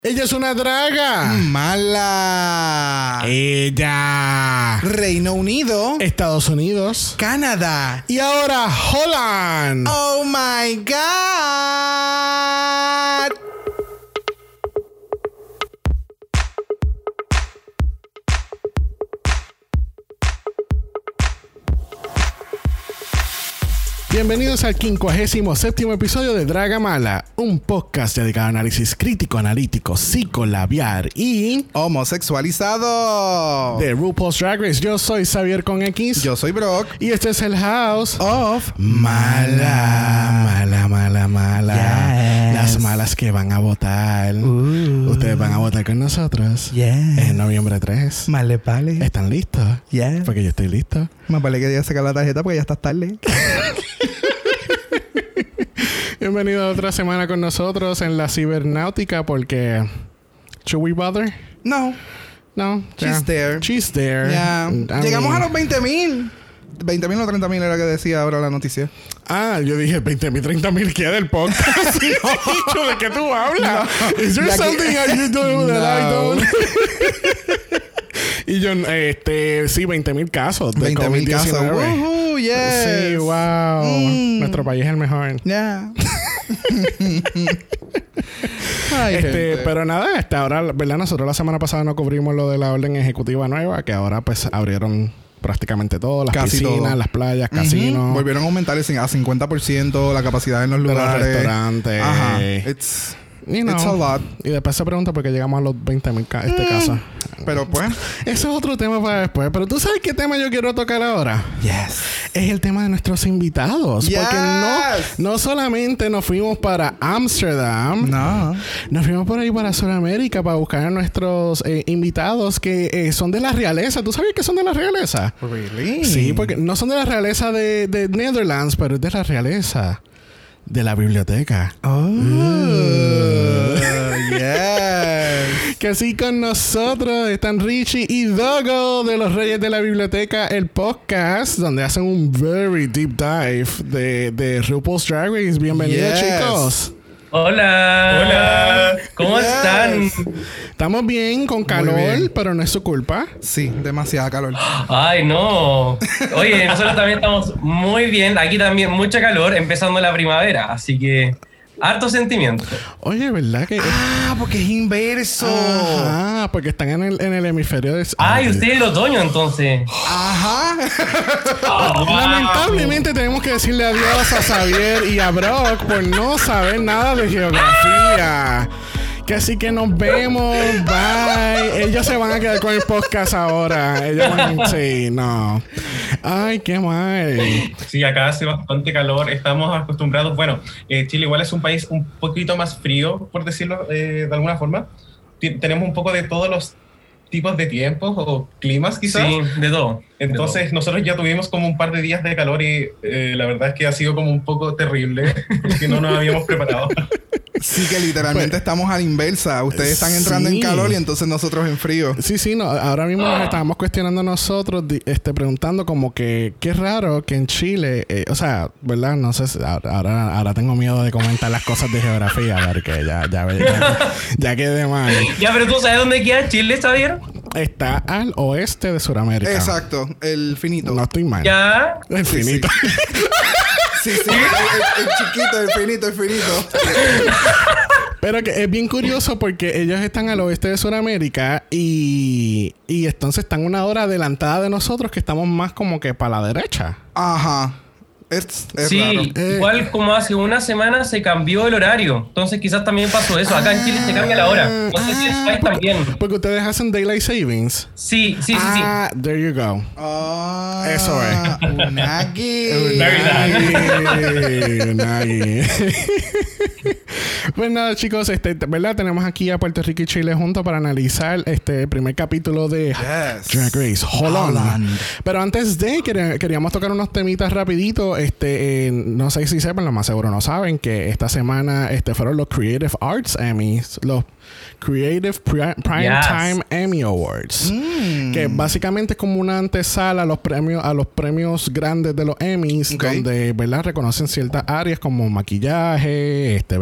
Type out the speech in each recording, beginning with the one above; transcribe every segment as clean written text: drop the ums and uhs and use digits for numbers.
Ella es una draga. Mala. Ella. Reino Unido. Estados Unidos. Canadá. Y ahora Holland. Oh my God. Bienvenidos al 57º episodio de Draga Mala, un podcast dedicado a análisis crítico, analítico, psicolabiar y homosexualizado de RuPaul's Drag Race. Yo soy Xavier con X. Yo soy Brock. Y este es el House of Mala. Yes. Las malas que van a votar. Ustedes van a votar con nosotros. Yes. En noviembre 3. Male pale. ¿Están listos? Yes. Porque yo estoy listo. Más vale que ya sacar la tarjeta porque ya estás tarde. Bienvenido a otra semana con nosotros en la cibernáutica porque... ¿Should we bother? No. No. She's there. She's there. Yeah. I Llegamos mean... a los 20,000. 20,000 o 30,000 era que decía ahora la noticia. Ah, yo dije 20,000, 30,000 ¿qué del podcast? ¿De qué tú hablas? No. Is there Ya something you do that I don't? Y yo, sí, 20,000 casos de 20,000 casos. COVID-19. Yes. Sí, wow. Nuestro país es el mejor. Yeah. Ay, Pero nada, hasta ahora, ¿verdad? Nosotros la semana pasada no cubrimos lo de la orden ejecutiva nueva, que ahora pues abrieron prácticamente todo, las casi piscinas, todo. Las playas, casinos. Volvieron a aumentar a 50% la capacidad en los lugares. Los restaurantes. Ajá. It's a lot. Y después se pregunta por qué llegamos a los 20,000 casos. Pero pues... Ese es otro tema para después. Pero ¿tú sabes qué tema yo quiero tocar ahora? Yes. Es el tema de nuestros invitados. Yes. Porque no solamente nos fuimos para Ámsterdam. No. Nos fuimos por ahí para Sudamérica para buscar a nuestros invitados que son de la realeza. ¿Tú sabes que son de la realeza? Really? Sí, porque no son de la realeza de Netherlands, pero es de la realeza de la biblioteca. Oh. Yes. Que así con nosotros están Richie y Dogo de Los Reyes de la Biblioteca, el podcast donde hacen un very deep dive de RuPaul's Drag Race. Bienvenidos, chicos. Hola. Hola. ¿Cómo están? Estamos bien, con calor, pero no es su culpa. Sí, demasiada calor. Ay, no. Oye, nosotros también estamos muy bien. Aquí también mucha calor, empezando la primavera. Así que... harto sentimiento. Oye, ¿verdad que...? Porque es inverso. Ajá, porque están en el hemisferio de... Ay, usted el otoño, entonces. Ajá. Lamentablemente tenemos que decirle adiós a Xavier y a Brock por no saber nada de geografía. Que así que nos vemos. Bye. Ellos se van a quedar con el podcast ahora. Ellos van... Sí, no. Ay, qué mal. Sí, acá hace bastante calor. Estamos acostumbrados... Bueno, Chile igual es un país un poquito más frío, por decirlo de alguna forma. Tenemos un poco de todos los tipos de tiempos o climas, quizás. Sí, de todo. Entonces, nosotros ya tuvimos como un par de días de calor y la verdad es que ha sido como un poco terrible porque no nos habíamos preparado. Sí, que literalmente estamos a la inversa. Ustedes están entrando en calor y entonces nosotros en frío. Sí, no. Ahora mismo nos estábamos cuestionando nosotros, preguntando como que qué raro que en Chile, o sea, ¿verdad? No sé, ahora tengo miedo de comentar las cosas de geografía, porque ya quedé mal. Ya, pero ¿tú sabes dónde queda Chile, Xavier? Está al oeste de Sudamérica. Exacto, el finito. No estoy mal. Ya. El finito. Sí, el chiquito, el finito. Pero que es bien curioso porque ellos están al oeste de Sudamérica y entonces están una hora adelantada de nosotros que estamos más como que para la derecha. Ajá. Es sí, raro. igual como hace una semana se cambió el horario. Entonces quizás también pasó eso. Acá en Chile se cambia la hora. No sé si en su país también. Porque ustedes hacen Daylight Savings. Sí. There you go. Eso es. Unagi. Unagi. Pues nada, chicos, ¿verdad? Tenemos aquí a Puerto Rico y Chile juntos para analizar este primer capítulo de Drag Race Holland. Pero antes de queríamos tocar unos temitas rapiditos. No sé si sepan, lo más seguro no saben, que esta semana fueron los Creative Arts Emmys, los Creative Primetime Emmy Awards, que básicamente es como una antesala a los premios grandes de los Emmys, donde, ¿verdad?, reconocen ciertas áreas como maquillaje, vestuario,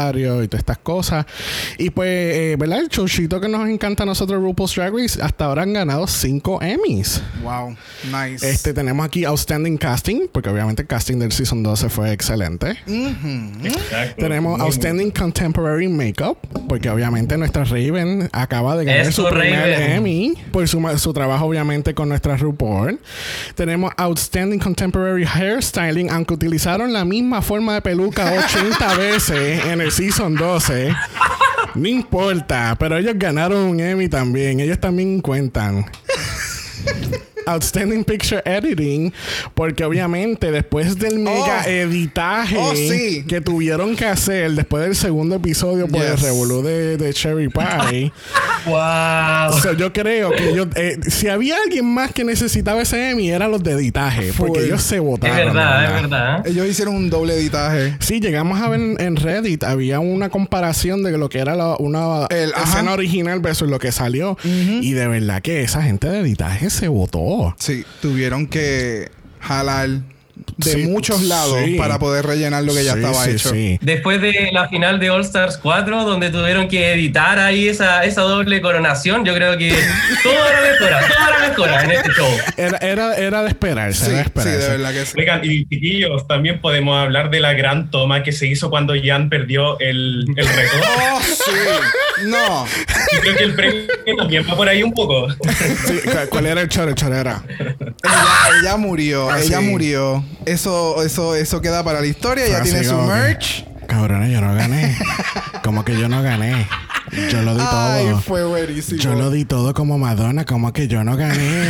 vestuario y todas estas cosas. Y pues, ¿verdad? El showcito que nos encanta a nosotros, RuPaul's Drag Race, hasta ahora han ganado 5 Emmys. Wow, nice. Tenemos aquí Outstanding Casting, porque obviamente el casting del Season 12 fue excelente. Exacto. Tenemos Outstanding Contemporary Makeup, porque obviamente nuestra Raven acaba de ganar su primer Emmy por su trabajo obviamente con nuestra RuPaul. Tenemos Outstanding Contemporary Hairstyling, aunque utilizaron la misma forma de peluca 80 veces en el Season 12. No importa, pero ellos ganaron un Emmy también. Ellos también cuentan. Outstanding Picture Editing, porque obviamente después del mega editaje que tuvieron que hacer después del segundo episodio por el revolú de Cherry Pie. Wow. So, yo creo que si había alguien más que necesitaba ese Emmy, eran los de editaje, porque ellos se votaron. Es verdad. Ellos hicieron un doble editaje. Sí, llegamos a ver en Reddit, había una comparación de lo que era una escena original versus lo que salió. Y de verdad que esa gente de editaje se votó. Sí, tuvieron que jalar de muchos lados para poder rellenar lo que ya estaba hecho. Sí. Después de la final de All Stars 4, donde tuvieron que editar ahí esa doble coronación, yo creo que todo era mejora en este show. Era de esperarse. Sí, de verdad que sí. Oigan, y chiquillos, también podemos hablar de la gran toma que se hizo cuando Jan perdió el reto. ¡Oh, sí! ¡No! Y creo que el premio también va por ahí un poco. Sí, ¿cuál era el chorera? Ella murió. Ella murió. Eso queda para la historia. Ya tiene su merch. Cabrona, yo no gané. ¿Cómo que yo no gané? Yo lo di todo. Ay, fue buenísimo. Yo lo di todo como Madonna. ¿Cómo que yo no gané?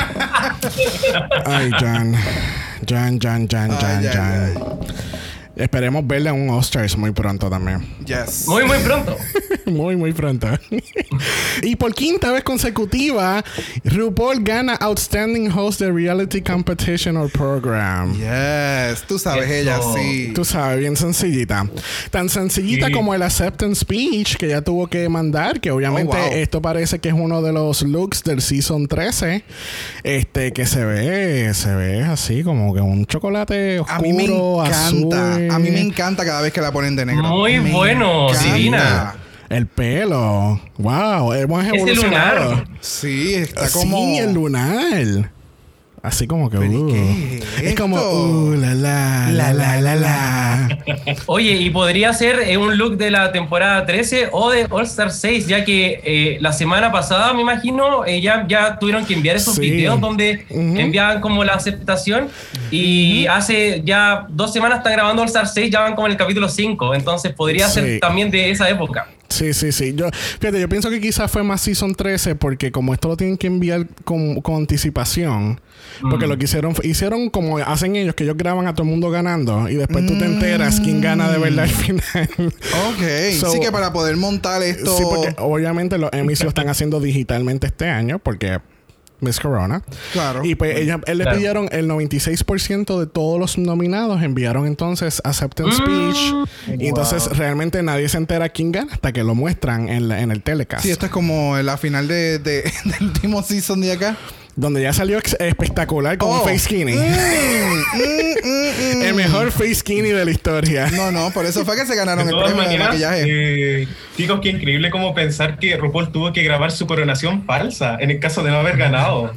Ay, Jan. Esperemos verla en un All-Stars muy pronto también. Yes. Muy pronto. Muy pronto. Y por quinta vez consecutiva, RuPaul gana Outstanding Host de Reality Competition or Program. Yes. Tú sabes, ella sí. Tú sabes, bien sencillita. Tan sencillita como el acceptance speech que ella tuvo que mandar, que obviamente esto parece que es uno de los looks del Season 13. Que se ve así como que un chocolate oscuro, a mí me encanta. azul. A mí me encanta cada vez que la ponen de negro. Muy bueno, divina. El pelo. Wow, hemos evolucionado. lunar. Sí, está como... Sí, el lunar. Así como que... ¿Qué es como... la. Oye, y podría ser un look de la temporada 13 o de All Star 6, ya que la semana pasada, me imagino, ya tuvieron que enviar esos videos donde enviaban como la aceptación. Y hace ya 2 semanas están grabando All Star 6, ya van como en el capítulo 5. Entonces podría ser también de esa época. Sí. Yo pienso que quizás fue más Season 13 porque como esto lo tienen que enviar con anticipación, porque lo que hicieron como hacen ellos, que ellos graban a todo el mundo ganando y después tú te enteras quién gana de verdad al final. Sí, que para poder montar esto... Sí, porque obviamente los Emmys lo están haciendo digitalmente este año porque... Miss Corona. Claro. Y pues él le pidieron el 96% de todos los nominados enviaron entonces acceptance speech. Y entonces realmente nadie se entera quién gana hasta que lo muestran en el telecast. Sí, esto es como la final del último season de acá. Donde ya salió espectacular con un face skinny. El mejor face skinny de la historia. No, por eso fue que se ganaron el premio de maquillaje. Chicos, qué increíble como pensar que RuPaul tuvo que grabar su coronación falsa en el caso de no haber ganado.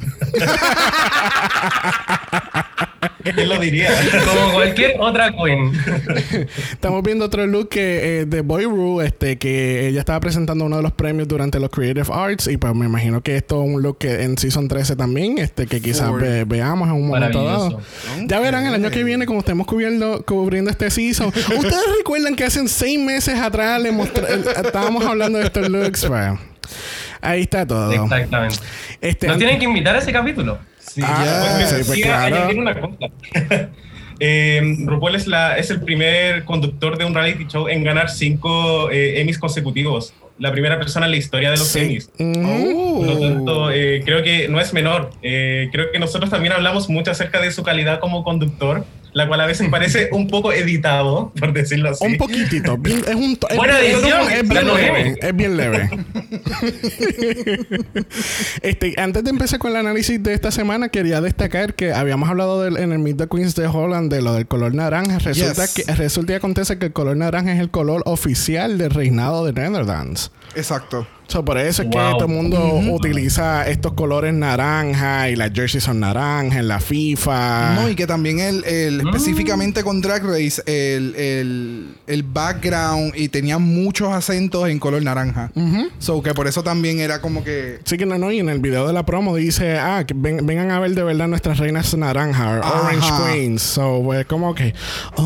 ¿Quién lo diría? Como cualquier otra queen. Estamos viendo otro look de Boy Ru, que ella estaba presentando uno de los premios durante los Creative Arts. Y pues me imagino que esto es un look que en Season 13 también, que quizás veamos en un momento dado. Ya verán el año que viene, como estemos cubriendo este season. ¿Ustedes recuerdan que hace 6 meses atrás estábamos hablando de estos looks? Bueno, ahí está todo. Exactamente. Nos tienen que invitar a ese capítulo. Sí, añadir una cosa. RuPaul es el primer conductor de un reality show en ganar 5 Emmys consecutivos. La primera persona en la historia de los Emmys. Por lo tanto, creo que no es menor. Creo que nosotros también hablamos mucho acerca de su calidad como conductor, la cual a veces parece un poco editado, por decirlo así. Un poquitito. Buena edición. Es bien leve. Antes de empezar con el análisis de esta semana, quería destacar que habíamos hablado en el Meet the Queens de Holland de lo del color naranja. Resulta y acontece que el color naranja es el color oficial del reinado de Netherlands. Exacto. Por eso es que todo el mundo utiliza estos colores naranja y las jerseys son naranja en la FIFA. No, y que también específicamente con Drag Race, el background y tenía muchos acentos en color naranja. So que por eso también era como que... Sí, que no, y en el video de la promo dice, que vengan a ver de verdad nuestras reinas naranja, Orange Queens. So, pues como que...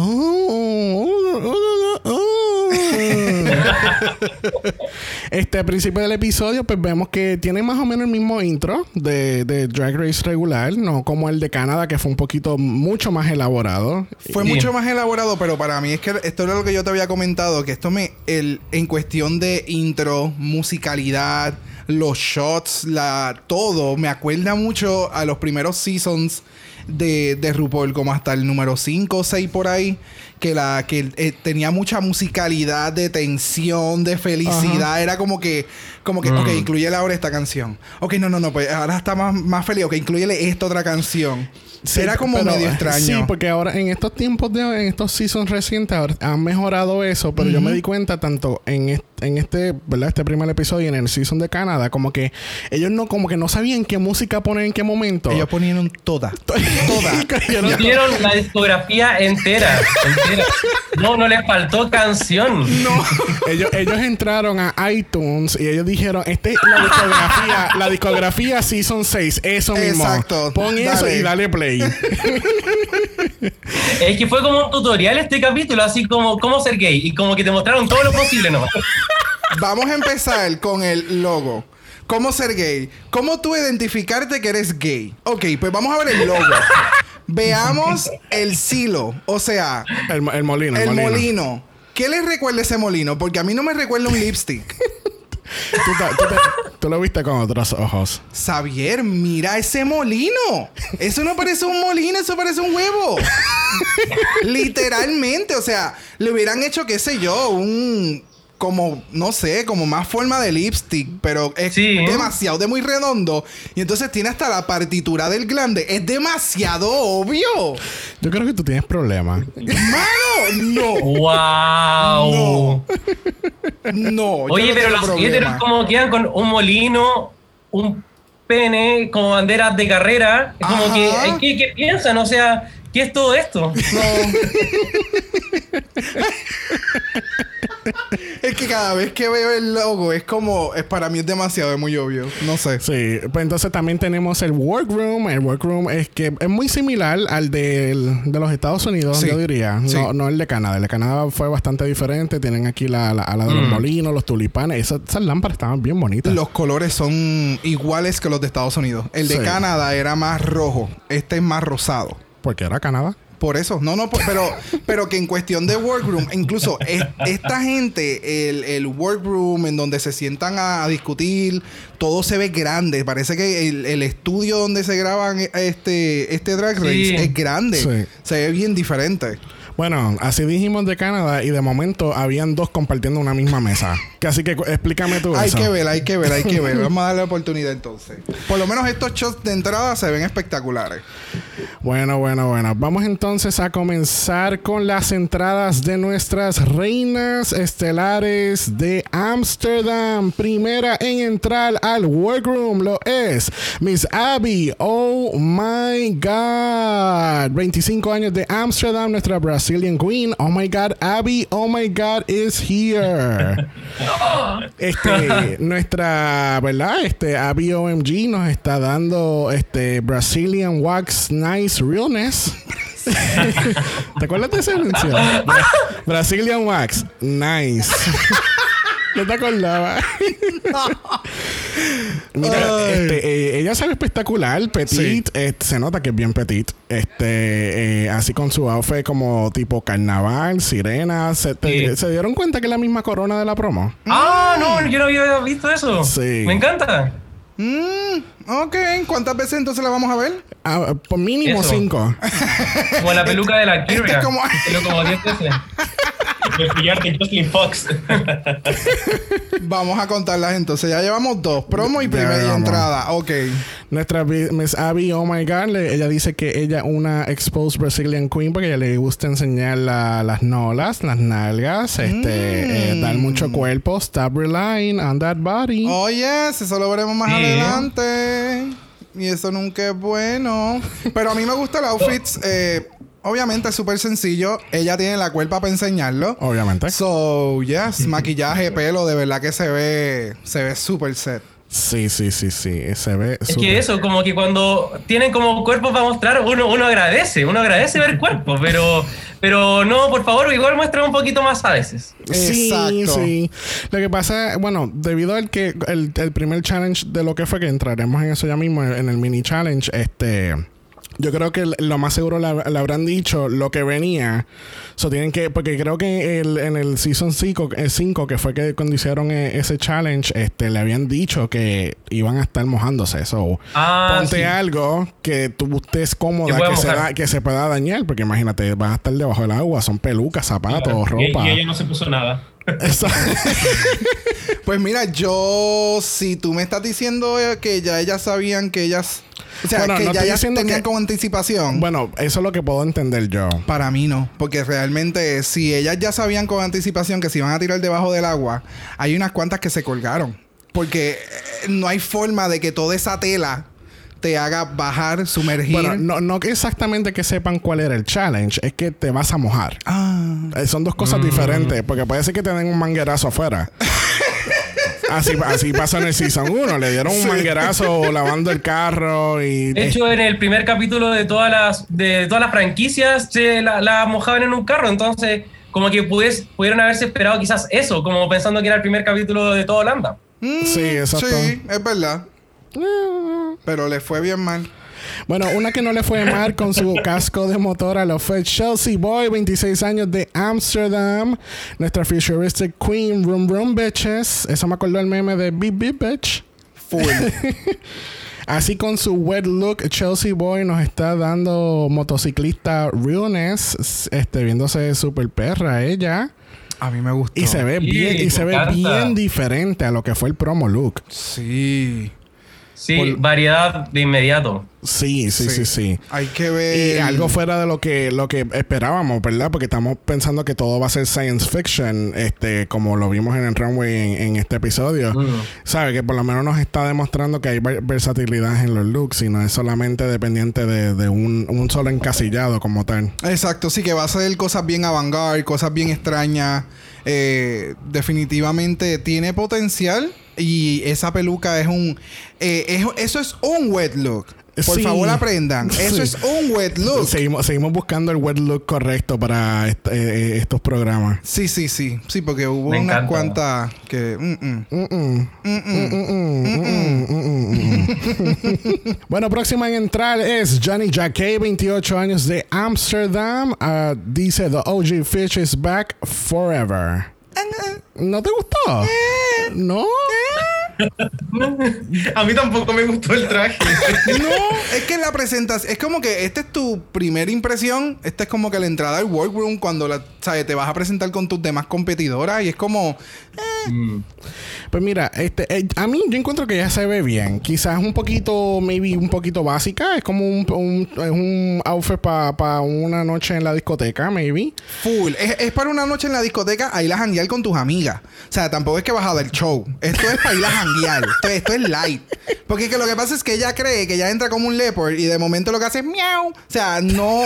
Al principio del episodio pues vemos que tiene más o menos el mismo intro de Drag Race regular, no como el de Canadá, que fue un poquito mucho más elaborado. Fue mucho más elaborado, pero para mí es que esto era lo que yo te había comentado, que esto en cuestión de intro, musicalidad, los shots, todo me acuerda mucho a los primeros seasons de RuPaul, como hasta el número 5 o 6 por ahí, que tenía mucha musicalidad, de tensión, de felicidad. Era como que ok, incluyele ahora esta canción. Ok, no, pues ahora está más feliz. Ok, incluyele esta otra canción. Sí, era como medio extraño. Sí, porque ahora en estos tiempos en estos seasons recientes han mejorado eso, pero yo me di cuenta tanto en este, ¿verdad? Este primer episodio y en el season de Canadá, como que ellos no sabían qué música poner en qué momento. Ellos ponieron toda. No dieron la discografía entera. No les faltó canción. No. ellos entraron a iTunes y ellos dijeron, esta es la discografía Season 6, eso mismo. Exacto. Pon eso y dale play. Es que fue como un tutorial este capítulo, así como cómo ser gay, y como que te mostraron todo lo posible nomás. Vamos a empezar con el logo. ¿Cómo ser gay? ¿Cómo tú identificarte que eres gay? Ok, pues vamos a ver el logo. Veamos el silo. O sea... El molino. El molino. ¿Qué les recuerda ese molino? Porque a mí no me recuerda un lipstick. Tú lo viste con otros ojos. Xavier, mira ese molino. Eso no parece un molino, eso parece un huevo. Literalmente. O sea, le hubieran hecho, qué sé yo, como, no sé, como más forma de lipstick, pero es demasiado, de muy redondo. Y entonces tiene hasta la partitura del glande. Es demasiado obvio. Yo creo que tú tienes problemas. ¡Mano! ¡No! ¡Wow! No. Oye, pero los héteros como quedan con un molino, un pene, como banderas de carrera. Es como que, ¿qué piensan? O sea, ¿qué es todo esto? No. Es que cada vez que veo el logo para mí es demasiado, es muy obvio. No sé. Sí, pues entonces también tenemos el workroom. El workroom es que es muy similar al de los Estados Unidos, yo diría. Sí. No el de Canadá. El de Canadá fue bastante diferente. Tienen aquí la ala de los molinos, los tulipanes. Esas lámparas estaban bien bonitas. Los colores son iguales que los de Estados Unidos. El de Canadá era más rojo. Este es más rosado. ¿Por qué era Canadá? Por eso, pero que en cuestión de workroom, incluso esta gente, el workroom en donde se sientan a discutir, todo se ve grande. Parece que el estudio donde se graban este Drag Race es grande. Sí. Se ve bien diferente. Bueno, así dijimos de Canadá y de momento habían dos compartiendo una misma mesa. Así que explícame tú hay eso. Hay que ver. Vamos a darle la oportunidad entonces. Por lo menos estos shots de entrada se ven espectaculares. Bueno. Vamos entonces a comenzar con las entradas de nuestras reinas estelares de Ámsterdam. Primera en entrar al workroom lo es Miss Abby. Oh my God. 25 años de Ámsterdam, nuestra Brazilian Queen. Oh my God, Abby. Oh my God is here. Nuestra, ¿verdad? Abby OMG nos está dando Brazilian Wax Nice Realness. ¿Te acuerdas de esa mención? Brazilian Wax Nice. ¿No te acordabas? Mira, ella se ve espectacular, petit. Sí. Se nota que es bien petit. Así con su outfit como tipo carnaval, sirena. ¿Se dieron cuenta que es la misma corona de la promo? No, yo no había visto eso. Sí. Me encanta. Ok, ¿cuántas veces entonces la vamos a ver? Por mínimo 5. Como la peluca de la Kira. como 10 veces. El collar de Jocelyn Fox. Vamos a contarlas entonces. Ya llevamos 2. Promo y primera entrada. Ok. Nuestra Miss Abby, oh my God, ella dice que ella es una exposed Brazilian queen porque a ella le gusta enseñar las nolas, las nalgas, dar mucho cuerpo, stop relying on that body. Oh yes, eso lo veremos más adelante. Y eso nunca es bueno. Pero a mí me gusta el outfit. Obviamente es súper sencillo. Ella tiene la cuerpa para enseñarlo. Obviamente. So, yes. Maquillaje, pelo, de verdad que se ve súper set. Sí. Se ve Es que eso, como que cuando tienen como cuerpos para mostrar, uno agradece ver cuerpos, pero no, por favor, igual muestra un poquito más a veces. Exacto. Sí. Lo que pasa, bueno, debido al que el primer challenge de lo que fue, que entraremos en eso ya mismo, en el mini challenge, yo creo que lo más seguro le habrán dicho lo que venía. Tienen que, porque creo que en el Season 5, que fue que cuando hicieron ese challenge, le habían dicho que iban a estar mojándose. Ponte algo que tú estés cómoda, que se pueda dañar, porque imagínate, vas a estar debajo del agua, son pelucas, zapatos, ropa. Y ella no se puso nada. Pues mira, si tú me estás diciendo que ya ellas sabían que ellas... O sea, que ya ellas tenían con anticipación. Bueno, eso es lo que puedo entender yo. Para mí no. Porque realmente, si ellas ya sabían con anticipación que se iban a tirar debajo del agua, hay unas cuantas que se colgaron. Porque no hay forma de que toda esa tela te haga bajar, sumergir. Bueno, no que exactamente que sepan cuál era el challenge, es que te vas a mojar. Son dos cosas diferentes, porque puede ser que te den un manguerazo afuera. Así pasó en el Season 1. Le dieron un manguerazo lavando el carro y... De hecho, en el primer capítulo de todas las franquicias la mojaban en un carro. Entonces, como que pudieron haberse esperado quizás eso, como pensando que era el primer capítulo de toda Holanda. Sí, exacto. Sí, es verdad. Pero le fue bien mal. Bueno, una que no le fue mal con su casco de motora lo fue Chelsea Boy, 26 años de Amsterdam. Nuestra futuristic queen, Vroom Vroom Bitches. Eso me acordó el meme de Beep Beep Bitch. Full. Así con su wet look, Chelsea Boy nos está dando motociclista realness, viéndose súper perra ella. A mí me gustó. Y se ve bien diferente a lo que fue el promo look. Sí. Sí, variedad de inmediato. Sí. Hay que ver. Y algo fuera de lo que esperábamos, ¿verdad? Porque estamos pensando que todo va a ser science fiction, como lo vimos en el runway en este episodio. ¿Sabe? Que por lo menos nos está demostrando que hay versatilidad en los looks y no es solamente dependiente de un solo encasillado como tal. Exacto, sí, que va a ser cosas bien avant-garde, cosas bien extrañas. Definitivamente tiene potencial. Y esa peluca es eso es un wet look. Por favor, aprendan. Eso es un wet look. Seguimos buscando el wet look correcto para estos programas. Sí. Sí, porque hubo unas cuantas que... Bueno, próxima en entrar es Johnny Jacquet, 28 años de Amsterdam. Dice, The OG Fish is back forever. ¿No te gustó? ¿No? A mí tampoco me gustó el traje. No, es que la presentación es como que esta es tu primera impresión. Esta es como que la entrada al workroom cuando te vas a presentar con tus demás competidoras y es como Pues mira, a mí yo encuentro que ya se ve bien. Quizás un poquito básica. Es como un outfit para una noche en la discoteca, maybe. Full. Es para una noche en la discoteca a ir a janguear con tus amigas. O sea, tampoco es que vas a dar show. Esto es para ir a janguear. Esto es light. Porque que lo que pasa es que ella cree que ella entra como un leopard y de momento lo que hace es miau. O sea, no.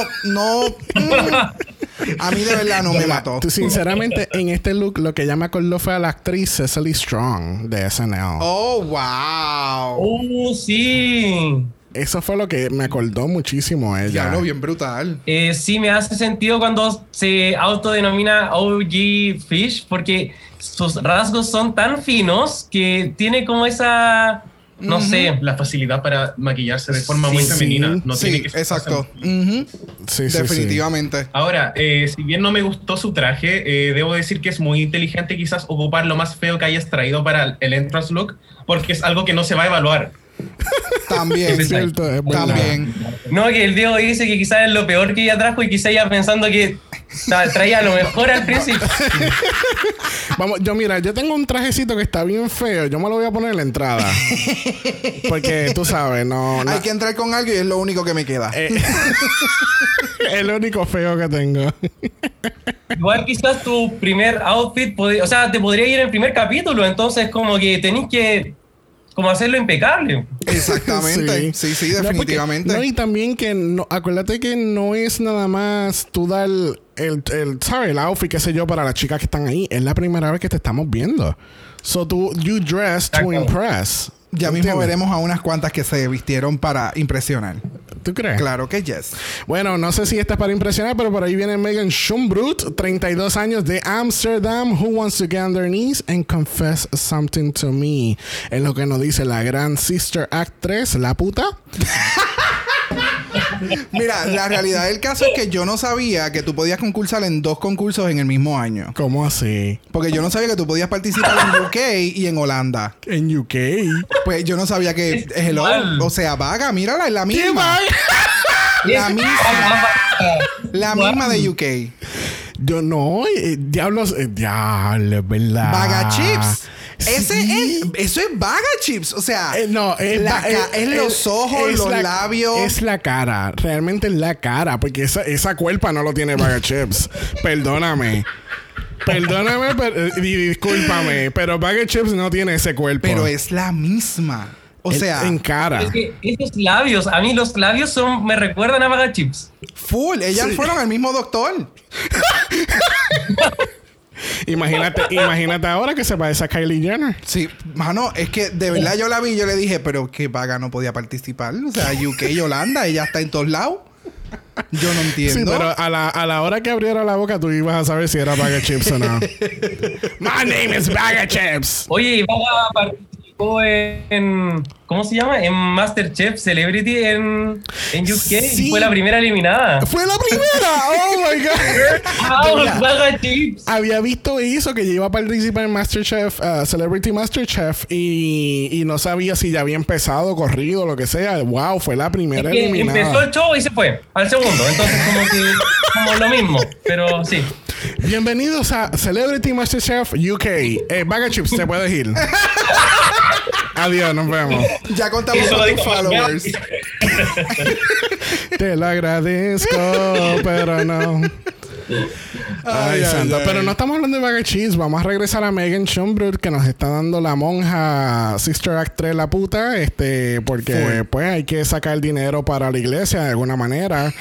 A mí de verdad no me mató. Sinceramente, en este look lo que ella me acordó fue a la actriz Cecily Strong de SNL. Oh, wow. Sí. Eso fue lo que me acordó muchísimo a ella. Ya lo bien brutal. Sí, me hace sentido cuando se autodenomina OG Fish, porque sus rasgos son tan finos que tiene como esa... No sé. La facilidad para maquillarse de forma muy femenina. No tiene que ser. Exacto. Sí, definitivamente. Sí. Ahora, si bien no me gustó su traje, debo decir que es muy inteligente quizás ocupar lo más feo que hayas traído para el entrance look, porque es algo que no se va a evaluar. También, es cierto, es también. No, que el Diego dice que quizás es lo peor que ella trajo y quizás ella pensando que traía lo mejor al principio. Vamos, yo tengo un trajecito que está bien feo. Yo me lo voy a poner en la entrada. Porque tú sabes, no. Hay que entrar con algo y es lo único que me queda. Es lo único feo que tengo. Igual quizás tu primer outfit, te podría ir en el primer capítulo, entonces como que tenés que como hacerlo impecable. Exactamente. Sí, definitivamente. Y también que acuérdate que no es nada más tú dar el outfit, qué sé yo, para las chicas que están ahí. Es la primera vez que te estamos viendo. So you dress to impress. Ya mismo veremos a unas cuantas que se vistieron para impresionar. ¿Tú crees? Claro que yes. Bueno, no sé si esta es para impresionar, pero por ahí viene Megan Schumbrut, 32 años, de Amsterdam. Who wants to get on their knees and confess something to me? Es lo que nos dice la gran Sister Act 3, la puta. Mira, la realidad del caso es que yo no sabía que tú podías concursar en 2 concursos en el mismo año. ¿Cómo así? Porque yo no sabía que tú podías participar en UK y en Holanda. ¿En UK? Pues yo no sabía que... Hello. O sea, vaga, mírala, es la misma. La misma. La misma de UK. Yo no, diablos, diablo, es verdad. Vaga Chips. Sí. Eso es Vaga Chips. O sea, no, es los ojos, los labios. Es la cara. Realmente es la cara. Porque esa cuerpa no lo tiene Vaga Chips. Perdóname, discúlpame. Pero Vaga Chips no tiene ese cuerpo. Pero es la misma. O sea, en cara. Es que esos labios, a mí los labios me recuerdan a Vaga Chips. Full. Ellas fueron al mismo doctor. Imagínate ahora que se parece a Kylie Jenner. Sí, mano, es que de verdad yo la vi y yo le dije, pero que Vaga no podía participar. O sea, UK y Holanda, ella está en todos lados. Yo no entiendo. Sí, pero a la hora que abriera la boca tú ibas a saber si era Vaga Chips o no. My name is Vaga Chips. Oye, y Vaga participó en... ¿Cómo se llama? En MasterChef Celebrity en UK. Sí. Y fue la primera eliminada. ¡Fue la primera! ¡Oh, my God! Vaga Chips. Había visto eso, que iba a participar en MasterChef, Celebrity MasterChef, y no sabía si ya había empezado, corrido, lo que sea. ¡Wow! Fue la primera eliminada. Empezó el show y se fue al segundo. Entonces, como lo mismo. Pero sí. Bienvenidos a Celebrity MasterChef UK. Vaga Chips, te puedes ir. Adiós, nos vemos. Ya contamos con tus followers. Te lo agradezco, pero no. Ay, santo. Pero no estamos hablando de Vaga Cheese. Vamos a regresar a Megan Schumbrut, que nos está dando la monja Sister Act 3 la puta. Porque pues hay que sacar dinero para la iglesia de alguna manera.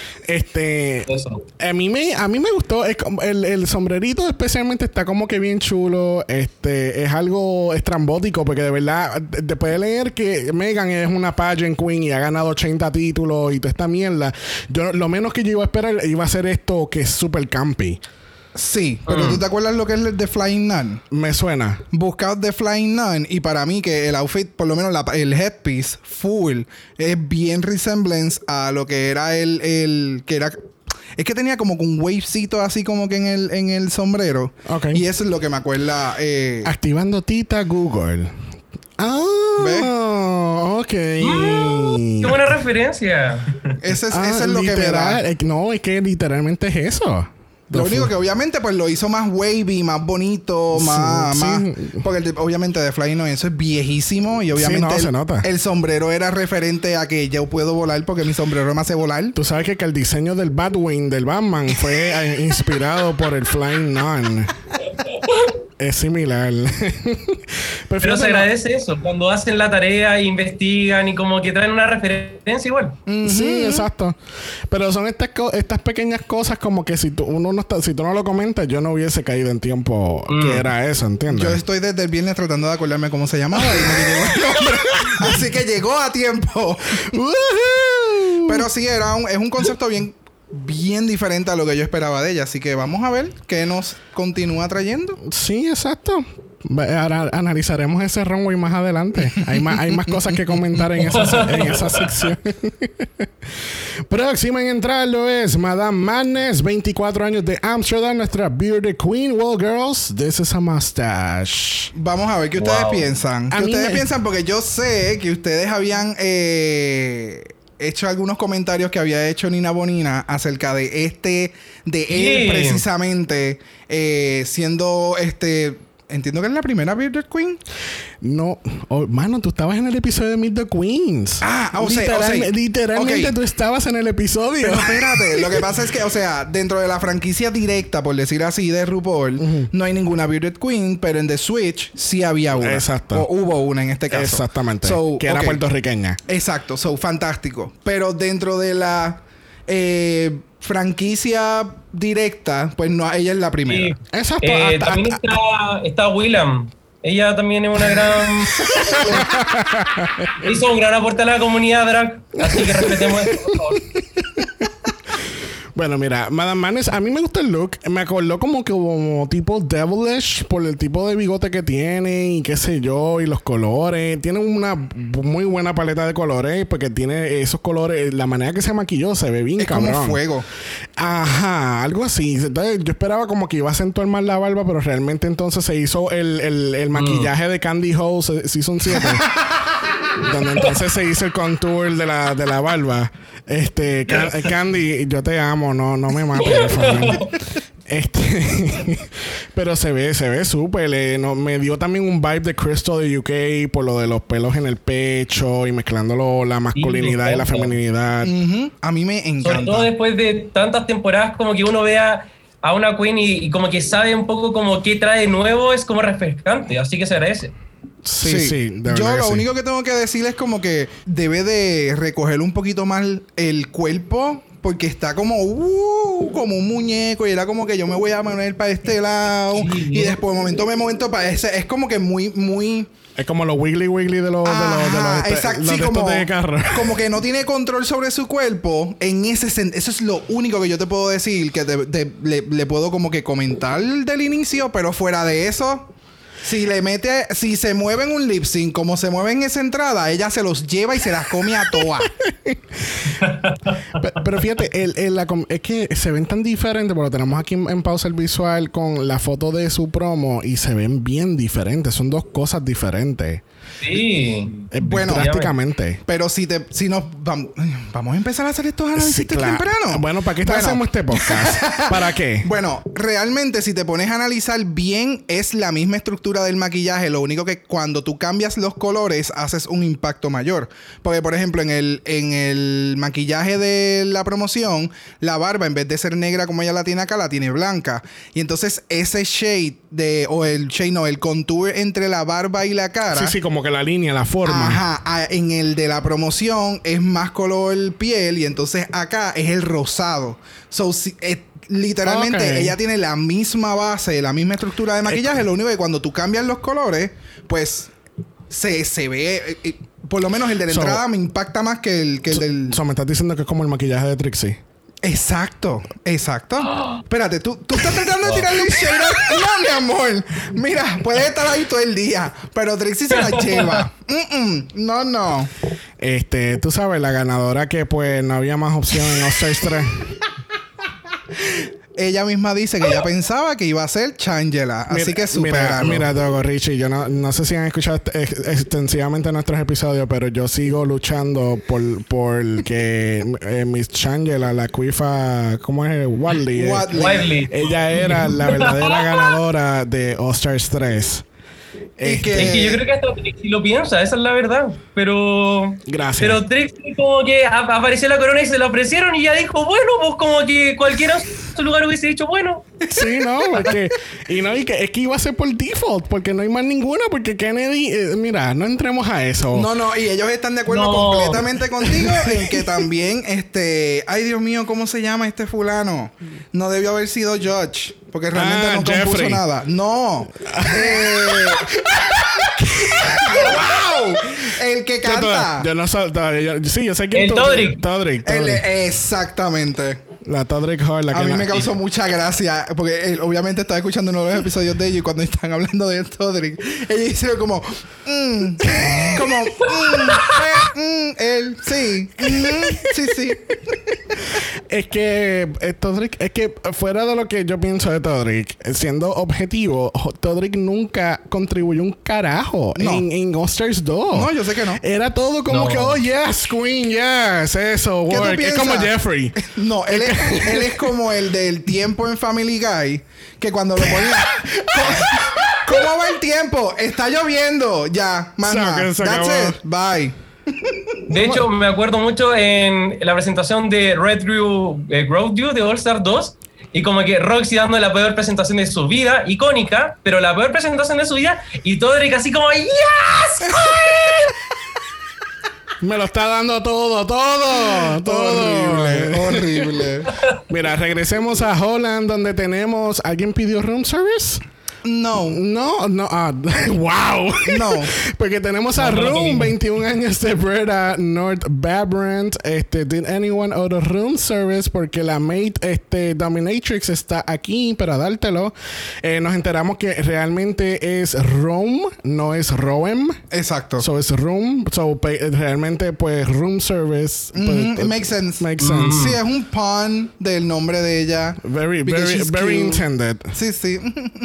A mí me gustó. El sombrerito especialmente está como que bien chulo. Es algo estrambótico porque de verdad después de leer que Megan es una pageant queen y ha ganado 80 títulos y toda esta mierda, lo menos que yo iba a esperar iba a ser esto que es super campy. Sí, pero ¿tú te acuerdas lo que es el de Flying Nun? Me suena. Buscad The Flying Nun y para mí que el outfit, por lo menos el headpiece full, es bien resemblance a lo que era el que era... Es que tenía como un wavecito así como que en el sombrero. Okay. Y eso es lo que me acuerda... Activando Tita Google. ¿Ves? Ok. ¡Qué buena referencia! Eso es lo que me da. No, es que literalmente es eso. Lo único que obviamente pues lo hizo más wavy, más bonito, más... Porque obviamente de Flying Nun eso es viejísimo y obviamente se nota. El sombrero era referente a que yo puedo volar porque mi sombrero me hace volar. Tú sabes que el diseño del Batwing del Batman fue inspirado por el Flying Nun. Es similar. Pero se agradece eso. Cuando hacen la tarea, investigan y como que traen una referencia igual. Sí, exacto. Pero son estas pequeñas cosas como que si tú no lo comentas, yo no hubiese caído en tiempo que era eso, ¿entiendes? Yo estoy desde el viernes tratando de acordarme cómo se llamaba y me llegó el nombre. Así que llegó a tiempo. Pero sí, es un concepto bien diferente a lo que yo esperaba de ella. Así que vamos a ver qué nos continúa trayendo. Sí, exacto. Ahora analizaremos ese runway más adelante. Hay más cosas que comentar en esa sección. Próxima en entrar lo es Madame Madness, 24 años de Amsterdam, nuestra Bearded Queen. Well, girls, this is a mustache. Vamos a ver qué ustedes piensan. ¿Qué ustedes piensan? Porque yo sé que ustedes habían hecho algunos comentarios que había hecho Nina Bonina acerca de él precisamente siendo entiendo que es la primera Bearded Queen. No, mano, tú estabas en el episodio de Meet the Queens. Literalmente tú estabas en el episodio. Pero espérate, lo que pasa es que, dentro de la franquicia directa, por decir así, de RuPaul, no hay ninguna Bearded Queen, pero en The Switch sí había una. Exacto. O hubo una en este caso. Exactamente. Que era puertorriqueña. Exacto. Fantástico. Pero dentro de la franquicia directa, pues no, ella es la primera. Sí. Exacto. También está Willam. Ella también es una gran... hizo un gran aporte a la comunidad drag. Así que respetemos esto, por favor. Bueno, mira, Madame Madness, a mí me gusta el look. Me acordó como tipo devilish por el tipo de bigote que tiene y qué sé yo, y los colores. Tiene una muy buena paleta de colores porque tiene esos colores. La manera que se maquilló se ve bien cabrón. Es como fuego. Ajá, algo así. Entonces, yo esperaba como que iba a acentuar más la barba, pero realmente entonces se hizo el maquillaje de Candy Ho Season 7. Donde entonces se hizo el contour de la barba. Candy, yo te amo, no me mates, por favor. Pero se ve súper. Me dio también un vibe de Crystal de UK por lo de los pelos en el pecho y mezclándolo la masculinidad y la feminidad. A mí me encanta. Sobre todo después de tantas temporadas, como que uno vea a una queen y como que sabe un poco como qué trae nuevo, es como refrescante, así que se agradece. Sí. Yo lo único que tengo que decir es como que debe de recoger un poquito más el cuerpo, porque está como un muñeco y era como que yo me voy a poner para este lado y después de momento para ese. Es como que muy... Es como los wiggly de los exacto, sí, como, de carro. Como que no tiene control sobre su cuerpo. En ese eso es lo único que yo te puedo decir, que le puedo como que comentar del inicio, pero fuera de eso... Si se mueve en un lip sync como se mueve en esa entrada, ella se los lleva y se las come a todas. pero fíjate, es que se ven tan diferentes, porque tenemos aquí en pausa el visual con la foto de su promo y se ven bien diferentes. Son dos cosas diferentes. Sí. Bueno, drásticamente. Pero vamos a empezar a hacer estos análisis temprano. Bueno, ¿para qué hacemos este podcast? ¿Para qué? Bueno, realmente si te pones a analizar bien, es la misma estructura del maquillaje. Lo único que cuando tú cambias los colores, haces un impacto mayor. Porque, por ejemplo, en el maquillaje de la promoción, la barba, en vez de ser negra como ella la tiene acá, la tiene blanca. Y entonces ese shade el contour entre la barba y la cara. Sí, como que la línea, la forma. Ajá. En el de la promoción es más color piel y entonces acá es el rosado. Literalmente ella tiene la misma base, la misma estructura de maquillaje. Lo único que cuando tú cambias los colores, pues se ve... por lo menos el de la entrada me impacta más que el del... me estás diciendo que es como el maquillaje de Trixie. Exacto. Espérate, ¿tú estás tratando de tirarle un shade. No, mi amor. Mira, puedes estar ahí todo el día, pero Trixie se la lleva. No. Tú sabes, la ganadora que pues no había más opción en All Stars 3. Ella misma dice que ella pensaba que iba a ser Shangela. Así que supéralo. Mira, Dogo, Richie, yo no sé si han escuchado extensivamente nuestros episodios, pero yo sigo luchando por que Miss Shangela, la cuifa, ¿cómo es? Wadley. Ella era la verdadera ganadora de All Stars 3. Es que yo creo que hasta Trixie lo piensa, esa es la verdad. Pero... Gracias. Pero Trixie como que apareció la corona y se la ofrecieron y ya dijo, bueno, pues como que cualquiera en su lugar hubiese dicho, bueno. Sí, no, porque... es que iba a ser por default, porque no hay más ninguna, porque Kennedy... mira, no entremos a eso. No, y ellos están de acuerdo completamente contigo en que también, ay, Dios mío, ¿cómo se llama este fulano? No debió haber sido Judge. Porque realmente no compuso nada. No. ¡Wow! El que canta. Yo no sé. Sí, yo sé que el Todrick. Todrick. Exactamente. La Todrick Hall. A mí me causó mucha gracia porque obviamente estaba escuchando uno de los episodios de ellos y cuando están hablando de Todrick, ella dice como él, sí, sí. Es que Todrick, es que fuera de lo que yo pienso de Todrick, siendo objetivo, Todrick nunca contribuyó un carajo en All Stars 2. No, yo sé que no. Era todo como que, oh, yes, Queen, yes, eso, work. Es como Jeffrey. No, él es como el del tiempo en Family Guy, que cuando lo ponía... ¿Cómo va el tiempo? Está lloviendo. Ya, más nada. That's it. Bye. De hecho, me acuerdo mucho en la presentación de Roadview de All Star 2 y como que Roxy dando la peor presentación de su vida, icónica, pero la peor presentación de su vida y Todrick así como ¡Yes! Me lo está dando todo. Horrible. Mira, regresemos a Holland donde tenemos... ¿Alguien pidió room service? No. Wow. No. Porque tenemos a Room, 21 años de Breda, North Babrant. Did anyone order room service? Porque la mate, Dominatrix está aquí para dártelo. Nos enteramos que realmente es Room, no es Roem. Exacto. So es Room. So realmente, pues, room service. It makes sense. Sí, es un pun del nombre de ella. Very intended. Sí.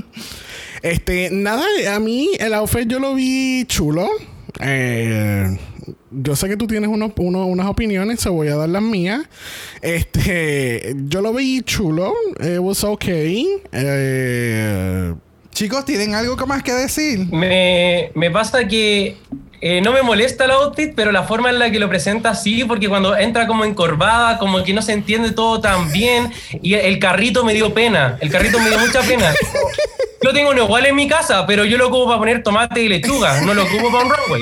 Nada, a mí el outfit yo lo vi chulo. Yo sé que tú tienes unas opiniones, so voy a dar las mías. Yo lo vi chulo. It was okay. Chicos, ¿tienen algo más que decir? Me pasa que no me molesta el outfit, pero la forma en la que lo presenta sí, porque cuando entra como encorvada, como que no se entiende todo tan bien. Y el carrito me dio pena. El carrito me dio mucha pena. Yo tengo uno igual en mi casa, pero yo lo ocupo para poner tomate y lechuga. No lo ocupo para un runway.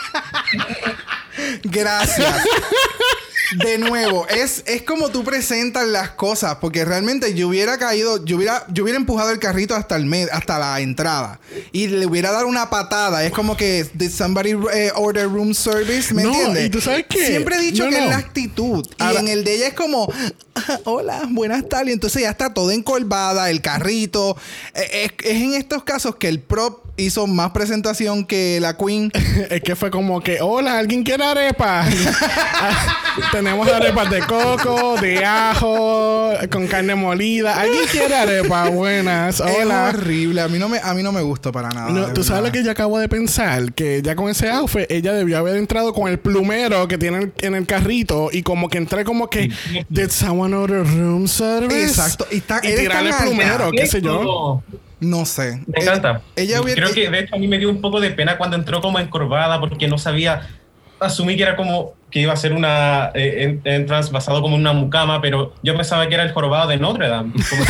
Gracias. De nuevo, es como tú presentas las cosas, porque realmente yo hubiera empujado el carrito hasta la entrada y le hubiera dado una patada. Es como que did somebody order room service, ¿me entiendes? ¿Y tú sabes qué? Siempre he dicho que es la actitud. Y en el de ella es como hola, buenas tardes. Entonces ya está toda encorvada, el carrito. Es en estos casos que el prop hizo más presentación que la Queen. Es que fue como que, hola, ¿alguien quiere arepa? Tenemos arepas de coco, de ajo, con carne molida. ¿Alguien quiere arepa? Buenas, hola. Es horrible. A mí no me gustó para nada. No, tú sabes lo que yo acabo de pensar, que ya con ese outfit ella debió haber entrado con el plumero que tiene en el carrito y como que entré como que did someone order room service? Exacto. Y tirarle el plumero, qué sé yo. No sé. Me encanta. Creo que de hecho a mí me dio un poco de pena cuando entró como encorvada porque no sabía. Asumí que era como que iba a ser una entrance basado como en una mucama, pero yo pensaba que era el jorobado de Notre Dame. Como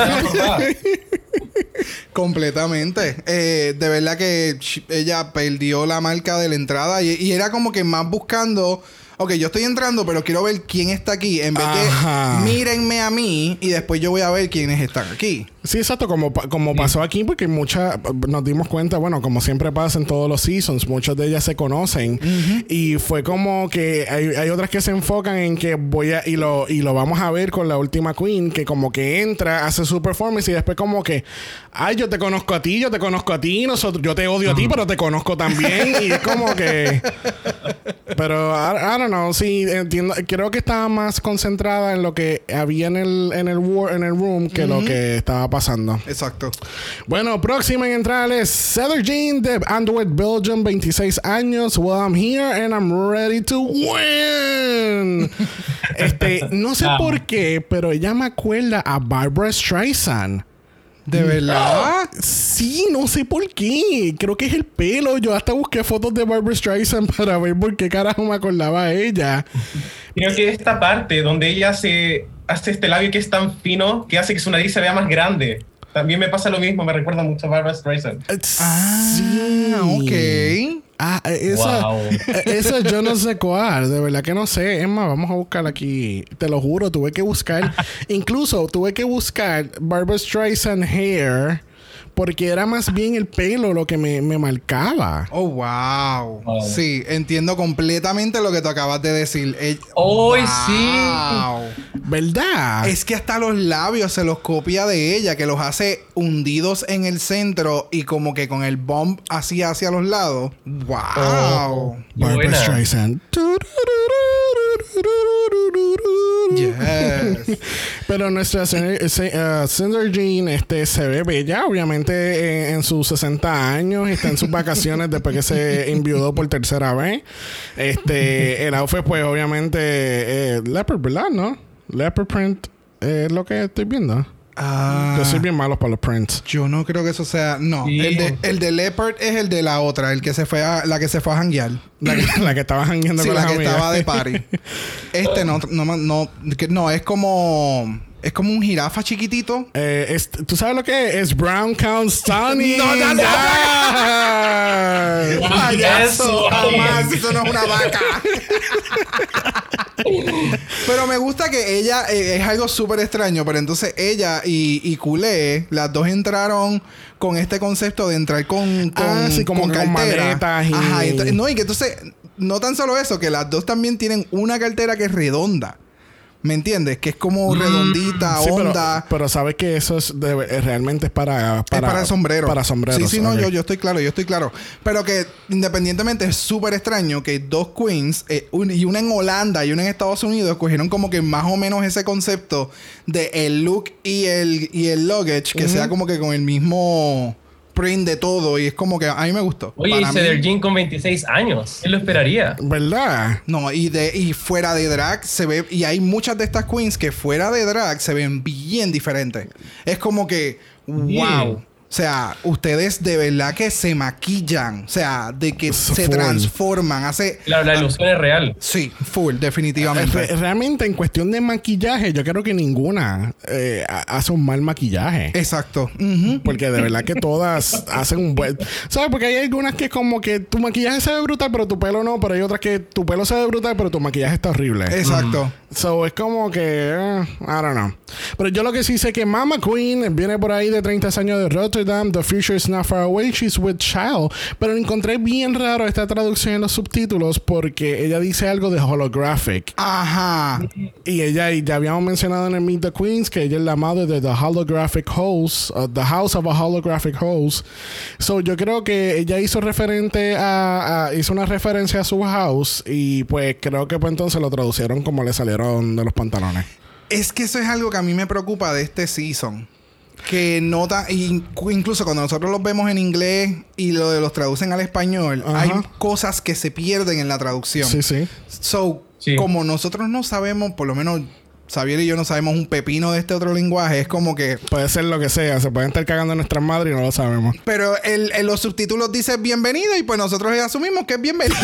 completamente. De verdad que ella perdió la marca de la entrada y era como que más buscando... Ok, yo estoy entrando, pero quiero ver quién está aquí. En vez de mírenme a mí y después yo voy a ver quiénes están aquí. Sí, exacto. Como pasó aquí, porque nos dimos cuenta, bueno, como siempre pasa en todos los seasons, muchas de ellas se conocen. Y fue como que hay otras que se enfocan en que y lo vamos a ver con la última Queen, que como que entra, hace su performance y después como que, ay, yo te conozco a ti, yo te odio a ti, pero te conozco también. Y es como que... Pero, I don't know, sí, entiendo. Creo que estaba más concentrada en lo que había en el room que lo que estaba pasando. Exacto. Bueno, próxima en entrar es Cedar Jean de Antwerp, Belgium, 26 años. Well, I'm here and I'm ready to win. No sé por qué, pero ella me acuerda a Barbra Streisand. ¿De verdad? Sí, no sé por qué. Creo que es el pelo. Yo hasta busqué fotos de Barbra Streisand para ver por qué carajo me acordaba a ella. Creo que esta parte donde ella hace este labio que es tan fino que hace que su nariz se vea más grande. También me pasa lo mismo. Me recuerda mucho a Barbra Streisand. Sí. Ok. Esa yo no sé cuál, de verdad que no sé. Es más, vamos a buscar aquí. Te lo juro, tuve que buscar. Incluso tuve que buscar Barbra Streisand hair porque era más bien el pelo lo que me marcaba. Oh, wow. Sí, entiendo completamente lo que tú acabas de decir. Sí. ¿Verdad? Es que hasta los labios se los copia de ella, que los hace hundidos en el centro y como que con el bump así hacia los lados. ¡Wow! Barbra Streisand. Yes. Pero nuestra Cinder Jean se ve bella, obviamente en sus 60 años, está en sus vacaciones después que se enviudó por tercera vez. El outfit, pues obviamente leopard, ¿verdad? ¿No? Leopard print es lo que estoy viendo. Yo soy bien malo para los prints. Yo no creo que eso sea... No. Sí. El de Leopard es el de la otra. El que se fue la que se fue a janguear. La que estaba jangueando Sí, con la las que amigas. estaba de party. No, es como... Es como un jirafa chiquitito. ¿Tú sabes lo que es? Brown Count Stunning. No. Eso. Jamás. Eso no es una vaca. Pero me gusta que ella es algo súper extraño. Pero entonces ella y Culé, las dos entraron con este concepto de entrar con cartera. Maletas y... Ajá. Y que entonces, no tan solo eso, que las dos también tienen una cartera que es redonda. ¿Me entiendes? Que es como redondita, sí, onda. pero sabes que eso realmente es para el sombrero. Para sombreros. Sí, no, yo estoy claro. Pero que independientemente es súper extraño que dos queens, y una en Holanda y una en Estados Unidos, cogieron como que más o menos ese concepto de el look y el luggage, que sea como que con el mismo print de todo. Y es como que a mí me gustó. Oye, y Cinder Jean con 26 años. ¿Quién lo esperaría? ¿Verdad? No, y fuera de drag se ve... Y hay muchas de estas queens que fuera de drag se ven bien diferentes. Es como que... ¡Wow! O sea, ustedes de verdad que se maquillan. O sea, de que se transforman. La ilusión es real. Sí, full, definitivamente. Realmente, en cuestión de maquillaje, yo creo que ninguna hace un mal maquillaje. Exacto. Porque de verdad que todas hacen un buen... ¿Sabes? Porque hay algunas que como que tu maquillaje se ve brutal, pero tu pelo no. Pero hay otras que tu pelo se ve brutal, pero tu maquillaje está horrible. Exacto. So, es como que... I don't know. Pero yo lo que sí sé que Mama Queen viene por ahí de 30 años de Rotterdam. The future is not far away. She's with child. Pero encontré bien raro esta traducción en los subtítulos porque ella dice algo de holographic. Ajá. Y ella, ya habíamos mencionado en el Meet the Queens que ella es la madre de The Holographic Host, The House of a Holographic Host. So, yo creo que ella hizo hizo una referencia a su house y pues creo que pues entonces lo traducieron como le salieron de los pantalones. Es que eso es algo que a mí me preocupa de este season. Que incluso cuando nosotros los vemos en inglés y los traducen al español, hay cosas que se pierden en la traducción. Sí. Como nosotros no sabemos, por lo menos Xavier y yo no sabemos un pepino de este otro lenguaje, es como que... Puede ser lo que sea, se pueden estar cagando en nuestras madres y no lo sabemos. Pero en los subtítulos dice bienvenido y pues nosotros asumimos que es bienvenido.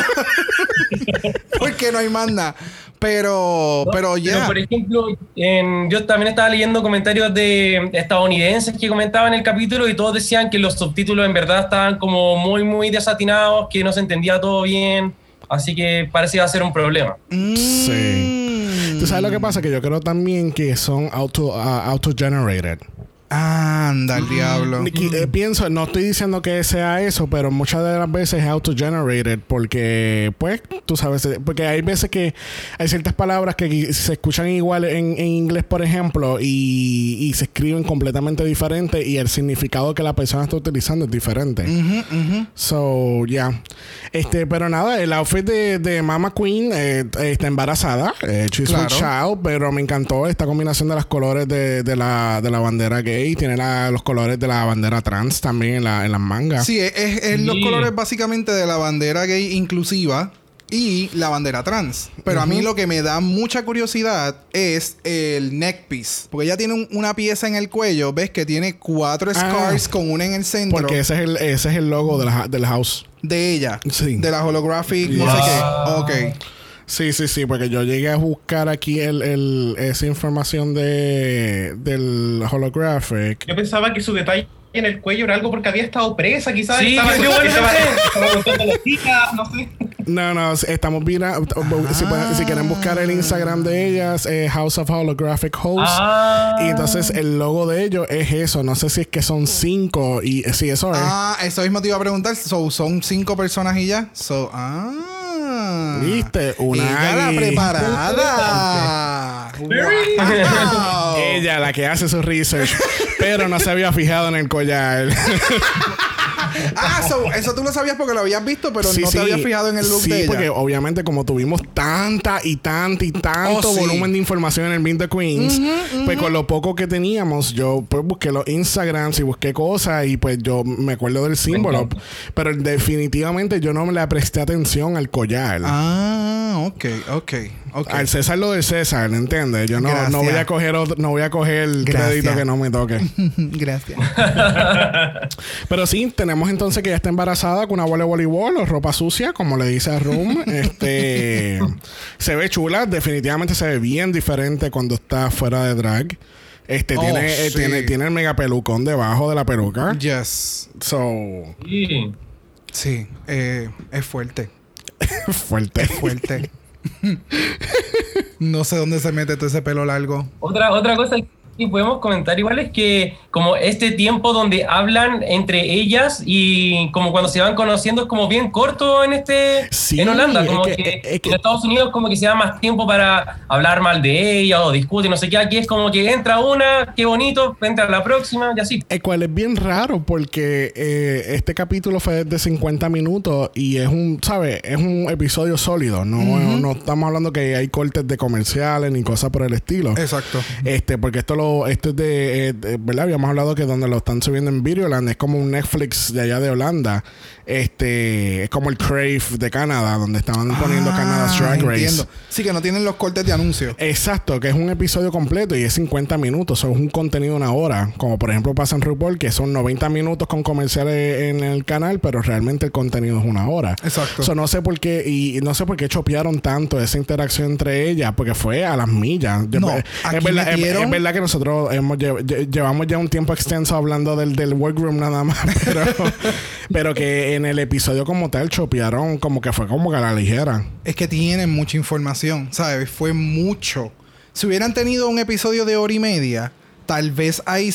Porque no hay más nada. Pero ya. Por ejemplo, yo también estaba leyendo comentarios de estadounidenses que comentaban el capítulo y todos decían que los subtítulos en verdad estaban como muy, muy desatinados, que no se entendía todo bien. Así que parece que va a ser un problema. Sí. ¿Tú sabes lo que pasa? Que yo creo también que son auto-generated. Anda, el diablo. Pienso, no estoy diciendo que sea eso, pero muchas de las veces es auto-generated porque, pues, tú sabes, porque hay veces que hay ciertas palabras que se escuchan igual en inglés, por ejemplo, y se escriben completamente diferente y el significado que la persona está utilizando es diferente. So, yeah. Pero nada, el outfit de Mama Queen está embarazada. She's with child, pero me encantó esta combinación de los colores de la bandera gay. Tiene los colores de la bandera trans también en las mangas. Sí, es los colores básicamente de la bandera gay inclusiva y la bandera trans. Pero a mí lo que me da mucha curiosidad es el neck piece. Porque ella tiene una pieza en el cuello. ¿Ves? Que tiene 4 scars con una en el centro. Porque ese es el logo de la house. De ella. Sí. De la holographic, no sé qué. Ok. Sí, porque yo llegué a buscar aquí esa información del holographic. Yo pensaba que su detalle en el cuello era algo porque había estado presa, quizás. Sí, estaba yo contando las chicas, no sé. No, estamos viendo. Si quieren buscar el Instagram de ellas, House of Holographic Hosts. Y entonces el logo de ellos es eso. No sé si es que son 5. Y sí, eso es. Eso mismo te iba a preguntar. Son 5 personas y ya. ¿Viste? Ella la preparada. Wow. Ella, la que hace su research. Pero no se había fijado en el collar. Eso tú lo sabías porque lo habías visto, pero no te habías fijado en el look de ella. Sí, porque obviamente como tuvimos tanto volumen de información en el Meet the Queens, pues con lo poco que teníamos, yo pues busqué los Instagrams y busqué cosas y pues yo me acuerdo del símbolo. Pero definitivamente yo no me le presté atención al collar. Ok. Al César lo de César, ¿entiendes? Yo no voy a coger crédito que no me toque. Gracias. Pero sí, tenemos entonces que ella está embarazada con una bola de voleibol o ropa sucia, como le dice a Room. Se ve chula, definitivamente se ve bien diferente cuando está fuera de drag. Tiene el mega pelucón debajo de la peluca. Yes. Sí, es fuerte. Fuerte. No sé dónde se mete todo ese pelo largo. Otra cosa que podemos comentar igual es que como este tiempo donde hablan entre ellas y como cuando se van conociendo es como bien corto en Holanda, como que en Estados Unidos como que se da más tiempo para hablar mal de ella o discute, no sé qué. Aquí es como que entra una, qué bonito, entra la próxima y así. El cual es bien raro porque este capítulo fue de 50 minutos y es un episodio sólido. No estamos hablando que hay cortes de comerciales ni cosas por el estilo. Exacto. Porque esto es de ¿verdad? Habíamos hablado que donde lo están subiendo en Videoland es como un Netflix de allá de Holanda. Es como el Crave de Canadá, donde estaban poniendo Canada's Drag Race. Entiendo. Sí, que no tienen los cortes de anuncios. Exacto, que es un episodio completo y es 50 minutos. Es un contenido de 1 hora. Como por ejemplo pasa en RuPaul, que son 90 minutos con comerciales en el canal, pero realmente el contenido es 1 hora. Exacto. No sé por qué, y no sé por qué chopearon tanto esa interacción entre ellas, porque fue a las millas. Es verdad que nosotros llevamos ya un tiempo extenso hablando del workroom nada más, pero que en el episodio como tal chopearon como que fue como que a la ligera. Es que tienen mucha información, ¿sabes? Fue mucho. Si hubieran tenido un episodio de 1:30, tal vez ahí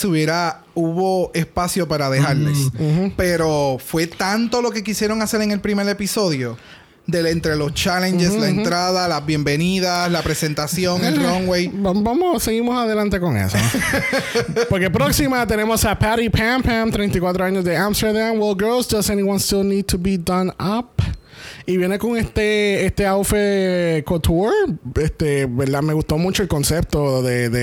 hubo espacio para dejarles. Pero fue tanto lo que quisieron hacer en el primer episodio. Entre los challenges, la entrada, las bienvenidas, la presentación, el runway. Seguimos adelante con eso. Porque próxima tenemos a Patty Pam Pam, 34 años de Amsterdam. Well, girls, does anyone still need to be done up? Y viene con este outfit couture. ¿Verdad? Me gustó mucho el concepto de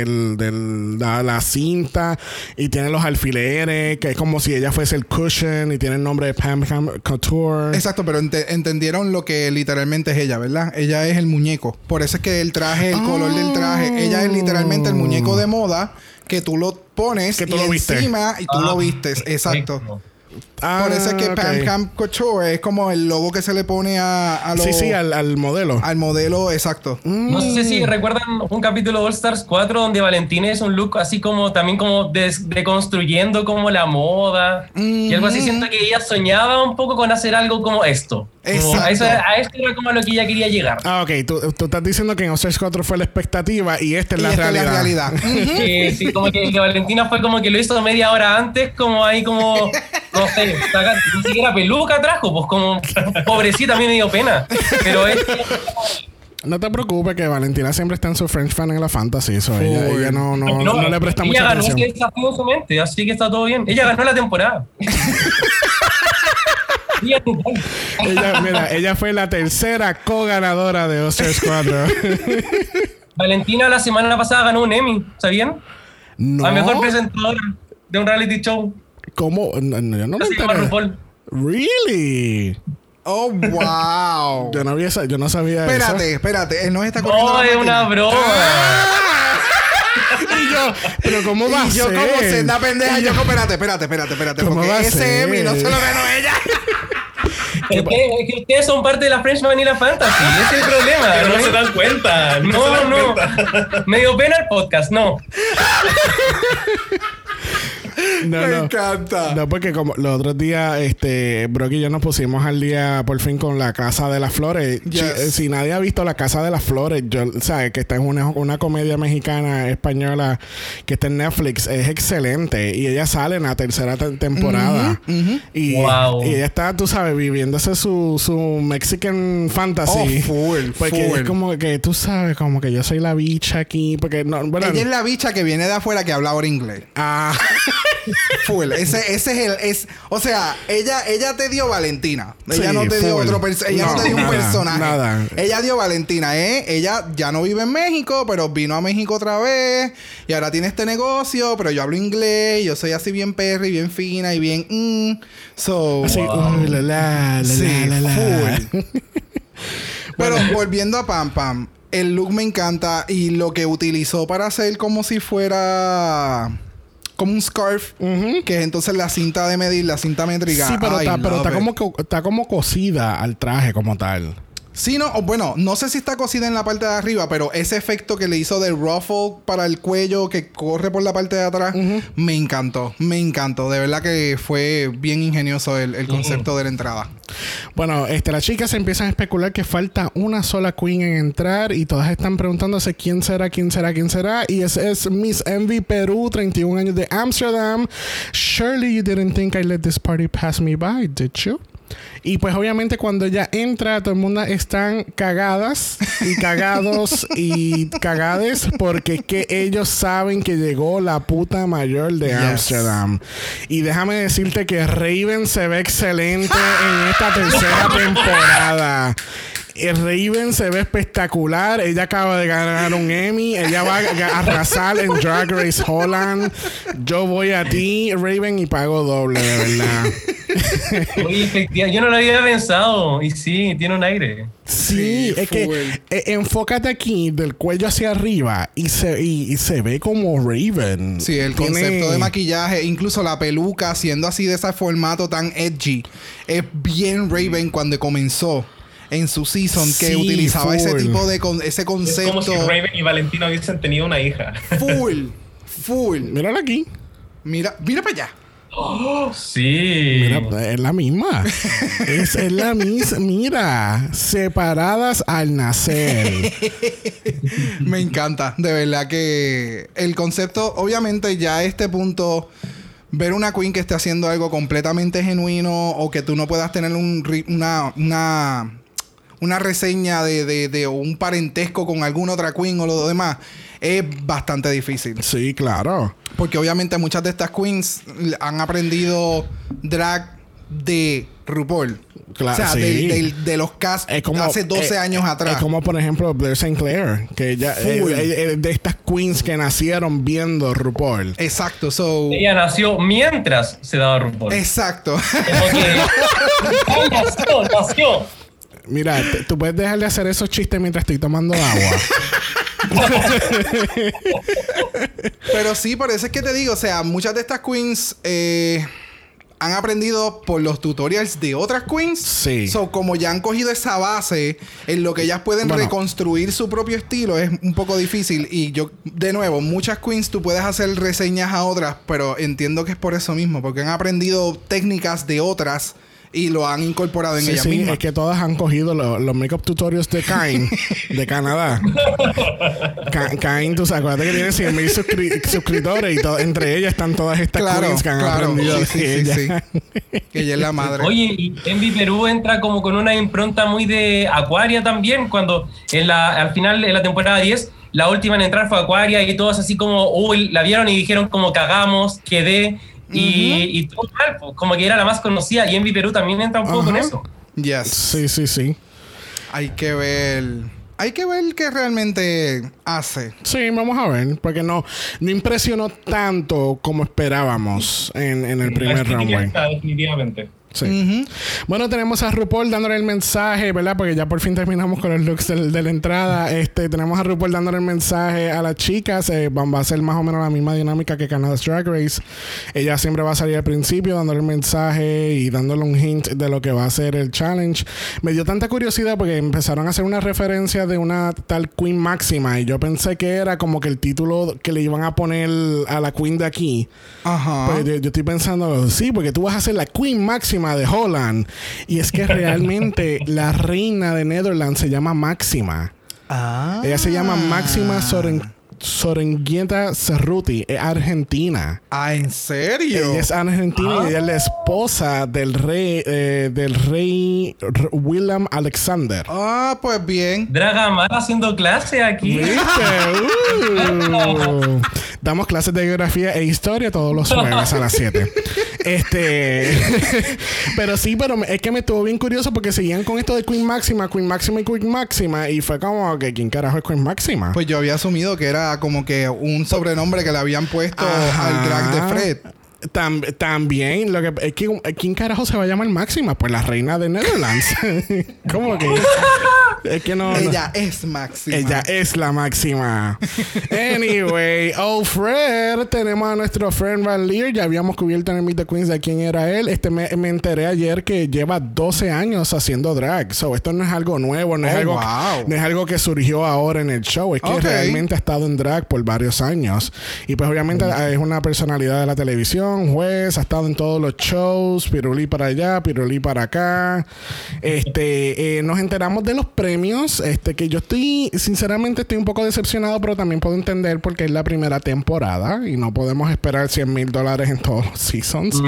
la cinta. Y tiene los alfileres, que es como si ella fuese el cushion. Y tiene el nombre de Pam Pam Couture. Exacto, pero entendieron lo que literalmente es ella, ¿verdad? Ella es el muñeco. Por eso es que el traje, el color del traje. Ella es literalmente el muñeco de moda que tú lo pones que tú lo encima y tú lo vistes. Exacto. Por eso es que Pam Pam Couture es como el logo que se le pone a los... Sí, al modelo. Al modelo, exacto. No sé si recuerdan un capítulo de All Stars 4 donde Valentina es un look así como también como deconstruyendo como la moda. Y algo así. Siento que ella soñaba un poco con hacer algo como esto. Como a eso era como a lo que ella quería llegar. Ok. Tú estás diciendo que en All Stars 4 fue la expectativa y esta es la realidad. Sí, como que Valentina fue como que lo hizo media hora antes, como ahí como... No sé, ni siquiera peluca trajo, pues como pobrecita, a mí me dio pena. Pero no te preocupes que Valentina siempre está en su French fan en la fantasy. Ella no le presta mucha atención. Ella ganó ese desafío en su mente, así que está todo bien. Ella ganó la temporada. Ella fue la tercera co-ganadora de All-Stars 4. Valentina la semana pasada ganó un Emmy, ¿sabían? No. La mejor presentadora de un reality show. ¿Cómo? Yo no me enteré. ¿Really? Oh, wow. yo no sabía eso. Espérate. Él no está corriendo. No, es una broma. Y yo, ¿pero cómo va a ser? Yo como senda pendeja. Espérate. Porque ese Emmy no se lo ganó ella. Es que ustedes son parte de la French Vanilla Fantasy. Ese es el problema. Pero no se dan cuenta. No. Me dio pena el podcast, no. Me encanta. No, porque como los otros días, Brock y yo nos pusimos al día por fin con La Casa de las Flores. Yes. Si nadie ha visto La Casa de las Flores, sabes que esta es una comedia mexicana española que está en Netflix, es excelente. Y ella sale en la tercera temporada. Y ella está, tú sabes, viviéndose su Mexican fantasy. Porque es como que tú sabes, como que yo soy la bicha aquí. Porque ella es la bicha que viene de afuera que habla ahora inglés. Full. Ese es el... o sea, ella te dio Valentina. Ella no te dio otro personaje. Ella no te dio un personaje. Nada. Ella dio Valentina, Ella ya no vive en México, pero vino a México otra vez. Y ahora tiene este negocio, pero yo hablo inglés. Yo soy así bien perra y bien fina y bien... Así, full. Pero volviendo a Pam Pam, el look me encanta y lo que utilizó para hacer como si fuera como un scarf, que es entonces la cinta de medir, la cinta métrica. Sí, pero está como cosida al traje como tal. Sí, no, bueno, no sé si está cosida en la parte de arriba, pero ese efecto que le hizo de ruffle para el cuello que corre por la parte de atrás, me encantó. De verdad que fue bien ingenioso el concepto de la entrada. Bueno, las chicas empiezan a especular que falta una sola queen en entrar y todas están preguntándose quién será. Y ese es Miss Envy Perú, 31 años de Amsterdam. Surely you didn't think I let this party pass me by, did you? Y pues obviamente cuando ella entra, todo el mundo están cagadas y cagados y cagades porque es que ellos saben que llegó la puta mayor de Amsterdam. Y déjame decirte que Raven se ve excelente en esta tercera temporada. Raven se ve espectacular. Ella acaba de ganar un Emmy. Ella va a arrasar en Drag Race Holland. Yo voy a ti, Raven, y pago doble, de verdad. Oye, efectivamente, yo no lo había pensado. Y sí, tiene un aire. Sí, es que enfócate aquí del cuello hacia arriba y se ve como Raven. Sí, el concepto de maquillaje, incluso la peluca siendo así de ese formato tan edgy, es bien Raven cuando comenzó en su season, que utilizaba ese tipo de ese concepto. Es como si Raven y Valentina hubiesen tenido una hija. Full. Mírala aquí. Mira para allá. Oh, sí. Mira, es la misma. es la misma. Mira, separadas al nacer. Me encanta. De verdad que el concepto, obviamente ya a este punto, ver una queen que esté haciendo algo completamente genuino o que tú no puedas tener una reseña de un parentesco con alguna otra queen o lo demás, es bastante difícil. Sí, claro. Porque obviamente muchas de estas queens han aprendido drag de RuPaul. Claro, o sea, sí. de los cast hace 12 años atrás. Es como, por ejemplo, Blair St. Clair, que ella de estas queens que nacieron viendo RuPaul. Exacto. Ella nació mientras se daba RuPaul. Exacto. nació. Mira, tú puedes dejar de hacer esos chistes mientras estoy tomando agua. Pero sí, por eso es que te digo, o sea, muchas de estas queens han aprendido por los tutorials de otras queens. Sí. So, como ya han cogido esa base en lo que ellas pueden reconstruir su propio estilo, es un poco difícil. Y yo, de nuevo, muchas queens tú puedes hacer reseñas a otras, pero entiendo que es por eso mismo, porque han aprendido técnicas de otras y lo han incorporado en ellas mismas. Es que todas han cogido los makeup tutorials de Kind de Canadá. Kind, tú sabes, acuérdate que tiene 100,000 suscriptores y entre ellas están todas estas queens que han aprendido de ella. Que ella es la madre. Oye, y Envy Perú entra como con una impronta muy de Aquaria también, cuando al final de la temporada 10 la última en entrar fue Aquaria y todos así como, uy, la vieron y dijeron como cagamos, quedé. Y todo mal, pues, como que era la más conocida. Y Envy Perú también entra un poco con eso. Yes. Sí. Hay que ver qué realmente hace. Sí, vamos a ver. Porque no impresionó tanto como esperábamos en el primer runway. Definitivamente. Sí. Bueno, tenemos a RuPaul dándole el mensaje, ¿verdad? Porque ya por fin terminamos con los looks de la entrada. Tenemos a RuPaul dándole el mensaje a las chicas. Va a ser más o menos la misma dinámica que Canada's Drag Race. Ella siempre va a salir al principio dándole el mensaje y dándole un hint de lo que va a ser el challenge. Me dio tanta curiosidad porque empezaron a hacer una referencia de una tal Queen Máxima y yo pensé que era como que el título que le iban a poner a la Queen de aquí. Ajá. Pues yo estoy pensando, sí, porque tú vas a ser la Queen Máxima de Holland. Y es que realmente la reina de Netherlands se llama Máxima. Ella se llama Máxima Sorenghieta Cerruti, es argentina. ¿En serio? Ella es argentina y ella es la esposa del rey Willem Alexander. Pues bien. Dragamar haciendo clase aquí. ¿Viste? Damos clases de geografía e historia todos los jueves a las 7. Pero es que me estuvo bien curioso porque seguían con esto de Queen Máxima y fue como que ¿quién carajo es Queen Máxima? Pues yo había asumido que era como que un sobrenombre que le habían puesto al drag de Fred. También lo que es que ¿quién carajo se va a llamar Máxima? Pues la reina de Netherlands. ¿Cómo que? Es que no. Ella es Máxima. Ella es la máxima. Anyway, Fred, tenemos a nuestro friend Van Leer. Ya habíamos cubierto en el Meet the Queens de quién era él. Me enteré ayer que lleva 12 años haciendo drag. So, esto no es algo nuevo, no es algo que surgió ahora en el show. Es que realmente ha estado en drag por varios años. Y pues obviamente es una personalidad de la televisión, juez, ha estado en todos los shows, pirulí para allá, pirulí para acá. Nos enteramos de los premios, que yo sinceramente estoy un poco decepcionado, pero también puedo entender porque es la primera temporada y no podemos esperar $100,000 en todos los seasons.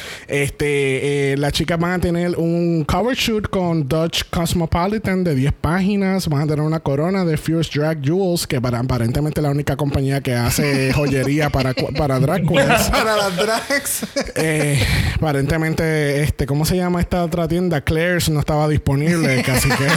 Las chicas van a tener un cover shoot con Dutch Cosmopolitan de 10 páginas, van a tener una corona de Fierce Drag Jewels, que aparentemente es la única compañía que hace joyería para drag queens. Para las drags. Aparentemente, ¿cómo se llama esta otra tienda? Claire's no estaba disponible, casi que.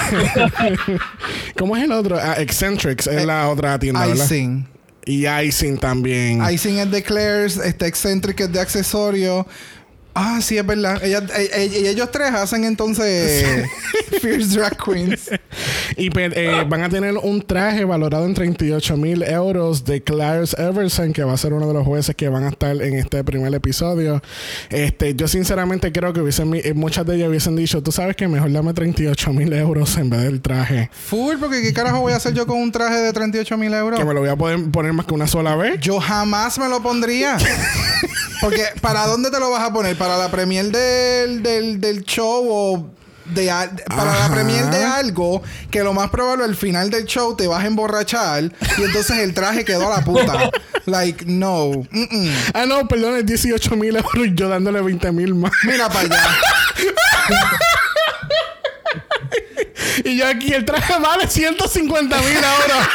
¿Cómo es el otro? Eccentrics es la otra tienda, ¿verdad? Icing. Y Icing también. Icing es de Claire's, Eccentric es de accesorio. Sí, es verdad. Ellos tres hacen entonces Fierce Drag Queens. Y van a tener un traje valorado en €38,000 de Clarence Everson, que va a ser uno de los jueces que van a estar en este primer episodio. Yo sinceramente creo que muchas de ellas hubiesen dicho, tú sabes que mejor dame €38,000 en vez del traje. Full, porque ¿qué carajo voy a hacer yo con un traje de €38,000? Que me lo voy a poder poner más que una sola vez. Yo jamás me lo pondría. Porque ¿para dónde te lo vas a poner? ¿Para la premier del show o para la premier de algo que lo más probable al final del show te vas a emborrachar y entonces el traje quedó a la puta? Like, no. No, perdón, es €18,000 y yo dándole 20,000 más. Mira para allá. Y yo aquí, el traje vale 150,000 ahora.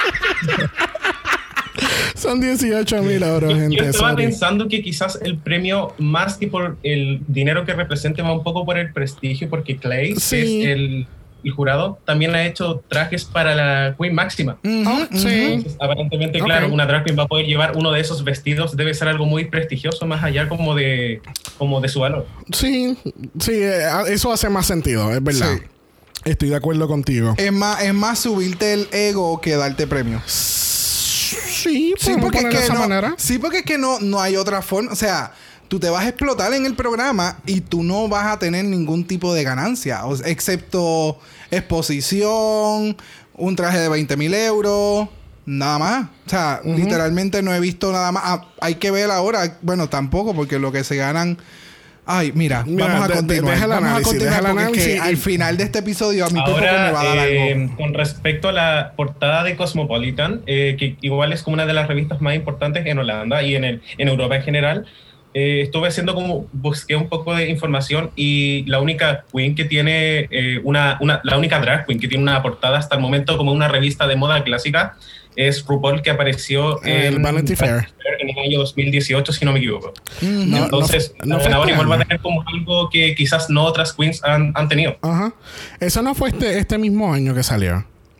Son 18,000 euros, gente. Yo estaba pensando que quizás el premio, más que por el dinero que represente, va un poco por el prestigio, porque Clay, que es el jurado, también ha hecho trajes para la Queen Máxima. Entonces, aparentemente, claro, una drag queen va a poder llevar uno de esos vestidos. Debe ser algo muy prestigioso, más allá como de su valor. Sí, eso hace más sentido, es verdad. Sí. Estoy de acuerdo contigo. Es más subirte el ego que darte premio. Sí, porque es que de esa manera. Sí, porque es que no hay otra forma. O sea, tú te vas a explotar en el programa y tú no vas a tener ningún tipo de ganancia, excepto exposición, un traje de €20,000, nada más. O sea, literalmente no he visto nada más. Hay que ver ahora. Bueno, tampoco, porque lo que se ganan. Ay, mira, vamos a continuar. Deja el análisis. Al final de este episodio a mí tampoco me va a dar algo. Con respecto a la portada de Cosmopolitan, que igual es como una de las revistas más importantes en Holanda y en Europa en general, estuve haciendo busqué un poco de información y la única queen que tiene la única drag queen que tiene una portada hasta el momento como una revista de moda clásica es RuPaul, que apareció en Vanity Fair en el año 2018, si no me equivoco. Entonces, la ganadora igual va a tener como algo que quizás no otras queens han tenido. Eso no fue este mismo año que salió.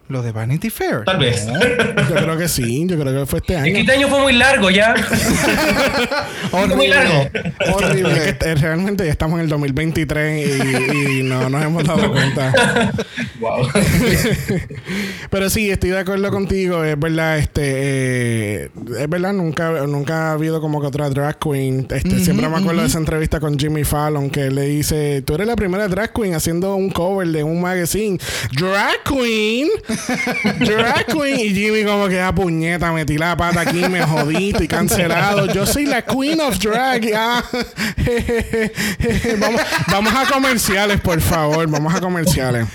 Lo de Vanity Fair. Tal vez. No, yo creo que sí. Yo creo que fue este año. Es que este año fue muy largo ya. Horrible. Muy largo. Horrible. Es que realmente ya estamos en el 2023 y no nos hemos dado cuenta. Wow. Pero sí, estoy de acuerdo contigo. Es verdad, es verdad, nunca ha habido como que otra drag queen. Siempre me acuerdo de esa entrevista con Jimmy Fallon, que él le dice, tú eres la primera drag queen haciendo un cover de un magazine. ¡Drag queen! ¡Drag queen! Y Jimmy como que, puñeta, metí la pata aquí, me jodí, estoy cancelado. Yo soy la queen of drag. Vamos a comerciales, por favor. Vamos a comerciales.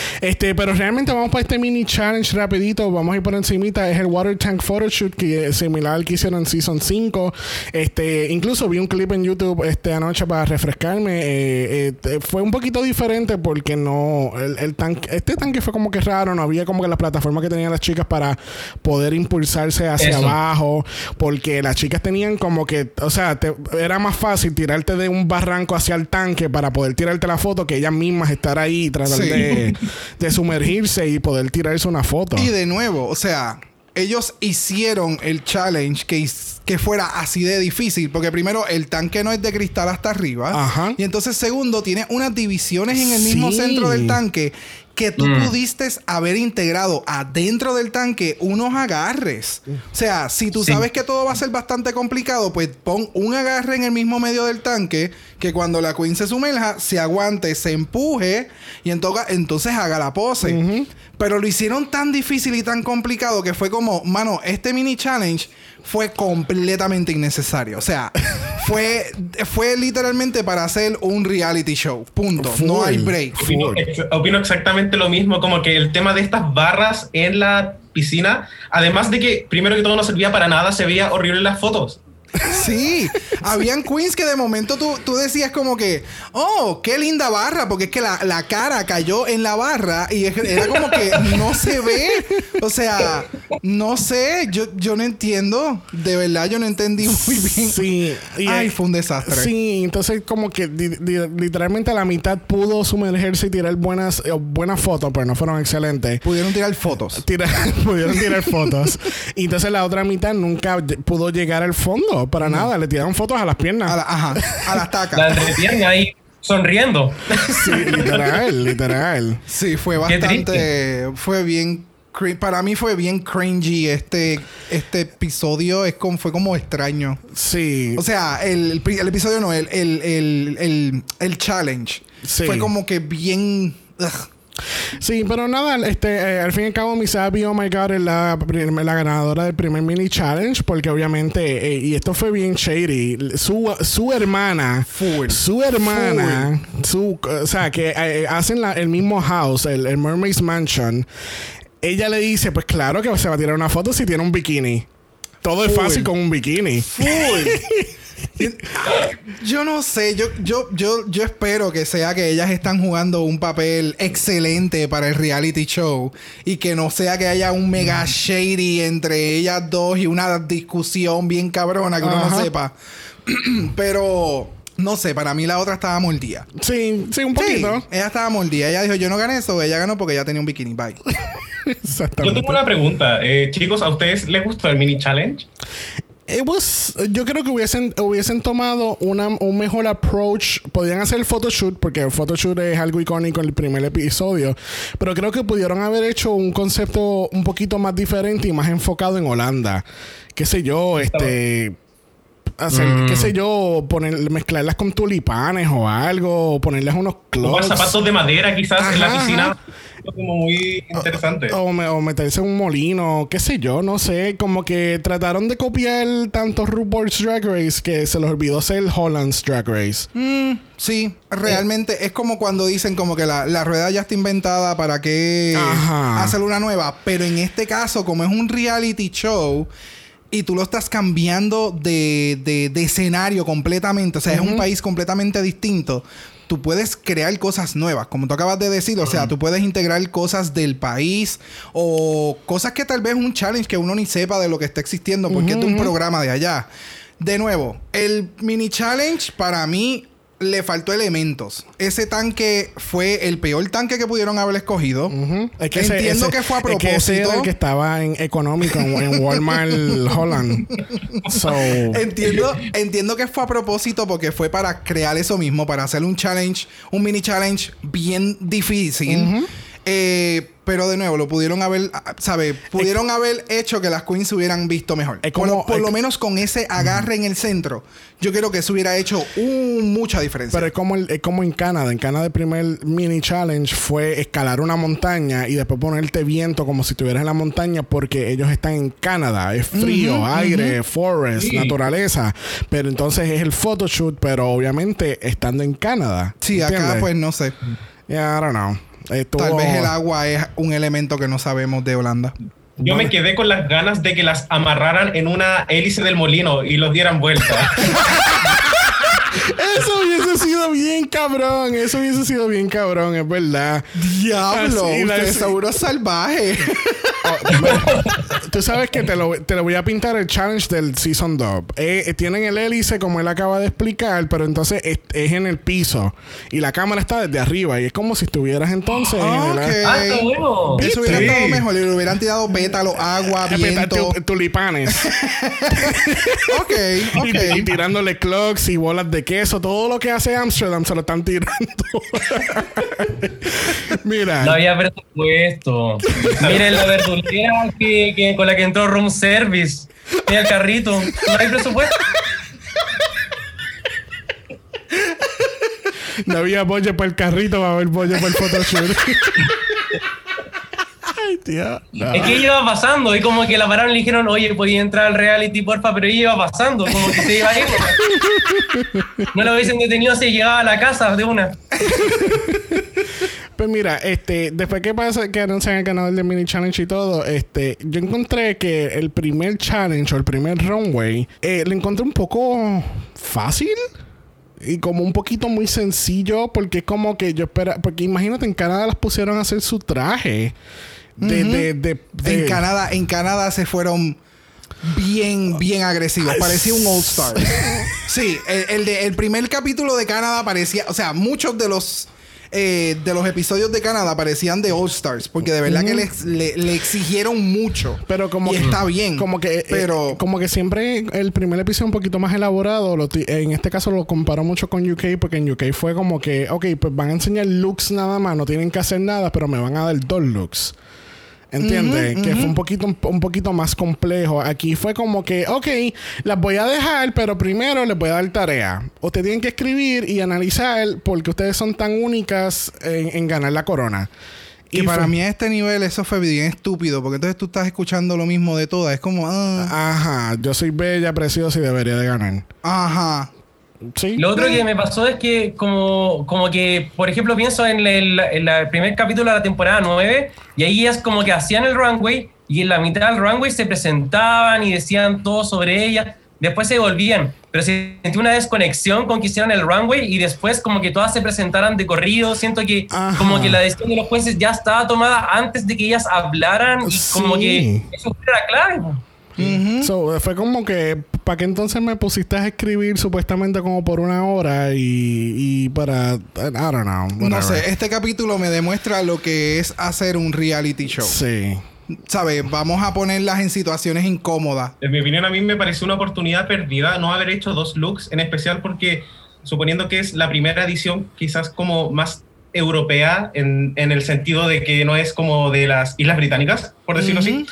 Pero realmente vamos para este mini challenge rapidito. Vamos a ir por encimita. Es el Water Tank Photoshoot, que es similar al que hicieron en Season 5. Incluso vi un clip en YouTube anoche para refrescarme. Fue un poquito diferente porque no... el tanque... Este tanque fue como que raro. No había como que las plataformas que tenían las chicas para poder impulsarse hacia abajo. Porque las chicas tenían como que... O sea, era más fácil tirarte de un barranco hacia el tanque para poder tirarte la foto que ellas mismas estar ahí y tratar de sumergirse y poder tirarse una foto. Y de nuevo, o sea, ellos hicieron el challenge que fuera así de difícil, porque primero el tanque no es de cristal hasta arriba. Ajá. Y entonces segundo, tiene unas divisiones en el mismo centro del tanque que tú pudiste haber integrado adentro del tanque unos agarres. O sea, si tú sabes que todo va a ser bastante complicado, pues pon un agarre en el mismo medio del tanque que cuando la queen se sumerja, se aguante, se empuje y entonces haga la pose. Pero lo hicieron tan difícil y tan complicado que fue como, mano, este mini challenge fue completamente innecesario. O sea, fue literalmente para hacer un reality show. Punto. No hay break. Opino exactamente lo mismo. Como que el tema de estas barras en la piscina, además de que primero que todo no servía para nada, se veía horrible en las fotos. Sí, habían queens que de momento tú decías como que, oh, qué linda barra, porque es que la cara cayó en la barra y era como que no se ve. O sea, no sé, yo no entiendo. De verdad, yo no entendí muy bien. Sí. Ay, fue un desastre. Sí, entonces como que literalmente a la mitad pudo sumergerse y tirar buenas fotos, pero no fueron excelentes. Pudieron tirar fotos. Pudieron tirar fotos. Y entonces la otra mitad nunca pudo llegar al fondo. Para nada, le tiraron fotos a las piernas. A las tacas. La entrepierna ahí sonriendo. Sí, literal. Sí, fue bastante... Fue bien... Para mí fue bien cringy este episodio. Fue como extraño. Sí. O sea, el episodio no, el challenge. Sí. Fue como que bien... Sí, pero nada, al fin y al cabo Misabi, oh my god, es la ganadora del primer mini challenge, porque obviamente, y esto fue bien shady, su hermana, o sea, que hacen el mismo house, el Mermaid's Mansion. Ella le dice, pues claro que se va a tirar una foto si tiene un bikini. Todo es fácil con un bikini. Yo no sé, yo espero que sea que ellas están jugando un papel excelente para el reality show y que no sea que haya un mega shady entre ellas dos y una discusión bien cabrona que uno no sepa. Pero no sé, para mí la otra estaba mordida. Sí, un poquito. Sí, ella estaba mordida. Ella dijo, yo no gané eso. Ella ganó porque ella tenía un bikini. Bye. Yo tengo una pregunta. Chicos, ¿a ustedes les gustó el mini challenge? Yo creo que hubiesen tomado un mejor approach. Podían hacer el photoshoot, porque el photoshoot es algo icónico en el primer episodio, pero creo que pudieron haber hecho un concepto un poquito más diferente y más enfocado en Holanda. Qué sé yo, qué sé yo, mezclarlas con tulipanes o algo, o ponerles unos clogs. O zapatos de madera quizás en la piscina. Como muy interesante. O meterse en un molino, qué sé yo, no sé. Como que trataron de copiar tanto RuPaul's Drag Race que se les olvidó hacer Holland's Drag Race. Sí, realmente es como cuando dicen como que la rueda ya está inventada, ¿para qué hacer una nueva? Pero en este caso, como es un reality show y tú lo estás cambiando de escenario completamente, o sea, es un país completamente distinto, tú puedes crear cosas nuevas, como tú acabas de decir. O sea, tú puedes integrar cosas del país o cosas que tal vez un challenge que uno ni sepa de lo que está existiendo porque es de un programa de allá. De nuevo, el mini challenge para mí le faltó elementos. Ese tanque fue el peor tanque que pudieron haber escogido. Es que entiendo que fue a propósito. Es que ese era el que estaba en económico en Walmart Holland. So... Entiendo que fue a propósito porque fue para crear eso mismo, para hacer un challenge, un mini challenge bien difícil. Pero de nuevo, lo pudieron haber, ¿sabes? Pudieron haber hecho que las queens se hubieran visto mejor. Por lo menos con ese agarre en el centro, yo creo que eso hubiera hecho mucha diferencia. Pero es como en Canadá. En Canadá el primer mini challenge fue escalar una montaña y después ponerte viento como si estuvieras en la montaña porque ellos están en Canadá. Es frío, aire, forest, naturaleza. Pero entonces es el photoshoot, pero obviamente estando en Canadá. Sí, ¿entiendes? Acá pues no sé. Yeah, I don't know. Tal vez el agua es un elemento que no sabemos de Holanda. Yo me quedé con las ganas de que las amarraran en una hélice del molino y los dieran vuelta. Eso hubiese sido bien cabrón. Es verdad. Diablo, usted seguro salvaje. Tú sabes que te lo voy a pintar el challenge del Season 2. Tienen el hélice como él acaba de explicar, pero entonces es en el piso y la cámara está desde arriba y es como si estuvieras entonces está bueno. Eso hubiera estado mejor. Le hubieran tirado pétalos, agua, viento, tulipanes. Y tirándole clocks y bolas de queso. Todo lo que hace Amsterdam se lo están tirando. Mira. No había presupuesto. Miren la verdulera con la que entró Room Service. Mira el carrito. No hay presupuesto. No había bollo para el carrito, va a haber bollo para el photoshoot. Ay, tío. No. Es que ella iba pasando y como que la pararon y le dijeron, oye, podía entrar al reality, porfa, pero ella iba pasando, como que se iba a ir. No lo hubiesen detenido, se llegaba a la casa de una. Pues mira, después que pasa que anuncian el canal del mini challenge y todo, yo encontré que el primer challenge o el primer runway lo encontré un poco fácil. Y como un poquito muy sencillo, porque es como que yo espera, porque imagínate, en Canadá las pusieron a hacer su traje. En Canadá se fueron bien agresivos. Parecía un All Star. Sí, el primer capítulo de Canadá parecía, o sea, muchos de los episodios de Canadá parecían de All Stars, porque de verdad que le exigieron mucho. Pero como y que está bien. Como que siempre el primer episodio un poquito más elaborado. En este caso lo comparo mucho con UK, porque en UK fue como que, ok, pues van a enseñar looks nada más, no tienen que hacer nada, pero me van a dar 2 looks. ¿Entiendes? Que fue un poquito más complejo. Aquí fue como que, ok, las voy a dejar, pero primero les voy a dar tarea. Ustedes tienen que escribir y analizar porque ustedes son tan únicas en ganar la corona. Y para mí a este nivel eso fue bien estúpido, porque entonces tú estás escuchando lo mismo de todas. Es como, ajá, yo soy bella, preciosa y debería de ganar. Ajá. Sí. Lo otro que me pasó es que como que, por ejemplo, pienso en el primer capítulo de la temporada 9 y ahí ellas como que hacían el runway y en la mitad del runway se presentaban y decían todo sobre ellas, después se volvían, pero sentí una desconexión con que hicieran el runway y después como que todas se presentaran de corrido. Siento que como que la decisión de los jueces ya estaba tomada antes de que ellas hablaran y como que eso fue la clave. So, fue como que ¿para qué entonces me pusiste a escribir supuestamente como por 1 hora y para I don't know, whatever. No sé, este capítulo me demuestra lo que es hacer un reality show. Sí. ¿Sabes? Vamos a ponerlas en situaciones incómodas. En mi opinión, a mí me pareció una oportunidad perdida no haber hecho 2 looks, en especial porque suponiendo que es la primera edición quizás como más europea en el sentido de que no es como de las Islas Británicas, por decirlo así.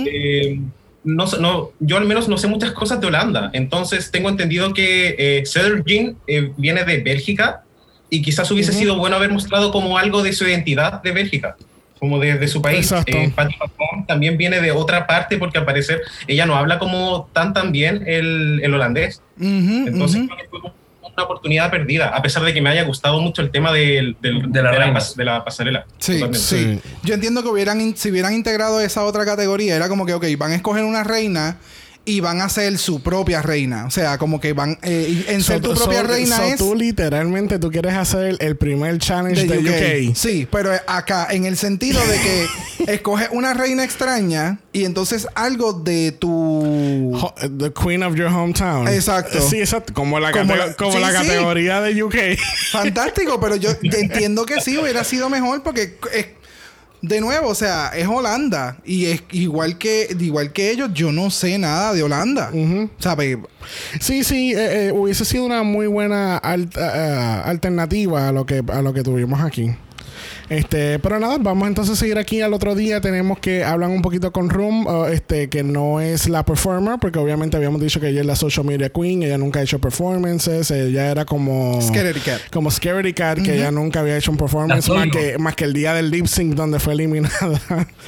No, yo al menos no sé muchas cosas de Holanda. Entonces tengo entendido que Cedric viene de Bélgica y quizás hubiese sido bueno haber mostrado como algo de su identidad de Bélgica, como de su país. Patty Patton también viene de otra parte porque al parecer ella no habla como tan bien el holandés. Entonces creo que fue una oportunidad perdida, a pesar de que me haya gustado mucho el tema de la pasarela. Sí. Yo entiendo que si hubieran integrado esa otra categoría, era como que, ok, van a escoger una reina y van a ser su propia reina. O sea, como que van... en ser tu propia reina es... Tú literalmente, tú quieres hacer el primer challenge de UK. Sí, pero acá, en el sentido de que escoges una reina extraña y entonces algo de tu... The Queen of your hometown. Exacto. Sí, exacto. Como la categoría de UK. Fantástico, pero yo entiendo que sí hubiera sido mejor porque... de nuevo, o sea, es Holanda. Y es igual que ellos, yo no sé nada de Holanda. ¿Sabes? Sí, hubiese sido una muy buena alternativa a lo que tuvimos aquí. Pero nada, vamos entonces a seguir aquí. Al otro día tenemos que hablar un poquito con Room, que no es la performer, porque obviamente habíamos dicho que ella es la social media queen, ella nunca ha hecho performances, ella era como Scaredy Cat, que ella nunca había hecho un performance más que el día del lip sync donde fue eliminada.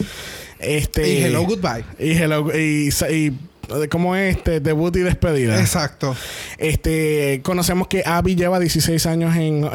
Y Hello Goodbye. Y como debut y despedida. Exacto. Conocemos que Abby lleva 16 años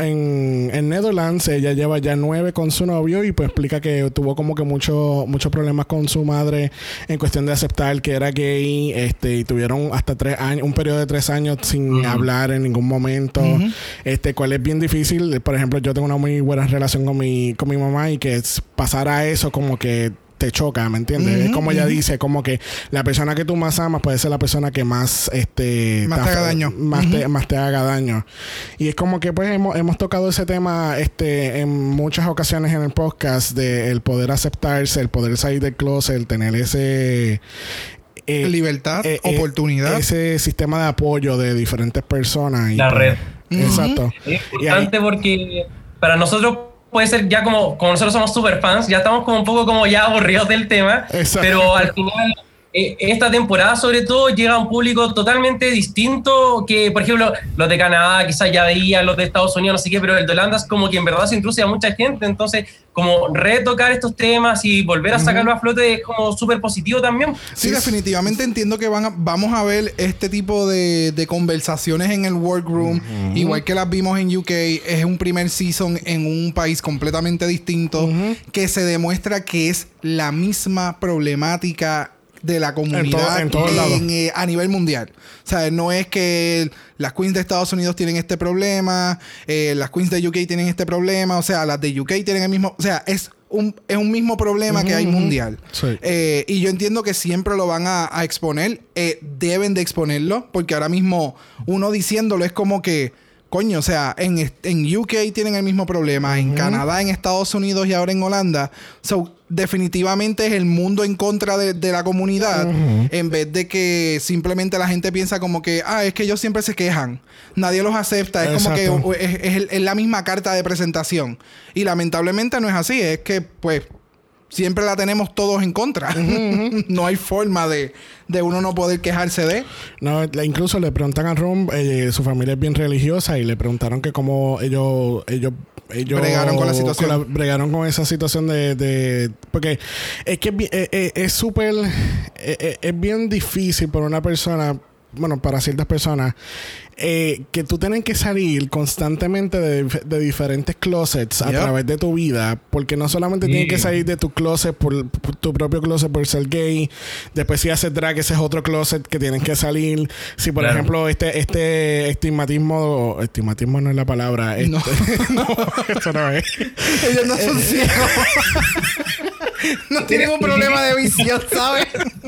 en Netherlands. Ella lleva ya 9 con su novio y pues explica que tuvo como que muchos problemas con su madre en cuestión de aceptar que era gay. Y tuvieron hasta 3 años, un periodo de 3 años sin hablar en ningún momento. Cual es bien difícil. Por ejemplo, yo tengo una muy buena relación con mi mamá y que pasar a eso como que te choca, ¿me entiendes? Es como ella dice, como que la persona que tú más amas puede ser la persona que más te haga daño. Más te haga daño. Y es como que pues hemos tocado ese tema en muchas ocasiones en el podcast de el poder aceptarse, el poder salir del closet, el tener ese libertad, oportunidad, ese sistema de apoyo de diferentes personas y la red. Exacto. Es importante porque para nosotros puede ser ya como nosotros somos super fans, ya estamos como un poco como ya aburridos del tema. Exacto. Pero al final esta temporada sobre todo llega a un público totalmente distinto que, por ejemplo, los de Canadá quizás ya veían, los de Estados Unidos, no sé qué, pero el de Holanda es como que en verdad se introduce a mucha gente, entonces como retocar estos temas y volver a sacarlo a flote es como súper positivo también. Sí, definitivamente entiendo que vamos a ver este tipo de conversaciones en el workroom, igual que las vimos en UK. Es un primer season en un país completamente distinto que se demuestra que es la misma problemática de la comunidad a nivel mundial. O sea, no es que las queens de Estados Unidos tienen este problema, las queens de UK tienen este problema, o sea, las de UK tienen el mismo... O sea, es un mismo problema que hay mundial. Sí. Y yo entiendo que siempre lo van a exponer. Deben de exponerlo, porque ahora mismo uno diciéndolo es como que... Coño, o sea, en UK tienen el mismo problema, en Canadá, en Estados Unidos y ahora en Holanda. So, definitivamente es el mundo en contra de la comunidad, en vez de que simplemente la gente piensa como que, es que ellos siempre se quejan, nadie los acepta. Es como que es la misma carta de presentación. Y lamentablemente no es así, es que pues siempre la tenemos todos en contra. No hay forma de uno no poder quejarse de. No, incluso le preguntan a Rum, su familia es bien religiosa, y le preguntaron que cómo ellos bregaron con la situación. Bregaron con esa situación de porque es que es súper... Es bien difícil para una persona... Bueno, para ciertas personas, que tú tienes que salir constantemente de diferentes closets a través de tu vida, porque no solamente tienes que salir de tu closet por tu propio closet por ser gay, después si haces drag, ese es otro closet que tienes que salir. Si por ejemplo estigmatismo no es la palabra, no, eso no es. Ellos no son ciegos. No tienen un problema de visión, ¿sabes?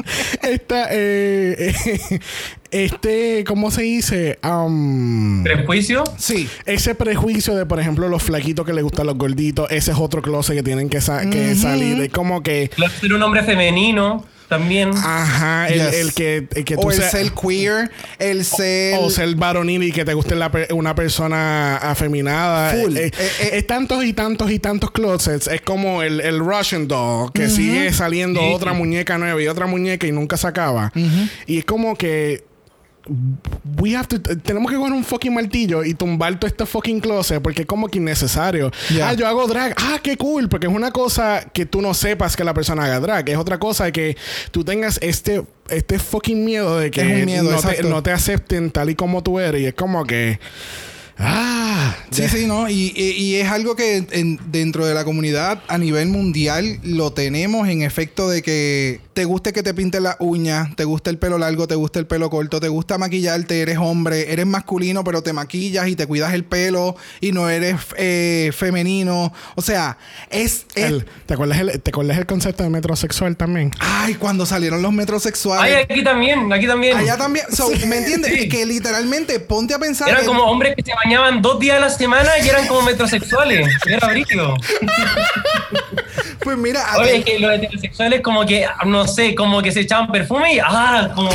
¿Cómo se dice? ¿Prejuicio? Sí. Ese prejuicio de, por ejemplo, los flaquitos que les gustan los gorditos, ese es otro closet que tienen que salir. Es como que... Ser un hombre femenino también. Ajá. El que tú el ser queer, el ser... O ser varonil y que te guste una persona afeminada. Full. Es tantos y tantos y tantos closets. Es como el Russian doll, que sigue saliendo otra muñeca nueva y otra muñeca y nunca se acaba. Y es como que... tenemos que coger un fucking martillo y tumbar todo este fucking closet, porque es como que innecesario. Yo hago drag. Qué cool, porque es una cosa que tú no sepas que la persona haga drag. Es otra cosa que tú tengas este fucking miedo de que no te acepten tal y como tú eres. Y es como que Sí, ¿no? Y es algo que dentro de la comunidad a nivel mundial lo tenemos en efecto de que te guste que te pinten las uñas, te gusta el pelo largo, te gusta el pelo corto, te gusta maquillarte, eres hombre, eres masculino, pero te maquillas y te cuidas el pelo y no eres femenino. O sea, ¿Te acuerdas el concepto de metrosexual también? Ay, cuando salieron los metrosexuales. Ay, aquí también. Allá también. So, ¿me entiendes? Sí. Que literalmente, ponte a pensar... Eran como hombres que se bañaban 2 días a la semana y eran como metrosexuales. Era brígido. Pues mira... Oye, es que los heterosexuales como que, no sé, como que se echaban perfume y... como...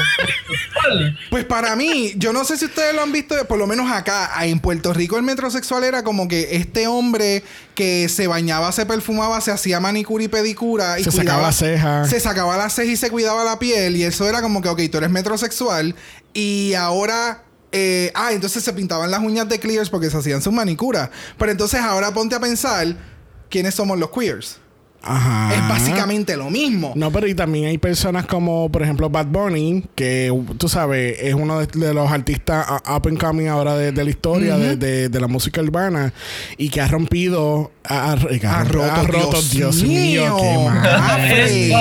Pues para mí, yo no sé si ustedes lo han visto, por lo menos acá, en Puerto Rico, el metrosexual era como que este hombre que se bañaba, se perfumaba, se hacía manicura y pedicura y se sacaba la ceja. Se sacaba la ceja y se cuidaba la piel. Y eso era como que, ok, tú eres metrosexual. Y ahora... entonces se pintaban las uñas de clears porque se hacían su manicura. Pero entonces ahora ponte a pensar ¿quiénes somos los queers? Ajá. Es básicamente lo mismo. No, pero y también hay personas como, por ejemplo, Bad Bunny, que tú sabes, es uno de los artistas up and coming ahora de la historia de la música urbana y que ha rompido, ha roto, Dios mío, qué madre.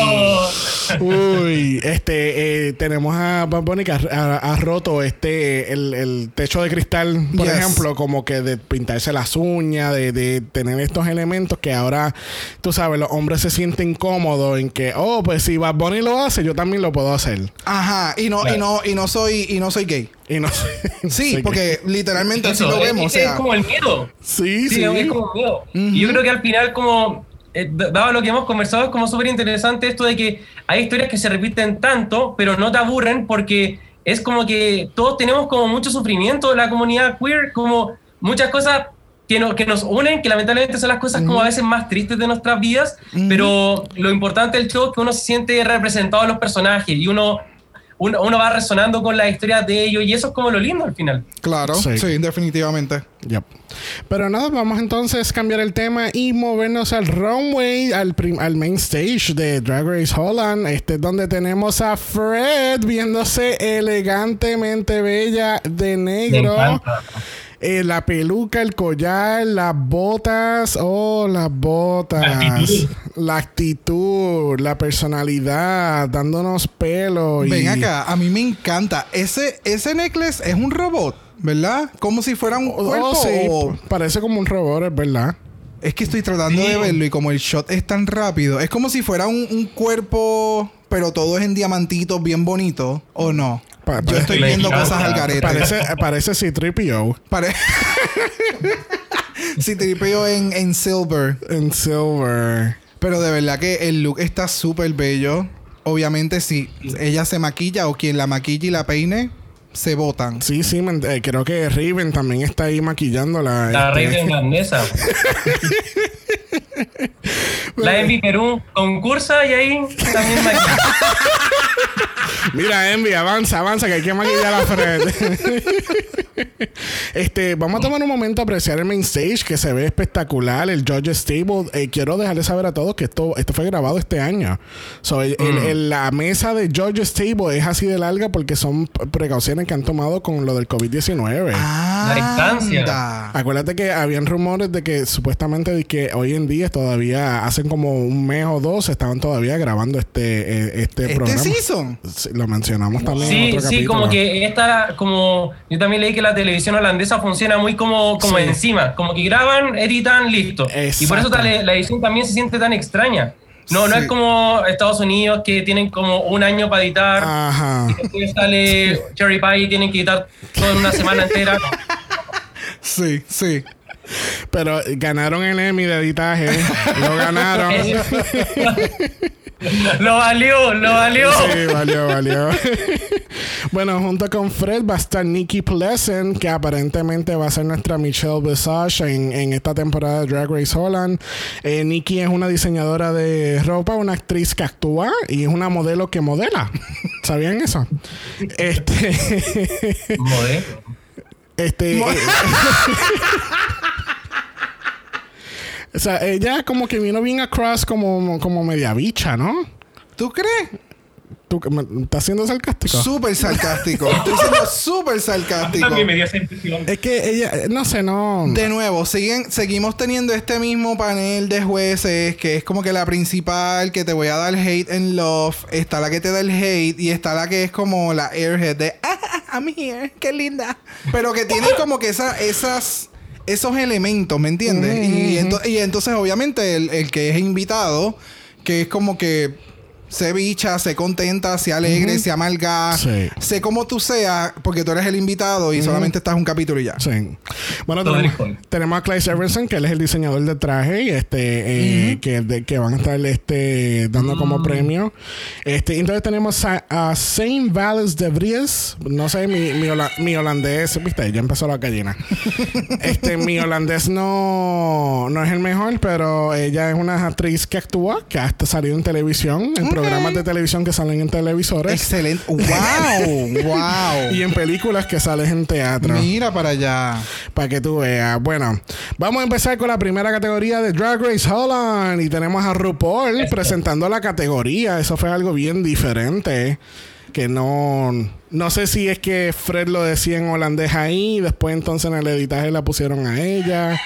Uy, tenemos a Bad Bunny que ha roto el techo de cristal, por ejemplo, como que de pintarse las uñas, de tener estos elementos que ahora, tú sabes, los hombres se sienten cómodos en que, pues si Bad Bunny lo hace, yo también lo puedo hacer. Ajá, y no soy gay. Y no sí, porque literalmente así lo vemos. Es como el miedo. Sí. Es como el miedo. Y yo creo que al final, como dado lo que hemos conversado, es como súper interesante esto de que hay historias que se repiten tanto, pero no te aburren porque es como que todos tenemos como mucho sufrimiento en la comunidad queer, como muchas cosas que nos unen, que lamentablemente son las cosas como a veces más tristes de nuestras vidas, pero lo importante del show es que uno se siente representado en los personajes y uno va resonando con las historias de ellos y eso es como lo lindo al final. Claro, sí definitivamente. Yep. Pero nada, vamos entonces a cambiar el tema y movernos al runway, al main stage de Drag Race Holland, donde tenemos a Fred viéndose elegantemente bella de negro. Me encanta. La peluca, el collar, las botas. Las botas. La actitud, la personalidad, dándonos pelo. Ven acá, a mí me encanta. Ese necklace es un robot, ¿verdad? Como si fuera un cuerpo. Sí, parece como un robot, es verdad. Es que estoy tratando de verlo y como el shot es tan rápido, es como si fuera un cuerpo, pero todo es en diamantitos bien bonito, ¿o no? Yo estoy viendo cosas al garete. Parece C-3PO. C-3PO en silver. En silver. Pero de verdad que el look está súper bello. Obviamente si ella se maquilla o quien la maquilla y la peine, se botan. Sí, creo que Raven también está ahí maquillándola. La Raven Gandesa. La Envy Perú concursa y ahí también maquilla. Mira, Envy, avanza, que hay que maquillar a Fred. Vamos a tomar un momento a apreciar el main stage, que se ve espectacular, el Judges Table. Quiero dejarles saber a todos que esto fue grabado este año. La mesa de Judges Table es así de larga porque son precauciones que han tomado con lo del COVID-19. La distancia. Acuérdate que habían rumores de que supuestamente de que hoy en día todavía hacen como un mes o dos estaban todavía grabando este programa. ¿Este season? Sí, lo mencionamos también en otro capítulo. Como que yo también leí que la televisión holandesa funciona muy como encima, como que graban, editan, listo. Exacto. Y por eso la edición también se siente tan extraña. No es como Estados Unidos que tienen como un año para editar. Ajá. Y después sale Cherry Pie y tienen que editar toda una semana entera. Sí. Pero ganaron el Emmy de editaje. Lo ganaron. Lo valió. Sí, valió. Bueno, junto con Fred va a estar Nikki Pleasant, que aparentemente va a ser nuestra Michelle Visage en esta temporada de Drag Race Holland. Nikki es una diseñadora de ropa, una actriz que actúa y es una modelo que modela. ¿Sabían eso? Modelo. O sea, ella como que vino bien across como media bicha, ¿no? ¿Tú crees? ¿Tú estás siendo sarcástico? Súper sarcástico. Estoy siendo súper sarcástico. También me dio esa impresión. Es que ella, no sé, no. De nuevo, seguimos teniendo este mismo panel de jueces que es como que la principal, que te voy a dar hate and love. Está la que te da el hate y está la que es como la airhead de I'm here, qué linda. Pero que tiene como que esos elementos, ¿me entiendes? Y entonces, obviamente, el que es invitado, que es como que sé bicha, sé contenta, sé alegre, sé amarga, sé como tú seas, porque tú eres el invitado y solamente estás un capítulo y ya. Sí. Bueno, tenemos a Clyde Everson, que él es el diseñador de traje y que van a estar dando como premio. Entonces tenemos a Saint Valles de Vries. No sé, mi holandés, viste, ya empezó la gallina. Mi holandés no es el mejor, pero ella es una actriz que actúa, que hasta salido en televisión, en programas de televisión que salen en televisores. Excelente. ¡Wow! Y en películas que salen en teatro. Mira para allá. Para que tú veas. Bueno, vamos a empezar con la primera categoría de Drag Race Holland. Y tenemos a RuPaul presentando la categoría. Eso fue algo bien diferente. Que no sé si es que Fred lo decía en holandés ahí. Y después entonces en el editaje la pusieron a ella.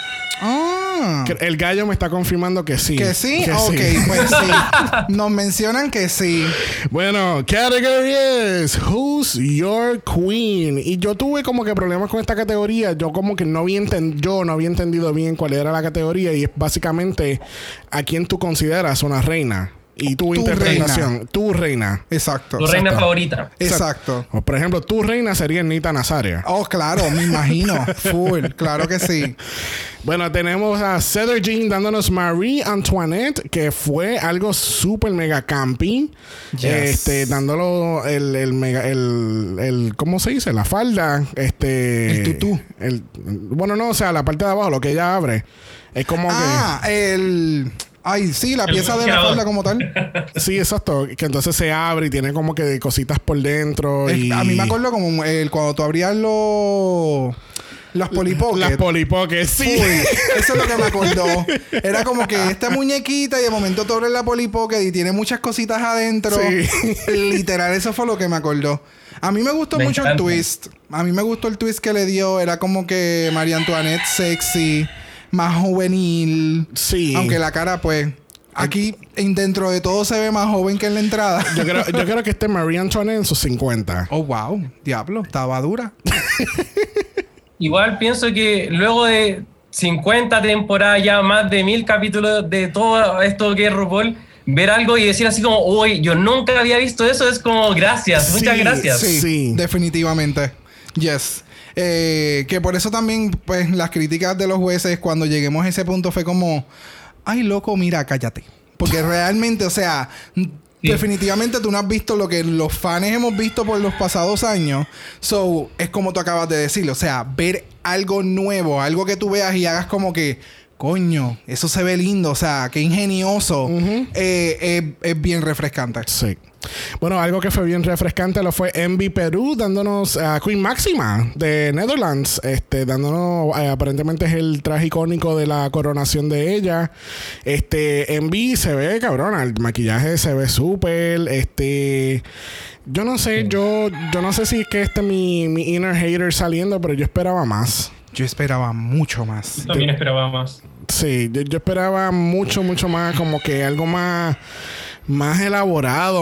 El gallo me está confirmando que sí. ¿Que sí? Ok, pues sí. Nos mencionan que sí. Bueno, category es Who's Your Queen? Y yo tuve como que problemas con esta categoría. Yo como que no había entendido bien cuál era la categoría. Y es básicamente a quién tú consideras una reina. Y tu interpretación. Reina. Tu reina. Exacto. Tu reina favorita. Exacto. O, por ejemplo, tu reina sería Nita Nazaria. Oh, claro, me imagino. Full. Claro que sí. Bueno, tenemos a Cedar Jean dándonos Marie Antoinette, que fue algo súper mega campy. Yes. Dándolo el ¿cómo se dice? La falda. El tutú. Bueno, no, o sea, la parte de abajo, lo que ella abre. Es como que... Ay, sí, la pieza de la falda como tal. Sí, exacto. Que entonces se abre y tiene como que cositas por dentro. A mí me acuerdo como cuando tú abrías las polipoques. Las polipoques, sí. Eso es lo que me acordó. Era como que esta muñequita y de momento tú abres la polipoque y tiene muchas cositas adentro. Sí. Literal, eso fue lo que me acordó. A mí me gustó mucho el twist. A mí me gustó el twist que le dio. Era como que María Antoinette sexy, más juvenil. Sí. Aunque la cara, pues... Aquí, dentro de todo, se ve más joven que en la entrada. Yo creo que Marie Antoinette en sus 50. Oh, wow. Diablo. Estaba dura. Igual pienso que luego de 50 temporadas, ya más de 1000 capítulos de todo esto que es RuPaul, ver algo y decir así como, uy, yo nunca había visto eso, es como gracias, muchas gracias. Sí, definitivamente. Yes. Que por eso también, pues, las críticas de los jueces cuando lleguemos a ese punto fue como, ay, loco, mira, cállate. Porque realmente, o sea... Sí. Definitivamente tú no has visto lo que los fans hemos visto por los pasados años. So, es como tú acabas de decir. O sea, ver algo nuevo, algo que tú veas y hagas como que, coño, eso se ve lindo. O sea, qué ingenioso. Es bien refrescante. Sí. Bueno, algo que fue bien refrescante lo fue Envy Perú dándonos a Queen Máxima de Netherlands, dándonos aparentemente es el traje icónico de la coronación de ella. Envy se ve cabrona, el maquillaje se ve súper, yo no sé, yo no sé si es que mi inner hater saliendo, pero yo esperaba más. Yo esperaba mucho más. Yo también esperaba más. Sí, yo esperaba mucho más, como que algo más elaborado,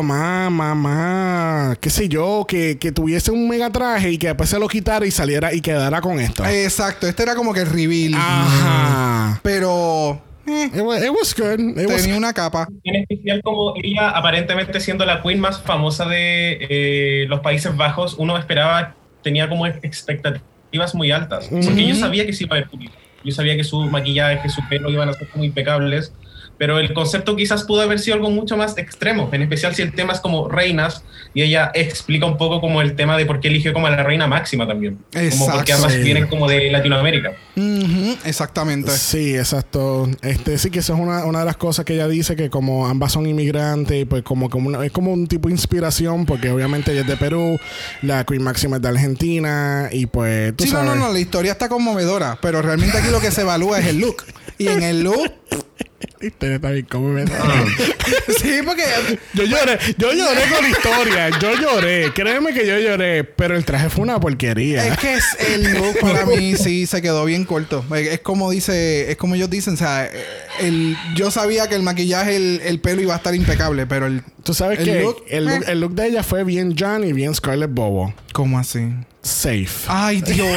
más, qué sé yo, que tuviese un mega traje y que después se lo quitara y saliera y quedara con esto. Exacto, este era como que el reveal. Ajá. Pero... It was good. Tenía una capa. En especial como ella, aparentemente siendo la queen más famosa de los Países Bajos, uno esperaba, tenía como expectativas muy altas. Porque yo sabía que sí iba a haber público. Yo sabía que su maquillaje, su pelo iban a ser como impecables. Pero el concepto quizás pudo haber sido algo mucho más extremo, en especial si el tema es como reinas, y ella explica un poco como el tema de por qué eligió como a la reina máxima también. Exacto. Como porque ambas vienen como de Latinoamérica. Exactamente. Sí, exacto. Sí que eso es una de las cosas que ella dice, que como ambas son inmigrantes, y pues es como un tipo de inspiración, porque obviamente ella es de Perú, la Queen Máxima es de Argentina, y pues tú sabes. No, la historia está conmovedora, pero realmente aquí lo que se evalúa es el look. Y en el look... Historia está bien como me Sí, porque yo lloré con la historia. Yo lloré. Créeme que yo lloré. Pero el traje fue una porquería. es que el look para mí sí se quedó bien corto. Es como ellos dicen, o sea, yo sabía que el maquillaje, el pelo iba a estar impecable, pero tú sabes que el look de ella fue bien Jan y bien Scarlett Bobo. ¿Cómo así? Safe. Ay, Dios.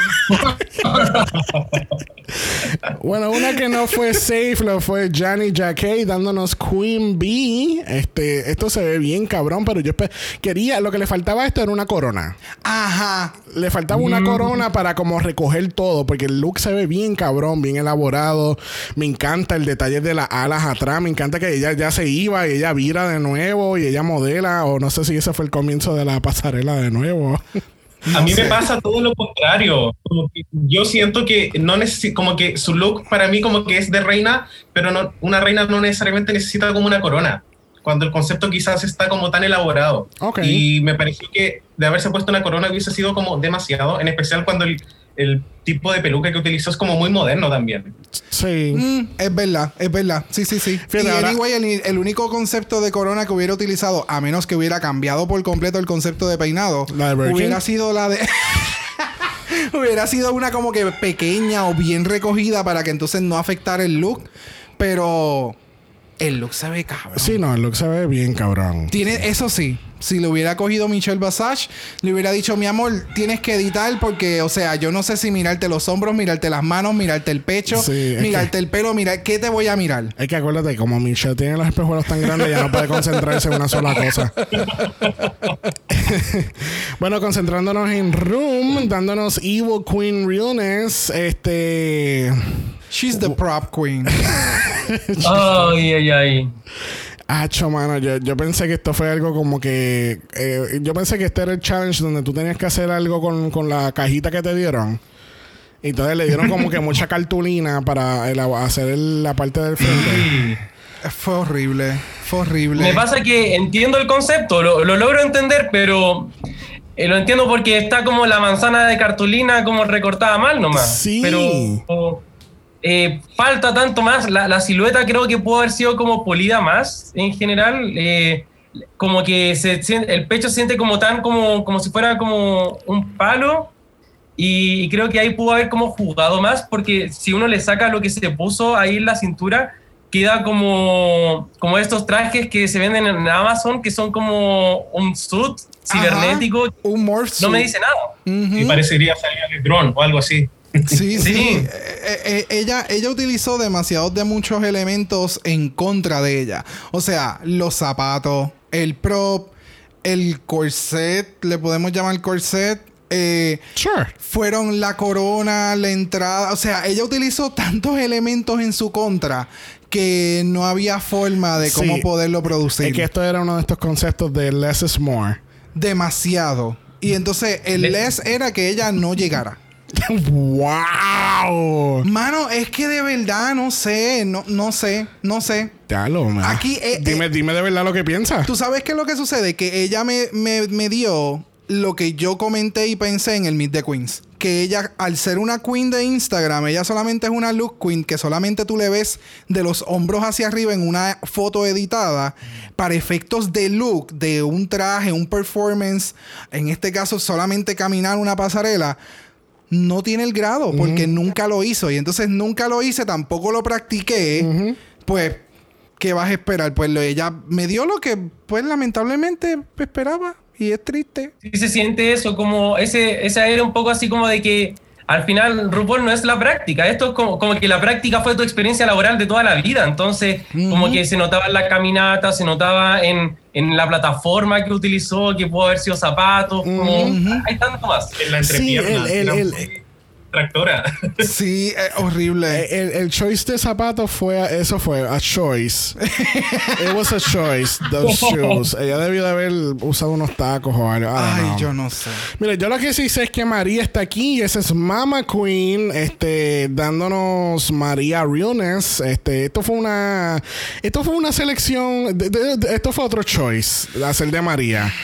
Bueno, una que no fue safe lo fue Janet Jackson dándonos Queen Bee. Esto se ve bien cabrón, pero yo quería, lo que le faltaba a esto era una corona. Ajá. Le faltaba una corona para como recoger todo, porque el look se ve bien cabrón, bien elaborado. Me encanta el detalle de las alas atrás. Me encanta que ella ya se iba y ella vira de nuevo y ella modela, o no sé si ese fue el comienzo de la pasarela de nuevo. A mí me pasa todo lo contrario. Como que yo siento que como que su look para mí como que es de reina, pero una reina no necesariamente necesita como una corona, cuando el concepto quizás está como tan elaborado. Okay. Y me pareció que de haberse puesto una corona hubiese sido como demasiado, en especial cuando el tipo de peluca que utilizó es como muy moderno también. Sí. Es verdad. Sí. Fíjate, y ahora, anyway, el único concepto de corona que hubiera utilizado, a menos que hubiera cambiado por completo el concepto de peinado, hubiera sido la de... hubiera sido una como que pequeña o bien recogida para que entonces no afectara el look. Pero el look se ve cabrón. Sí, no, el look se ve bien cabrón. Eso sí. Si lo hubiera cogido Michelle Visage, le hubiera dicho, mi amor, tienes que editar porque, o sea, yo no sé si mirarte los hombros, mirarte las manos, mirarte el pecho, mirarte el pelo, ¿qué te voy a mirar? Es que acuérdate, como Michelle tiene los espejuelos tan grandes, ya no puede concentrarse en una sola cosa. Bueno, concentrándonos en Room, dándonos Evil Queen Realness, She's the prop queen. Ay. Mano, yo pensé que esto fue algo como que... yo pensé que este era el challenge donde tú tenías que hacer algo con la cajita que te dieron. Y entonces le dieron como que mucha cartulina para hacer la parte del frente. Fue horrible. Me pasa que entiendo el concepto, lo logro entender, pero... lo entiendo porque está como la manzana de cartulina como recortada mal nomás. Sí. Pero... falta tanto más. La silueta creo que pudo haber sido como polida más en general. Como que el pecho se siente como tan como si fuera como un palo. Y creo que ahí pudo haber como jugado más, porque si uno le saca lo que se puso ahí en la cintura, queda como estos trajes que se venden en Amazon, que son como un suit cibernético. Ajá, un morph suit. No me dice nada. Y parecería salir de Drone o algo así. Sí. Ella utilizó demasiados de muchos elementos en contra de ella. O sea, los zapatos, el prop, el corset, le podemos llamar corset. Sure. Fueron la corona, la entrada. O sea, ella utilizó tantos elementos en su contra que no había forma de cómo poderlo producir. Es que esto era uno de estos conceptos de less is more. Demasiado. Y entonces el less era que ella no llegara. ¡Wow! Mano, es que de verdad no sé. Dalo, man. Aquí, dime de verdad lo que piensas. ¿Tú sabes qué es lo que sucede? Que ella me dio lo que yo comenté y pensé en el Meet the Queens. Que ella, al ser una queen de Instagram, ella solamente es una look queen que solamente tú le ves de los hombros hacia arriba en una foto editada para efectos de look, de un traje, un performance. En este caso, solamente caminar una pasarela. No tiene el grado porque nunca lo hizo. Y entonces nunca lo hice, tampoco lo practiqué. Pues, ¿qué vas a esperar? Pues ella me dio lo que, pues, lamentablemente esperaba. Y es triste. Sí se siente eso, como ese aire un poco así como de que al final RuPaul no es la práctica. Esto es como que la práctica fue tu experiencia laboral de toda la vida. Entonces, como que se notaba en la caminata, se notaba en la plataforma que utilizó, que pudo haber sido zapatos, como hay tanto más. En la entrepierna. Tractora. Sí, horrible. El choice de zapatos fue a choice. It was a choice, those shoes. Ella debió de haber usado unos tacos o algo. Yo no sé. Mira, yo lo que sí sé es que María está aquí y esa es Mama Queen, dándonos María Realness. Esto fue una selección, esto fue otro choice, hacer de María.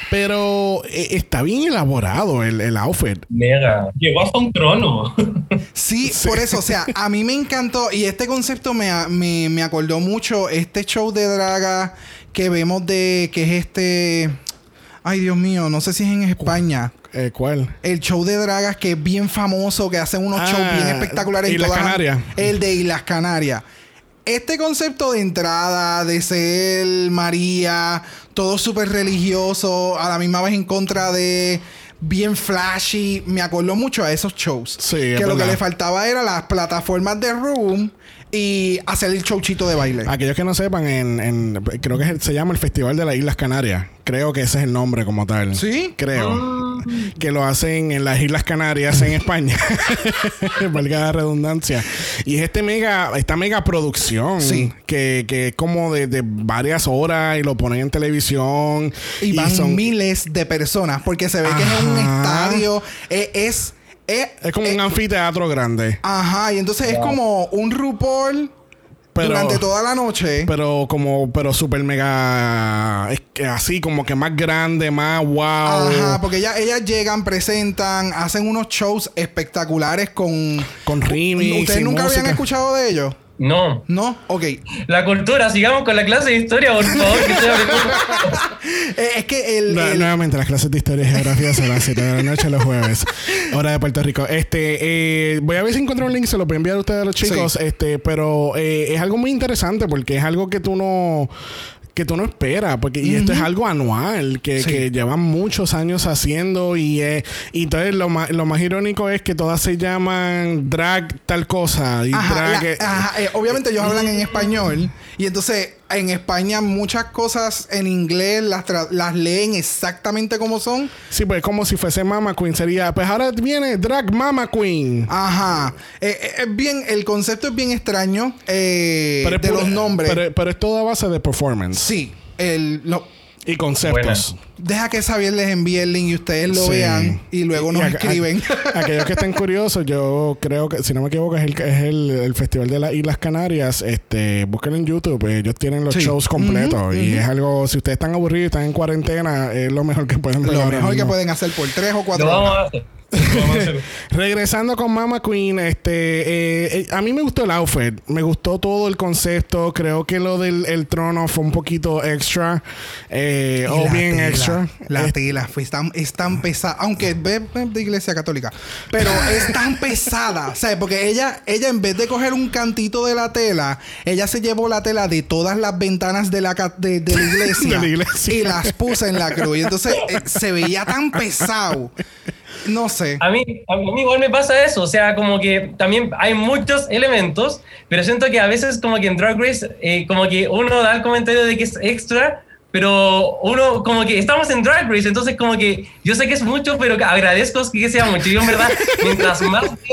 Pero está bien elaborado el outfit. Mega. Llegó hasta un trono. Sí, por eso, o sea, a mí me encantó y este concepto me acordó mucho este show de draga que vemos que es este... Ay, Dios mío, no sé si es en España. ¿Cuál? El show de dragas que es bien famoso, que hacen unos shows bien espectaculares. Islas Canarias. El de Islas Canarias. Este concepto de entrada, de ser María, todo súper religioso, a la misma vez en contra de... bien flashy, me acordó mucho a esos shows. Sí, que lo que le faltaba era las plataformas de Room y hacer el showchito de baile. Aquellos que no sepan, creo que se llama el Festival de las Islas Canarias. Creo que ese es el nombre como tal. ¿Sí? Creo. Que lo hacen en las Islas Canarias en España. Valga la redundancia. Y es esta mega producción. Sí. Que es como de varias horas y lo ponen en televisión. Y van miles de personas porque se ve que es un estadio. Es como un anfiteatro grande. Ajá, y entonces es como un RuPaul durante toda la noche. Pero súper mega... Es que así como que más grande, más wow. Ajá, porque ellas llegan, presentan, hacen unos shows espectaculares con remix. ¿Ustedes nunca habían escuchado de ellos? No. ¿No? Ok. La cultura, sigamos con la clase de historia, por favor. Es que nuevamente, las clases de historia y geografía son las 7 de la noche los jueves. Hora de Puerto Rico. Voy a ver si encuentro un link, se lo voy a enviar a ustedes a los chicos. Sí. Pero es algo muy interesante porque es algo que tú no esperas, porque y esto es algo anual que llevan muchos años haciendo y entonces lo más irónico es que todas se llaman drag tal cosa y obviamente ellos hablan en español y entonces en España muchas cosas en inglés las leen exactamente como son. Sí, pues como si fuese Mama Queen sería, pues ahora viene Drag Mama Queen. Ajá. Es bien, el concepto es bien extraño de los nombres. Pero es toda base de performance. Sí. Y conceptos. Buena. Deja que Xavier les envíe el link y ustedes lo vean y luego nos escriben. Aquellos que estén curiosos, yo creo que, si no me equivoco, es el Festival de las Islas Canarias. Búsquenlo en YouTube. Ellos tienen los shows completos. Y es algo, si ustedes están aburridos y están en cuarentena, es lo mejor que pueden ver. Lo mejor que pueden hacer por 3 o 4 horas. Vamos a hacer. Regresando con Mama Queen, a mí me gustó el outfit, me gustó todo el concepto. Creo que lo del trono fue un poquito extra, o bien tela, extra. La tela es tan pesada, aunque es de iglesia católica, pero es tan pesada, ¿sabes? Porque ella en vez de coger un cantito de la tela, ella se llevó la tela de todas las ventanas de la iglesia, de la iglesia y las puso en la cruz. Y entonces se veía tan pesado. No sé. A mí igual me pasa eso. O sea, como que también hay muchos elementos, pero siento que a veces como que en Drag Race, como que uno da el comentario de que es extra, pero uno como que estamos en Drag Race, entonces como que yo sé que es mucho, pero agradezco que sea mucho. Yo en verdad, mientras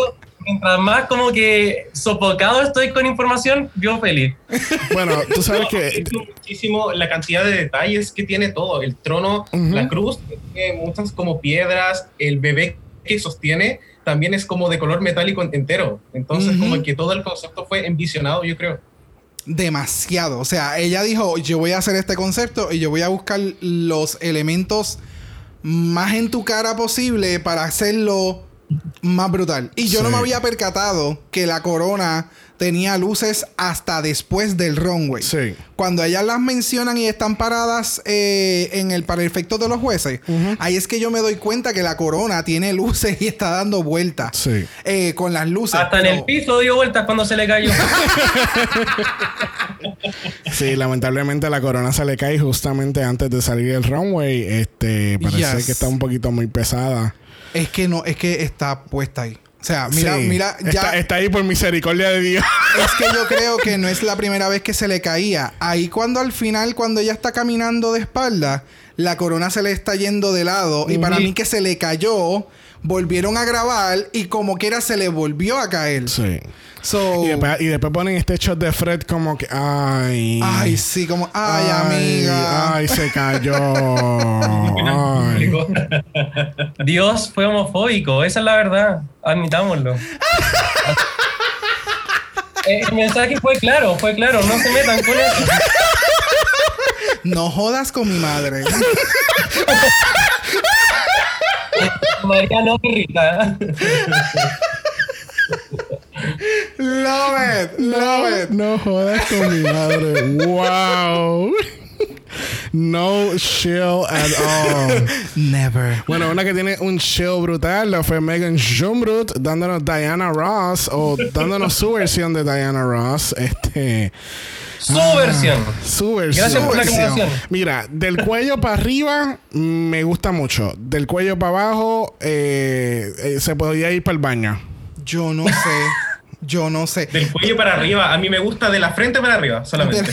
más como que sofocado estoy con información, yo feliz. Bueno, tú sabes que... muchísimo la cantidad de detalles que tiene todo. El trono, la cruz, tiene muchas como piedras. El bebé que sostiene también es como de color metálico entero. Entonces como que todo el concepto fue envisionado, yo creo. Demasiado. O sea, ella dijo, yo voy a hacer este concepto y yo voy a buscar los elementos más en tu cara posible para hacerlo más brutal. Y yo no me había percatado que la corona tenía luces hasta después del runway. Sí. Cuando ellas las mencionan y están paradas para el efecto de los jueces, ahí es que yo me doy cuenta que la corona tiene luces y está dando vueltas. Sí. Con las luces. Hasta en el piso dio vueltas cuando se le cayó. Sí, lamentablemente la corona se le cae justamente antes de salir del runway. Parece que está un poquito muy pesada. Es que está puesta ahí. O sea, mira, ya... Está ahí por misericordia de Dios. Es que yo creo que no es la primera vez que se le caía. Ahí cuando al final, cuando ella está caminando de espalda, la corona se le está yendo de lado. Y para mí que se le cayó, volvieron a grabar y como quiera se le volvió a caer. Sí. Y después ponen este shot de Fred como que... Ay, sí, como... Ay, amiga. Ay, se cayó. Ay. Dios fue homofóbico, esa es la verdad. Admitámoslo. El mensaje fue claro, no se metan con eso. No jodas con mi madre. Mariano Rita. Love it. No jodas con mi madre. Wow. No chill at all. Never. Bueno, una que tiene un chill brutal la fue Megan Schumbrut dándonos Diana Ross o dándonos su versión de Diana Ross. Su versión. Su versión. Gracias por la aclaración. Mira, del cuello para arriba me gusta mucho. Del cuello para abajo se podía ir para el baño. Yo no sé. Del cuello para arriba. A mí me gusta de la frente para arriba solamente.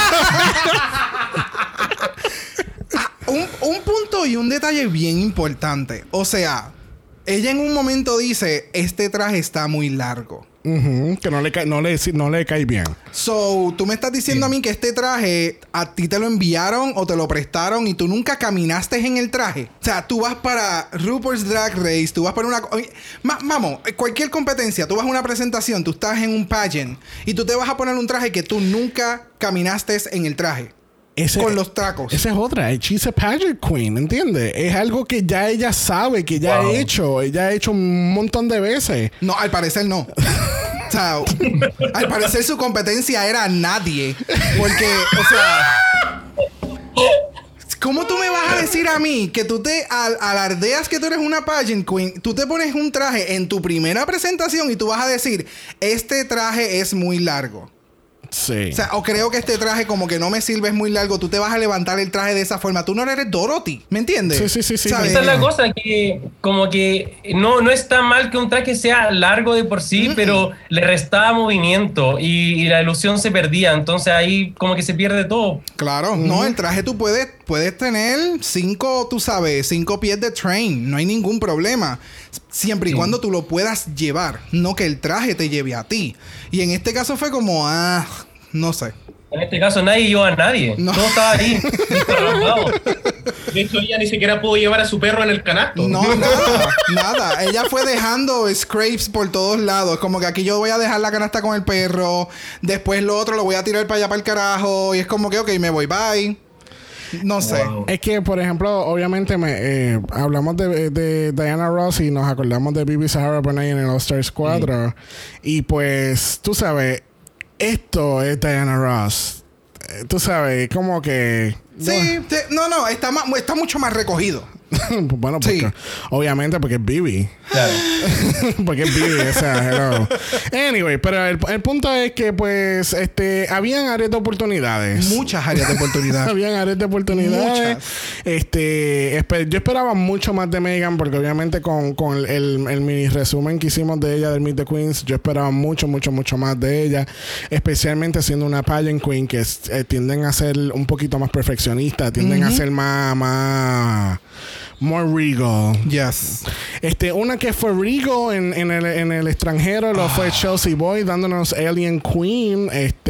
Un punto y un detalle bien importante. O sea, ella en un momento dice, este traje está muy largo. Que no le cae bien. So, tú me estás diciendo a mí que este traje a ti te lo enviaron o te lo prestaron y tú nunca caminaste en el traje. O sea, tú vas para RuPaul's Drag Race, tú vas para una... Vamos, cualquier competencia, tú vas a una presentación, tú estás en un pageant y tú te vas a poner un traje que tú nunca caminaste en el traje. Con los tacos. Esa es otra. She's a pageant queen, ¿entiendes? Es algo que ya ella sabe, que ya ha hecho. Ella ha hecho un montón de veces. No, al parecer no. O sea, al parecer su competencia era nadie. Porque, o sea... ¿Cómo tú me vas a decir a mí que tú te alardeas que tú eres una pageant queen? Tú te pones un traje en tu primera presentación y tú vas a decir, este traje es muy largo. Sí. O sea, o creo que este traje como que no me sirve, es muy largo. Tú te vas a levantar el traje de esa forma. Tú no eres Dorothy, ¿me entiendes? Sí. ¿Sabes? Esa es la cosa, que como que no está mal que un traje sea largo de por sí, pero le restaba movimiento y la ilusión se perdía. Entonces ahí como que se pierde todo. Claro. No, el traje tú puedes tener 5 pies de train. No hay ningún problema. Siempre y cuando tú lo puedas llevar. No que el traje te lleve a ti. Y en este caso fue como, no sé. En este caso nadie llevó a nadie. No. Todo estaba ahí. De hecho, ella ni siquiera pudo llevar a su perro en el canasto. No, nada. Ella fue dejando scrapes por todos lados. Como que aquí yo voy a dejar la canasta con el perro. Después lo otro lo voy a tirar para allá para el carajo. Y es como que, ok, me voy, bye. No sé. Wow. Es que, por ejemplo, obviamente hablamos de Diana Ross y nos acordamos de Bibi Sahara Burnett en el All Stars 4. Y pues, tú sabes, esto es Diana Ross. Tú sabes, como que... Sí, no, está mucho más recogido. Bueno, porque, Sí. obviamente porque es Bibi. Claro. Porque es Bibi, o sea, hello. Anyway, pero el punto es que, pues, habían áreas de oportunidades. Muchas áreas de oportunidad. Habían áreas de oportunidades. Muchas. Yo esperaba mucho más de Megan, porque obviamente con el mini resumen que hicimos de ella del Meet the Queens, yo esperaba mucho más de ella. Especialmente siendo una pageant queen que tienden a ser un poquito más perfeccionistas, tienden a ser más more regal. Yes. Una que fue regal en el extranjero lo fue Chelsea Boy dándonos Alien Queen.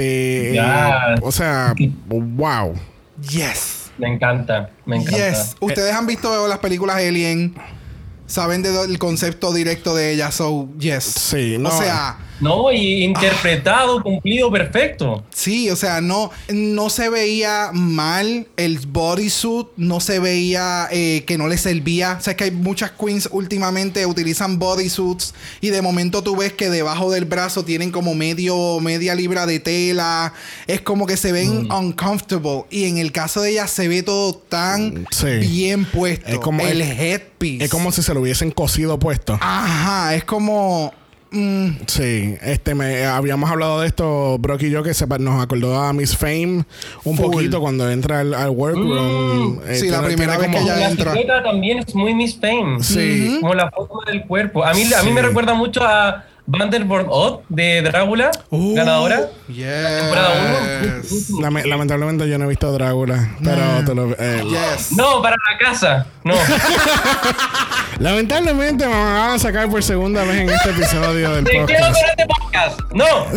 O sea, wow. Yes. Me encanta. Yes. Ustedes han visto las películas Alien. Saben del concepto directo de ella. So, yes. Sí, no. O sea... No, y interpretado, cumplido, perfecto. Sí, o sea, no se veía mal el bodysuit, no se veía que no le servía. O sea, es que hay muchas queens últimamente utilizan bodysuits y de momento tú ves que debajo del brazo tienen como media libra de tela. Es como que se ven uncomfortable. Y en el caso de ella se ve todo tan bien puesto. Es como el headpiece. Es como si se lo hubiesen cosido puesto. Ajá, es como... Sí, habíamos hablado de esto, Brock y yo, que nos acordó a Miss Fame un poquito cuando entra al workroom. Sí, la primera vez que ella la entra. silueta también es muy Miss Fame. Sí. Como la forma del cuerpo. A mí me recuerda mucho a Vanderbilt Odd de Drácula, ganadora. Yes. Temporada 1. Lamentablemente yo no he visto Drácula, pero Yes. No, para la casa. No. lamentablemente me van a sacar por segunda vez en este episodio del Te quiero podcast. con este podcast. No.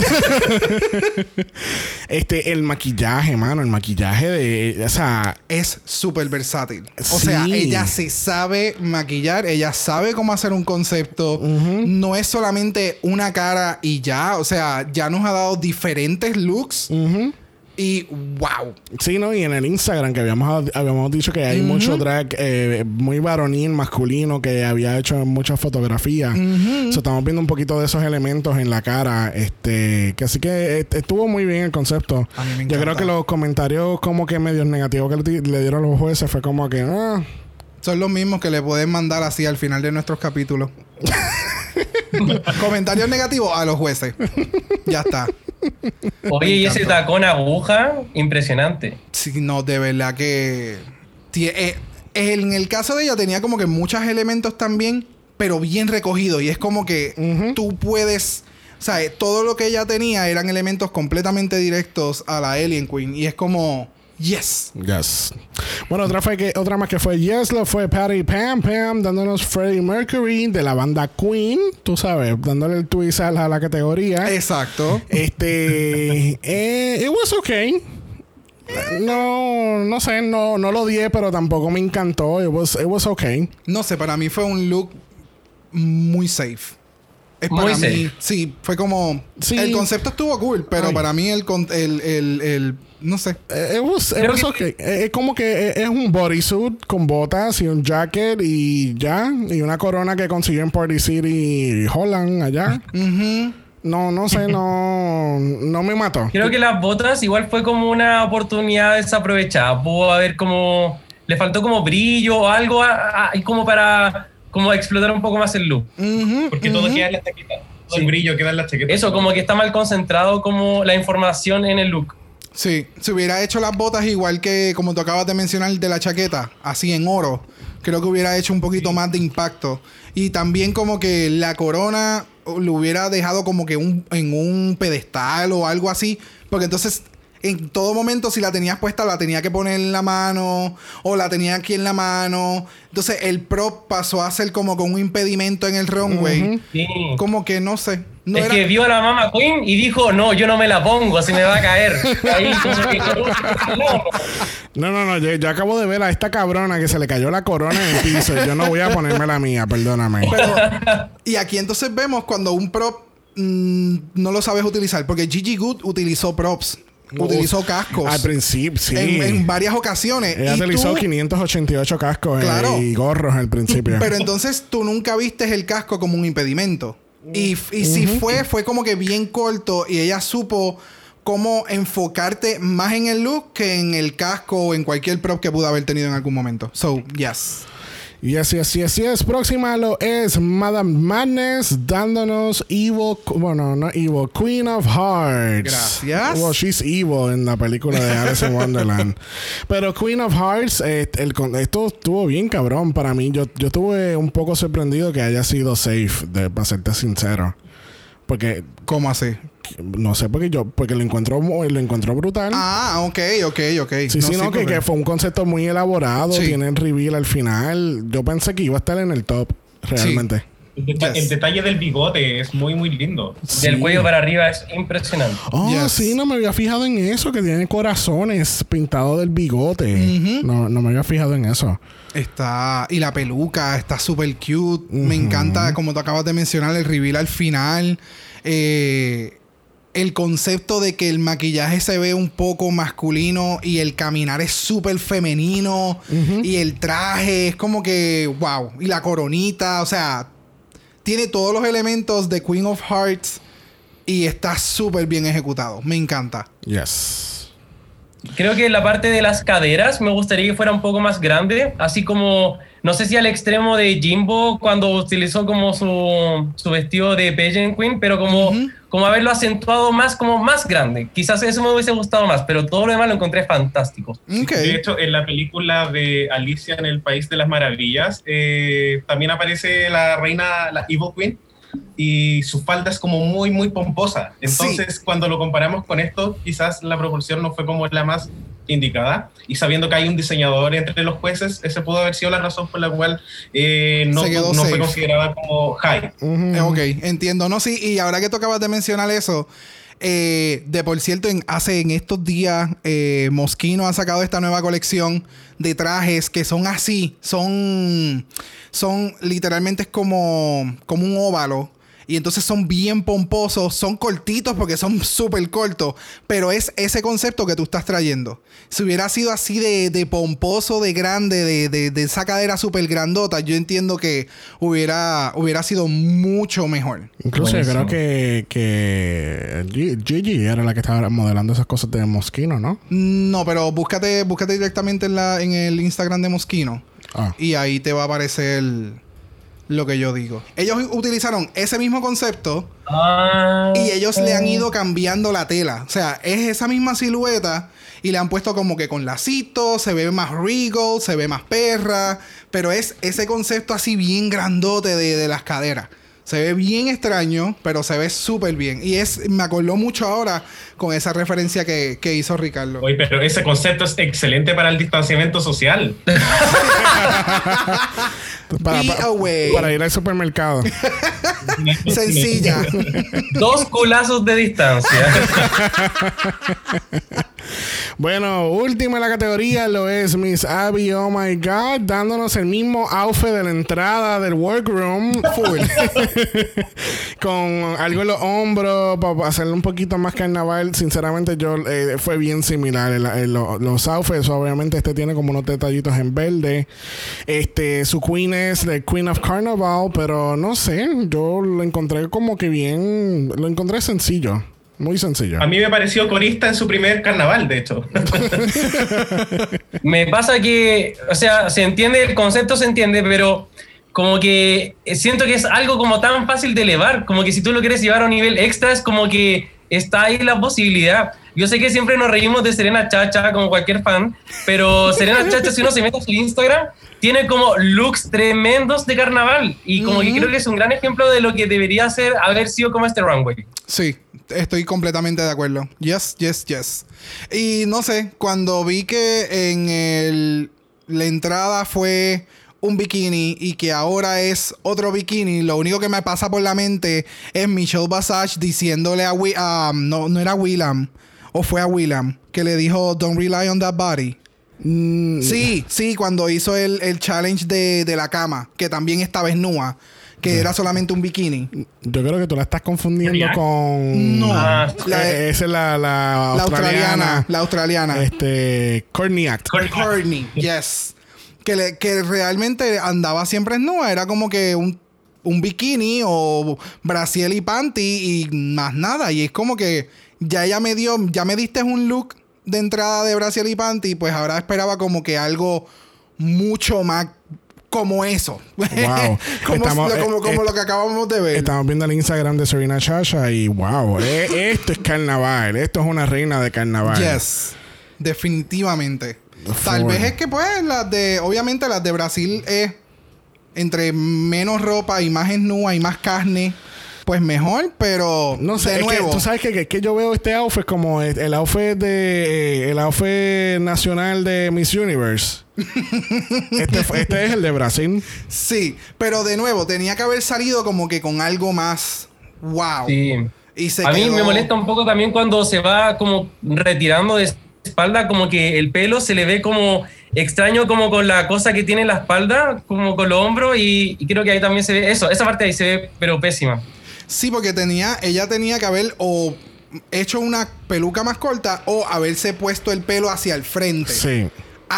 El maquillaje, mano, el maquillaje o sea, es súper versátil. O Sí. sea, ella se sabe maquillar, ella sabe cómo hacer un concepto. No es solamente una cara y ya. O sea, ya nos ha dado diferentes looks. Y wow. Sí, ¿no? Y en el Instagram que habíamos dicho que hay mucho drag muy varonil, masculino, que había hecho muchas fotografías. Estamos viendo un poquito de esos elementos en la cara. Que así que estuvo muy bien el concepto. A mí me Yo encanta. creo que los comentarios como que medios negativos que le dieron los jueces fue como que... Son los mismos que le pueden mandar así al final de nuestros capítulos. Comentarios negativos a los jueces. Ya está. Oye, y ese tacón aguja, impresionante. Sí, no, de verdad que... en el caso de ella tenía como que muchos elementos también, pero bien recogidos. Y es como que tú puedes... O sea, todo lo que ella tenía eran elementos completamente directos a la Alien Queen. Y es como... Yes. Bueno, otra más que fue Yes lo fue Patty Pam Pam dándonos Freddie Mercury de la banda Queen, tú sabes, dándole el twist a la categoría. Exacto. It was okay. No sé, no lo odié, pero tampoco me encantó. It was okay. No sé, para mí fue un look muy safe. Es Muy para safe. mí, sí, fue como... Sí. El concepto estuvo cool, pero para mí el no sé. It was okay. Es como que es un bodysuit con botas y un jacket y ya. Y una corona que consiguió en Party City Holland allá. No sé, no me mató. Creo que las botas igual fue como una oportunidad desaprovechada. Pudo haber como... Le faltó como brillo o algo y como para... Como explotar un poco más el look. Porque todo queda en la chaqueta. Todo el brillo queda en la chaqueta. Eso, como que está mal concentrado como la información en el look. Sí, si hubiera hecho las botas igual que como tú acabas de mencionar de la chaqueta, así en oro, creo que hubiera hecho un poquito más de impacto. Y también como que la corona lo hubiera dejado como que en un pedestal o algo así, porque entonces en todo momento si la tenías puesta la tenía que poner en la mano o la tenía aquí en la mano. Entonces el prop pasó a ser como con un impedimento en el runway. Sí. Como que no sé. No es era... que vio a la Mama Queen y dijo, no, yo no me la pongo, se me va a caer. Ahí como que... No. Yo acabo de ver a esta cabrona que se le cayó la corona en el piso. Yo no voy a ponerme la mía, perdóname. Pero, y aquí entonces vemos cuando un prop no lo sabes utilizar. Porque Gigi Good utilizó props. Utilizó cascos. Al principio, sí. En varias ocasiones. Ella utilizó 588 cascos y gorros al principio. Pero entonces tú nunca viste el casco como un impedimento. Y si fue como que bien corto y ella supo cómo enfocarte más en el look que en el casco o en cualquier prop que pudo haber tenido en algún momento. So, yes. Yes. Próxima lo es Madame Madness dándonos Evil... Bueno, no Evil. Queen of Hearts. Gracias. Well, she's evil en la película de Alice in Wonderland. Pero Queen of Hearts, esto estuvo bien cabrón para mí. Yo estuve un poco sorprendido que haya sido safe, para serte sincero. Porque... ¿Cómo así? No sé, porque lo encontró brutal. Ah, ok. Sí, que fue un concepto muy elaborado. Sí. Tiene el reveal al final. Yo pensé que iba a estar en el top, realmente. Sí. El detalle del bigote es muy, muy lindo. Sí. Del cuello para arriba es impresionante. Sí, no me había fijado en eso, que tiene corazones pintados del bigote. No me había fijado en eso. Y la peluca está súper cute. Me encanta, como tú acabas de mencionar, el reveal al final. El concepto de que el maquillaje se ve un poco masculino y el caminar es súper femenino. Y el traje es como que wow. Y la coronita, o sea, tiene todos los elementos de Queen of Hearts y está súper bien ejecutado. Me encanta. Yes. Creo que la parte de las caderas me gustaría que fuera un poco más grande, así como, no sé si al extremo de Jimbo cuando utilizó como su vestido de Pageant Queen, pero como haberlo acentuado más, como más grande. Quizás eso me hubiese gustado más, pero todo lo demás lo encontré fantástico. Okay. De hecho, en la película de Alicia en el País de las Maravillas, también aparece la reina, la Evil Queen, y su falda es como muy, muy pomposa. Entonces, cuando lo comparamos con esto, quizás la proporción no fue como la más indicada. Y sabiendo que hay un diseñador entre los jueces, ese pudo haber sido la razón por la cual no fue considerada como high. Ok, entiendo. No, sí, y ahora que tú acabas de mencionar eso, de por cierto, en estos días, Moschino ha sacado esta nueva colección de trajes que son así, son literalmente es como un óvalo. Y entonces son bien pomposos, son cortitos porque son súper cortos, pero es ese concepto que tú estás trayendo. Si hubiera sido así de pomposo, de grande, de esa cadera súper grandota, yo entiendo que hubiera sido mucho mejor. Incluso yo creo que Gigi era la que estaba modelando esas cosas de Moschino, ¿no? No, pero búscate directamente en el Instagram de Moschino. Y ahí te va a aparecer lo que yo digo. Ellos utilizaron ese mismo concepto y ellos le han ido cambiando la tela. O sea, es esa misma silueta y le han puesto como que con lacitos, se ve más regal, se ve más perra, pero es ese concepto así bien grandote de las caderas. Se ve bien extraño, pero se ve súper bien. Y me acordó mucho ahora con esa referencia que hizo Ricardo. Oye, pero ese concepto es excelente para el distanciamiento social. Para ir al supermercado. Sencilla. 2 culazos de distancia. Bueno, última en la categoría lo es Miss Abby, oh my God, dándonos el mismo outfit de la entrada del workroom full. Con algo en los hombros para hacerle un poquito más carnaval. Sinceramente fue bien similar los outfits. Obviamente este tiene como unos detallitos en verde. Su queen es the Queen of Carnival, pero no sé, yo lo encontré como que bien, lo encontré sencillo. Muy sencillo. A mí me pareció corista en su primer carnaval, de hecho. Me pasa que, o sea, se entiende, el concepto se entiende, pero como que siento que es algo como tan fácil de elevar, como que si tú lo quieres llevar a un nivel extra, es como que está ahí la posibilidad. Yo sé que siempre nos reímos de Serena Chacha, como cualquier fan, pero Serena Chacha, si uno se mete a su Instagram, tiene como looks tremendos de carnaval. Y como que creo que es un gran ejemplo de lo que debería haber sido como este runway. Sí, estoy completamente de acuerdo. Yes. Y no sé, cuando vi que en la entrada fue un bikini y que ahora es otro bikini, lo único que me pasa por la mente es Michelle Visage diciéndole no era Willam, o fue a Willam, que le dijo don't rely on that body. Sí, cuando hizo el challenge de la cama, que también estaba desnuda, que era solamente un bikini. Yo creo que tú la estás confundiendo con... No. Esa es la australiana. La australiana. Courtney Act. Courtney, yes. Que realmente andaba siempre desnuda. Era como que un bikini o brasier y panty y más nada. Y es como que ya me diste un look de entrada de brasier y panty, pues ahora esperaba como que algo mucho más como eso. Wow. como lo que acabamos de ver. Estamos viendo el Instagram de Serena Chacha y wow, esto es carnaval. Esto es una reina de carnaval. Yes. Definitivamente. Tal vez es que pues obviamente las de Brasil es entre menos ropa y más desnuda y más carne, pues mejor, pero no sé, de nuevo. Que, tú sabes que yo veo este outfit como el outfit nacional de Miss Universe. este es el de Brasil. Sí, pero de nuevo tenía que haber salido como que con algo más wow. Sí. Y a mí me molesta un poco también cuando se va como retirando de espalda, como que el pelo se le ve como extraño, como con la cosa que tiene en la espalda, como con los hombros, y creo que ahí también se ve eso, esa parte ahí se ve pero pésima. Sí, porque ella tenía que haber o hecho una peluca más corta o haberse puesto el pelo hacia el frente. Sí.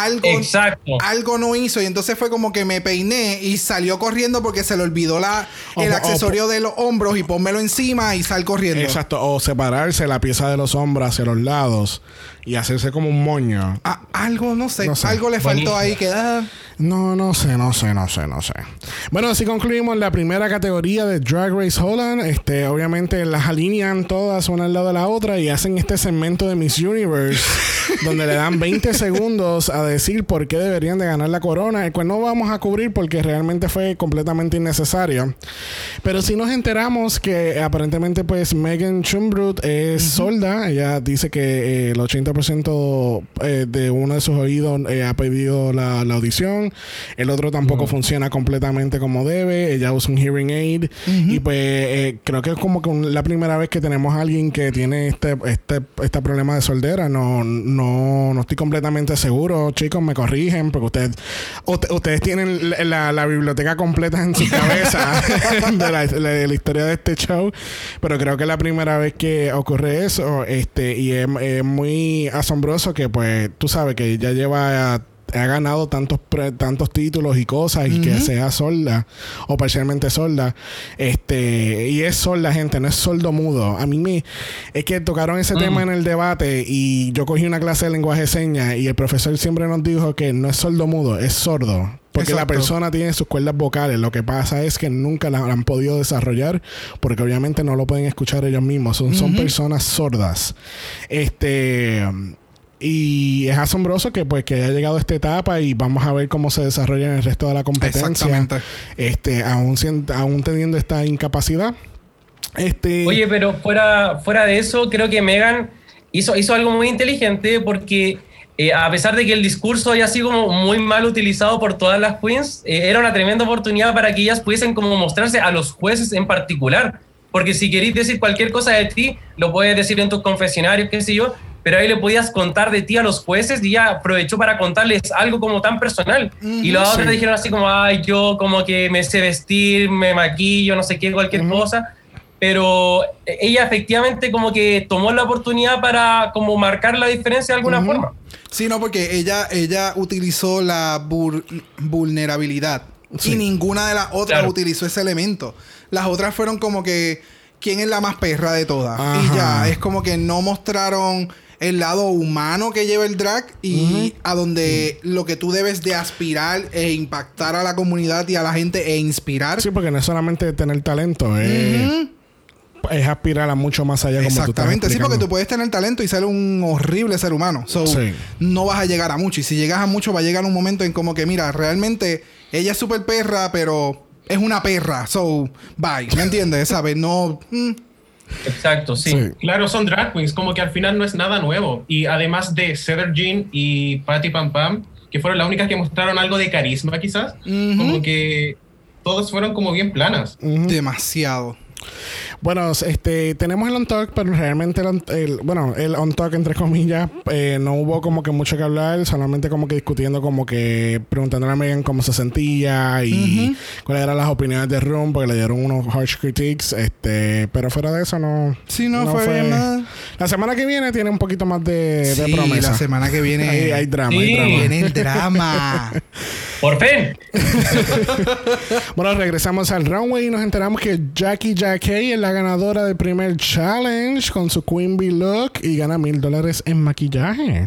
Algo no hizo y entonces fue como que me peiné y salió corriendo porque se le olvidó el accesorio de los hombros y pónmelo encima y sal corriendo. Exacto, o separarse la pieza de los hombros hacia los lados y hacerse como un moño. Algo, no sé. Algo le faltó ahí que... No sé. Bueno, así concluimos la primera categoría de Drag Race Holland. Obviamente las alinean todas una al lado de la otra y hacen este segmento de Miss Universe donde le dan 20 segundos a decir por qué deberían de ganar la corona, el cual no vamos a cubrir porque realmente fue completamente innecesario. Pero sí nos enteramos que aparentemente pues Megan Schumbrut es sorda. Ella dice que el 80% de uno de sus oídos ha pedido la audición. El otro tampoco funciona completamente como debe. Ella usa un hearing aid. Y pues creo que es como que la primera vez que tenemos a alguien que tiene este problema de sordera. No estoy completamente seguro. no, chicos, me corrigen, porque ustedes tienen la biblioteca completa en su cabeza de la historia de este show. Pero creo que es la primera vez que ocurre eso. Y es muy asombroso que, pues, tú sabes que ya ha ganado tantos títulos y cosas y que sea sorda o parcialmente sorda. Y es sorda, gente, no es sordo mudo. A mí es que tocaron ese tema en el debate y yo cogí una clase de lenguaje de señas y el profesor siempre nos dijo que no es sordo mudo, es sordo. Porque la persona tiene sus cuerdas vocales. Lo que pasa es que nunca la han podido desarrollar porque obviamente no lo pueden escuchar ellos mismos. Son personas sordas. Y es asombroso que pues que haya llegado a esta etapa y vamos a ver cómo se desarrolla en el resto de la competencia. Exactamente. Aún teniendo esta incapacidad. Oye, pero fuera de eso, creo que Megan hizo algo muy inteligente porque a pesar de que el discurso haya sido como muy mal utilizado por todas las queens, era una tremenda oportunidad para que ellas pudiesen como mostrarse a los jueces en particular. Porque si queréis decir cualquier cosa de ti, lo puedes decir en tus confesionarios, qué sé yo, pero ahí le podías contar de ti a los jueces y ella aprovechó para contarles algo como tan personal. Y los otros dijeron así como, ay, yo como que me sé vestir, me maquillo, no sé qué, cualquier cosa. Pero ella efectivamente como que tomó la oportunidad para como marcar la diferencia de alguna forma. Sí, no, porque ella utilizó la vulnerabilidad. Y ninguna de las otras utilizó ese elemento. Las otras fueron como que ¿quién es la más perra de todas? Y ya, es como que no mostraron el lado humano que lleva el drag y a donde lo que tú debes de aspirar e impactar a la comunidad y a la gente e inspirar. Sí, porque no es solamente tener talento, es aspirar a mucho más allá. Exactamente, sí, porque tú puedes tener talento y ser un horrible ser humano. No vas a llegar a mucho. Y si llegas a mucho, va a llegar un momento en como que, mira, realmente ella es súper perra, pero es una perra. So, bye. ¿Me entiendes? ¿Sabes? No... Exacto, sí. Claro, son drag queens, como que al final no es nada nuevo. Y además de Cedar Jean y Patty Pam Pam, que fueron las únicas que mostraron algo de carisma quizás, como que todas fueron como bien planas. Demasiado. Bueno, tenemos el on-talk, pero realmente el on-talk, entre comillas, no hubo como que mucho que hablar, solamente como que discutiendo, como que preguntándole a Megan cómo se sentía y cuáles eran las opiniones de Room, porque le dieron unos harsh critiques, pero fuera de eso no... Sí, no fue nada. La semana que viene tiene un poquito más de promesa. La semana que viene hay drama. Viene el drama. ¡Por fin! Bueno, regresamos al runway y nos enteramos que Jackie Jackie es la ganadora del primer challenge con su Queen Bee look y gana $1,000 en maquillaje.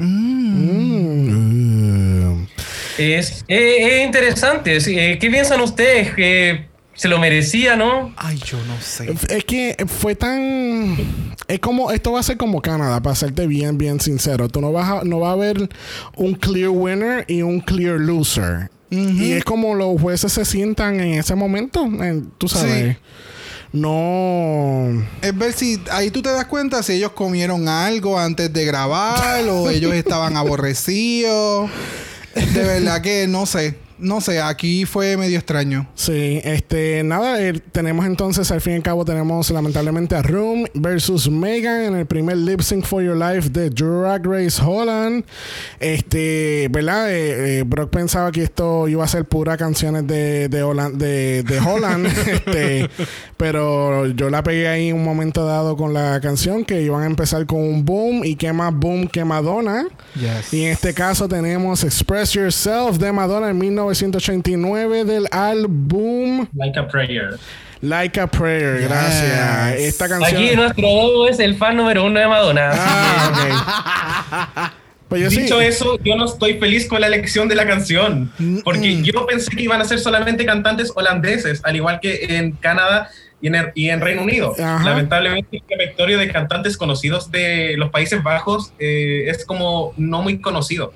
Es interesante. ¿Qué piensan ustedes? Que se lo merecía, ¿no? Ay, yo no sé. Es que fue tan... Es como... Esto va a ser como Canadá, para serte bien sincero. Tú no va a haber un clear winner y un clear loser. Y es como los jueces se sientan en ese momento. Tú sabes... Sí. No... Es ver si... Ahí tú te das cuenta si ellos comieron algo antes de grabar o ellos estaban aborrecidos. De verdad que no sé. No sé, aquí fue medio extraño. Sí, nada, tenemos entonces, al fin y al cabo, tenemos lamentablemente a Room versus Megan en el primer Lip Sync for Your Life de Drag Race Holland. ¿Verdad? Brock pensaba que esto iba a ser pura canciones de Holland, pero yo la pegué ahí en un momento dado con la canción que iban a empezar con un boom y qué más boom que Madonna. Yes. Y en este caso tenemos Express Yourself de Madonna en 1989 del álbum Like a Prayer. Like a Prayer, yes. Gracias. Esta canción... Aquí nuestro Dogo es el fan número 1 de Madonna. Okay. Pues Dicho eso, yo no estoy feliz con la elección de la canción. Porque yo pensé que iban a ser solamente cantantes holandeses, al igual que en Canadá y en Reino Unido. Lamentablemente, el repertorio de cantantes conocidos de los Países Bajos es como no muy conocido.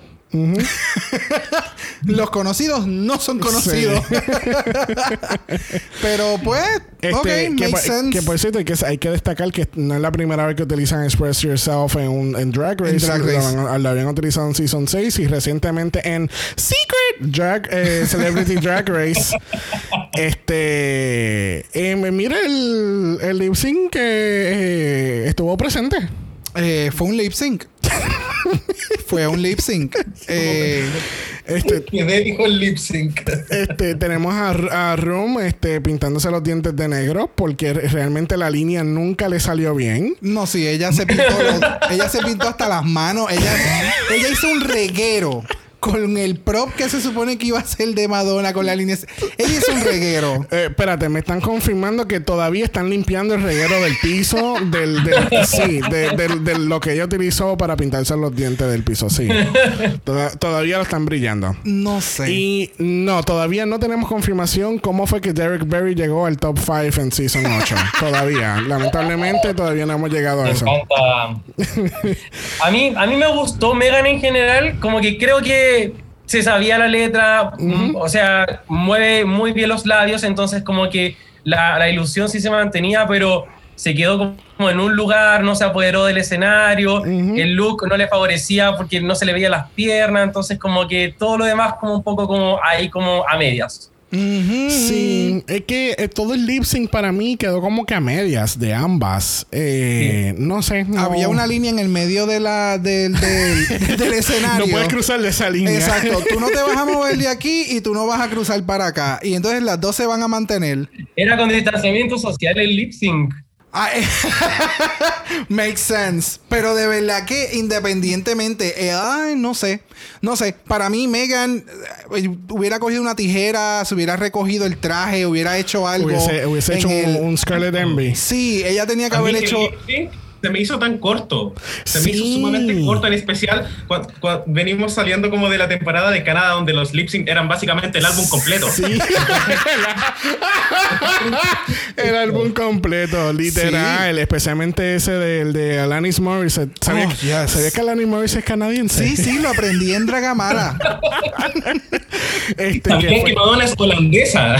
Los conocidos no son conocidos. Sí. Pero pues makes sense. Que por cierto hay que destacar que no es la primera vez que utilizan Express Yourself en Drag Race. La habían utilizado en Season 6 y recientemente en Secret Celebrity Drag Race. Mira el lip sync que estuvo presente. Fue un lip sync. fue un lip sync. ¿Quién dijo el lip sync? Tenemos a Room pintándose los dientes de negro porque realmente la línea nunca le salió bien. No, sí, ella se pintó hasta las manos. Ella hizo un reguero con el prop que se supone que iba a ser de Madonna con la línea. Ella hizo un reguero. Espérate, me están confirmando que todavía están limpiando el reguero del piso de lo que ella utilizó para pintarse los dientes del piso, sí. Todavía lo están brillando. No sé. Y no, todavía no tenemos confirmación cómo fue que Derek Barry llegó al top 5 en Season 8. Todavía. Lamentablemente todavía no hemos llegado a eso. Me encanta. A mí me gustó Megan en general, como que creo que se sabía la letra, o sea, mueve muy bien los labios, entonces como que la ilusión sí se mantenía, pero se quedó como en un lugar, no se apoderó del escenario, el look no le favorecía porque no se le veía las piernas, entonces como que todo lo demás como un poco como ahí como a medias. Sí, es que todo el lip sync para mí quedó como que a medias de ambas. No sé. No. Había una línea en el medio del escenario. No puedes cruzar de esa línea. Exacto. Tú no te vas a mover de aquí y tú no vas a cruzar para acá. Y entonces las dos se van a mantener. Era con distanciamiento social el lip sync. Makes sense. Pero de verdad que independientemente, no sé. Para mí, Megan hubiera cogido una tijera, se hubiera recogido el traje, hubiera hecho algo. Hubiese hecho un Scarlet Envy. Sí, ella tenía que haber hecho. Se me hizo tan corto. Se me hizo sumamente corto, en especial cuando venimos saliendo como de la temporada de Canadá, donde los lip sync eran básicamente el álbum completo. Sí. El álbum completo, literal. Sí. Especialmente ese de Alanis Morissette. ¿Sabías que Alanis Morissette es canadiense? Sí, lo aprendí en Dragamala. También que Madonna es holandesa.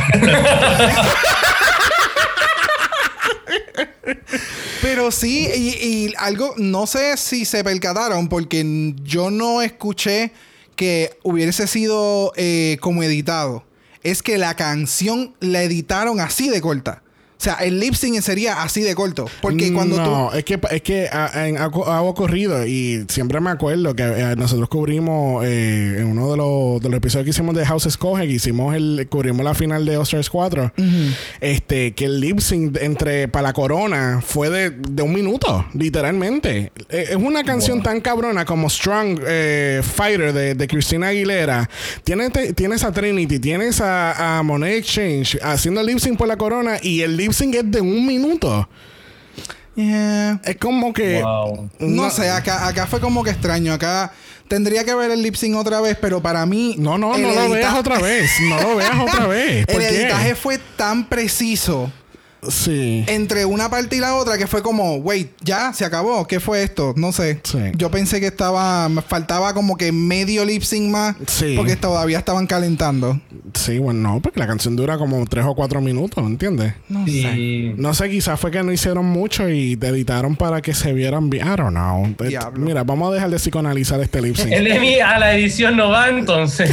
Pero sí, y algo, no sé si se percataron, porque yo no escuché que hubiese sido como editado. Es que la canción la editaron así de corta. O sea, el lip sync sería así de corto. Porque cuando es que ha ocurrido y siempre me acuerdo que nosotros cubrimos en uno de los episodios que hicimos de House Escoge, que cubrimos la final de All-Stars 4, que el lip sync para la corona fue de un minuto, literalmente. Es una canción tan cabrona como Strong Fighter de Christina Aguilera. Tienes a Trinity, tienes a Monet Exchange haciendo el lip sync por la corona y el lip sync es de un minuto. Yeah. Es como que... Wow. No sé, acá fue como que extraño. Acá tendría que ver el lip sync otra vez, pero para mí... No lo veas otra vez. No lo veas otra vez. El editaje fue tan preciso. Sí. Entre una parte y la otra que fue como, wait, ya se acabó. ¿Qué fue esto? No sé. Sí. Yo pensé que me faltaba como que medio lip sync más. Sí. Porque todavía estaban calentando. Sí, bueno, no, porque la canción dura como 3 o 4 minutos, ¿entiendes? No sé, quizás fue que no hicieron mucho y te editaron para que se vieran bien. I don't know. Mira, vamos a dejar de psicoanalizar este lip sync. El Emmy a la edición no va, entonces.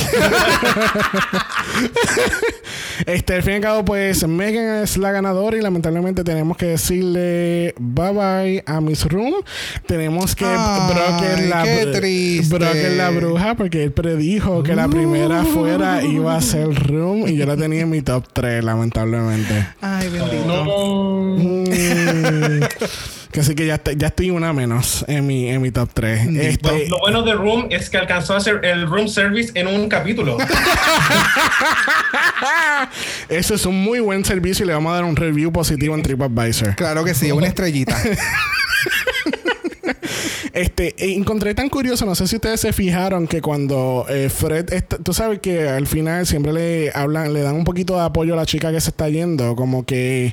Al fin y al cabo, pues Megan es la ganadora y lamentablemente tenemos que decirle bye bye a Miss Room. Tenemos que Brock es la bruja porque él predijo que la primera fuera iba a ser Room y yo la tenía en mi top 3, lamentablemente. Ay, bendito. No. Así que ya estoy una menos en mi top 3. Lo bueno de Room es que alcanzó a hacer el room service en un capítulo. Eso es un muy buen servicio y le vamos a dar un review positivo en TripAdvisor. Claro que sí, una estrellita. Encontré tan curioso, no sé si ustedes se fijaron que cuando Fred, tú sabes que al final siempre le dan un poquito de apoyo a la chica que se está yendo, como que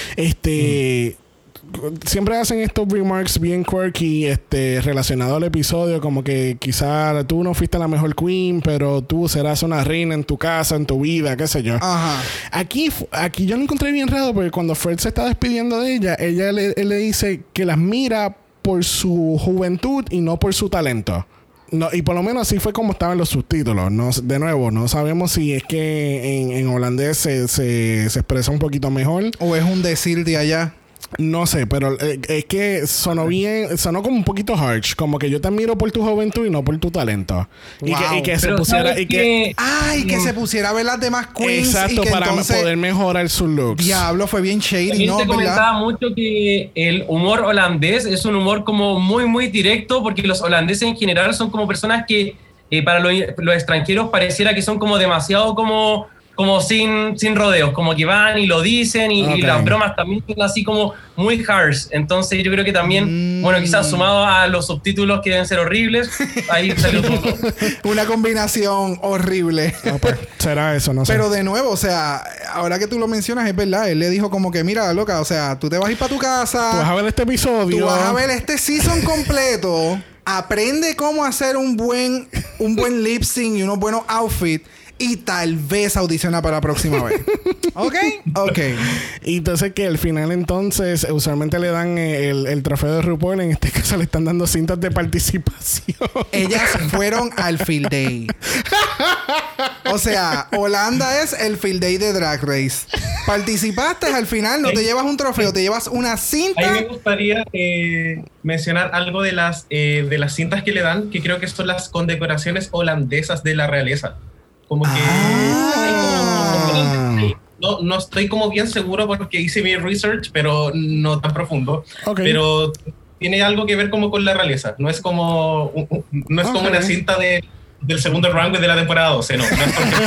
siempre hacen estos remarks bien quirky relacionados al episodio, como que quizá tú no fuiste la mejor queen, pero tú serás una reina en tu casa, en tu vida, qué sé yo. Ajá. Aquí yo lo encontré bien raro porque cuando Fred se está despidiendo de ella, él le dice que las mira por su juventud y no por su talento. No, y por lo menos así fue como estaban los subtítulos. No, de nuevo, no sabemos si es que en holandés se expresa un poquito mejor. O es un decir de allá. No sé, pero es que sonó como un poquito harsh, como que yo te admiro por tu juventud y no por tu talento. Wow. Y que se pusiera que se pusiera a ver las demás queens. Exacto, y que para entonces, poder mejorar sus looks. Diablo, fue bien shady, ¿no? Se comentaba mucho que el humor holandés es un humor como muy, muy directo, porque los holandeses en general son como personas que para los extranjeros pareciera que son como demasiado como sin rodeos, como que van y lo dicen y las bromas también son así como muy harsh. Entonces yo creo que también, bueno, quizás sumado a los subtítulos que deben ser horribles, ahí salió todo. Una combinación horrible. No, pues, será eso, no sé. Pero de nuevo, o sea, ahora que tú lo mencionas, es verdad. Él le dijo como que, mira, loca, o sea, tú te vas a ir para tu casa. Tú vas a ver este episodio. Tú vas a ver este season completo. Aprende cómo hacer un buen lip sync y unos buenos outfits. Y tal vez audiciona para la próxima vez. ¿Ok? Y entonces que al final entonces usualmente le dan el trofeo de RuPaul. En este caso le están dando cintas de participación. Ellas fueron al field day. O sea, Holanda es el field day de Drag Race. Participaste, al final no te llevas un trofeo, te llevas una cinta. A mí me gustaría mencionar algo de las cintas que le dan, que creo que son las condecoraciones holandesas de la realeza. Como que no estoy como bien seguro porque hice mi research, pero no tan profundo. Okay. Pero tiene algo que ver como con la realeza. No es como una cinta del segundo runway de la temporada 12, no es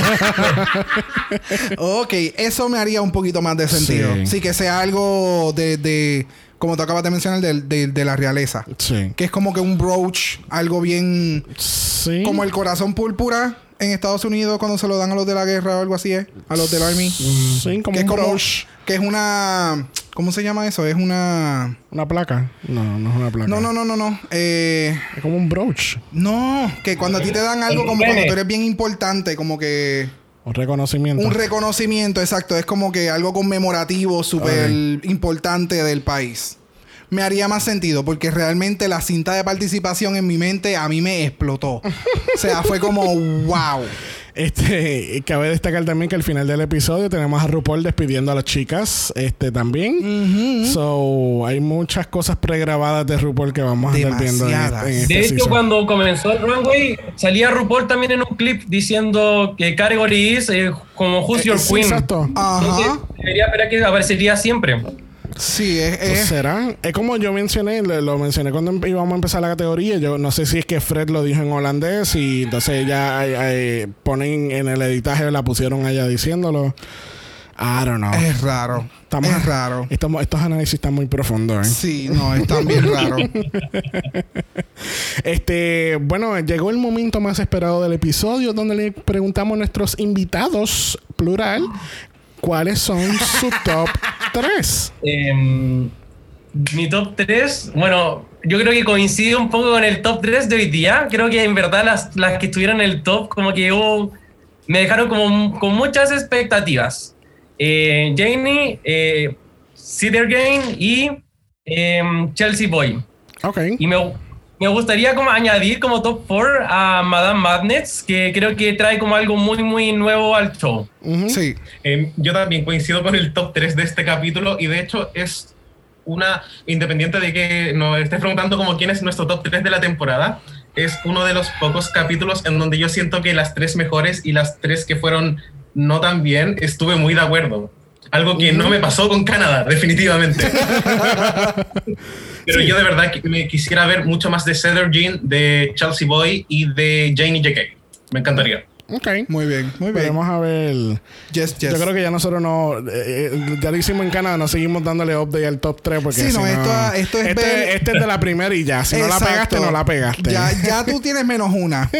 Ok, eso me haría un poquito más de sentido. Sí, que sea algo de como tú acabas de mencionar, de la realeza. Sí. Que es como que un brooch, algo bien... Sí. Como el corazón púrpura en Estados Unidos cuando se lo dan a los de la guerra o algo así, a los del Army. Sí, como que un brooch. Que es una... ¿Cómo se llama eso? Es una... ¿Una placa? No es una placa. No. Es como un brooch. No, que cuando a ti te dan algo como cuando tú eres bien importante, como que... Un reconocimiento. Un reconocimiento, exacto. Es como que algo conmemorativo súper importante del país. Me haría más sentido porque realmente la cinta de participación en mi mente a mí me explotó. O sea, fue como wow. Cabe destacar también que al final del episodio tenemos a RuPaul despidiendo a las chicas también. So, hay muchas cosas pregrabadas de RuPaul que vamos a estar viendo en este De hecho, season. cuando comenzó el runway, salía RuPaul también en un clip diciendo que category is como Who's Your Queen. Exacto. Entonces, debería esperar que aparecería siempre. Sí, ¿será? Es como yo mencioné, lo mencioné cuando íbamos a empezar la categoría. Yo no sé si es que Fred lo dijo en holandés y entonces ya ponen en el editaje, la pusieron allá diciéndolo. I don't know. Es raro. Es raro. Estos análisis están muy profundos, Sí, no, están bien raros. Bueno, llegó el momento más esperado del episodio donde le preguntamos a nuestros invitados, plural, ¿cuáles son su top 3? Mi top 3, bueno, yo creo que coincide un poco con el top 3 de hoy día. Creo que en verdad las que estuvieron en el top como que me dejaron como con muchas expectativas. Janie, Cedergain y Chelsea Boy. Okay. Y me gustaría como añadir como top 4 a Madame Madness, que creo que trae como algo muy, muy nuevo al show. Sí. Yo también coincido con el top 3 de este capítulo y de hecho es independiente de que nos estés preguntando como quién es nuestro top 3 de la temporada, es uno de los pocos capítulos en donde yo siento que las 3 mejores y las 3 que fueron no tan bien, estuve muy de acuerdo. Algo que no me pasó con Canadá, definitivamente. Pero yo de verdad me quisiera ver mucho más de Cedergain, de Chelsea Boy y de Janie JK. Me encantaría. Ok. Muy bien. Vamos a ver. Yes. Yo creo que ya nosotros ya lo hicimos en Canadá, no seguimos dándole update al top 3 porque esto es este es de la primera y ya. Si no la pegaste, no la pegaste. Ya tú tienes menos una.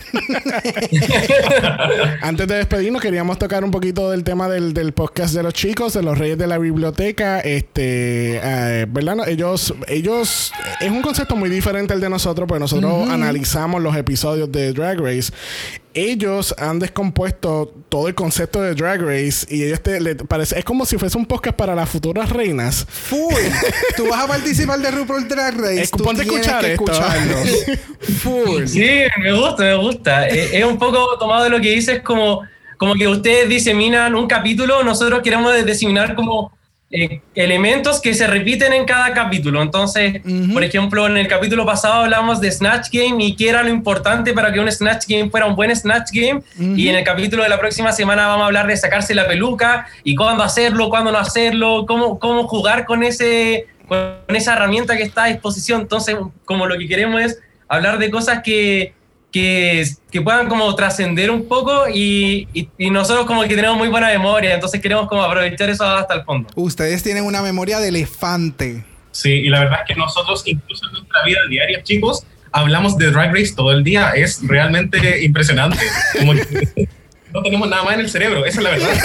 Antes de despedirnos, queríamos tocar un poquito del tema del podcast de los chicos, de los Reyes de la Biblioteca. ¿Verdad? Ellos es un concepto muy diferente al de nosotros, porque nosotros analizamos los episodios de Drag Race. Ellos han descompuesto todo el concepto de Drag Race y ellos es como si fuese un podcast para las futuras reinas. Full. Tú vas a participar de RuPaul Drag Race. Ponte a escuchar esto. Full. Sí, me gusta. Es un poco tomado de lo que dices, como que ustedes diseminan un capítulo, nosotros queremos diseminar como elementos que se repiten en cada capítulo. Entonces, por ejemplo, en el capítulo pasado hablamos de Snatch Game y qué era lo importante para que un Snatch Game fuera un buen Snatch Game. Y en el capítulo de la próxima semana vamos a hablar de sacarse la peluca y cuándo hacerlo, cuándo no hacerlo, cómo jugar con esa herramienta que está a disposición. Entonces, como lo que queremos es hablar de cosas que puedan como trascender un poco y nosotros como que tenemos muy buena memoria, entonces queremos como aprovechar eso hasta el fondo. Ustedes tienen una memoria de elefante. Sí, y la verdad es que nosotros incluso en nuestra vida diaria, chicos, hablamos de Drag Race todo el día. Es realmente impresionante. Como que no tenemos nada más en el cerebro, esa es la verdad.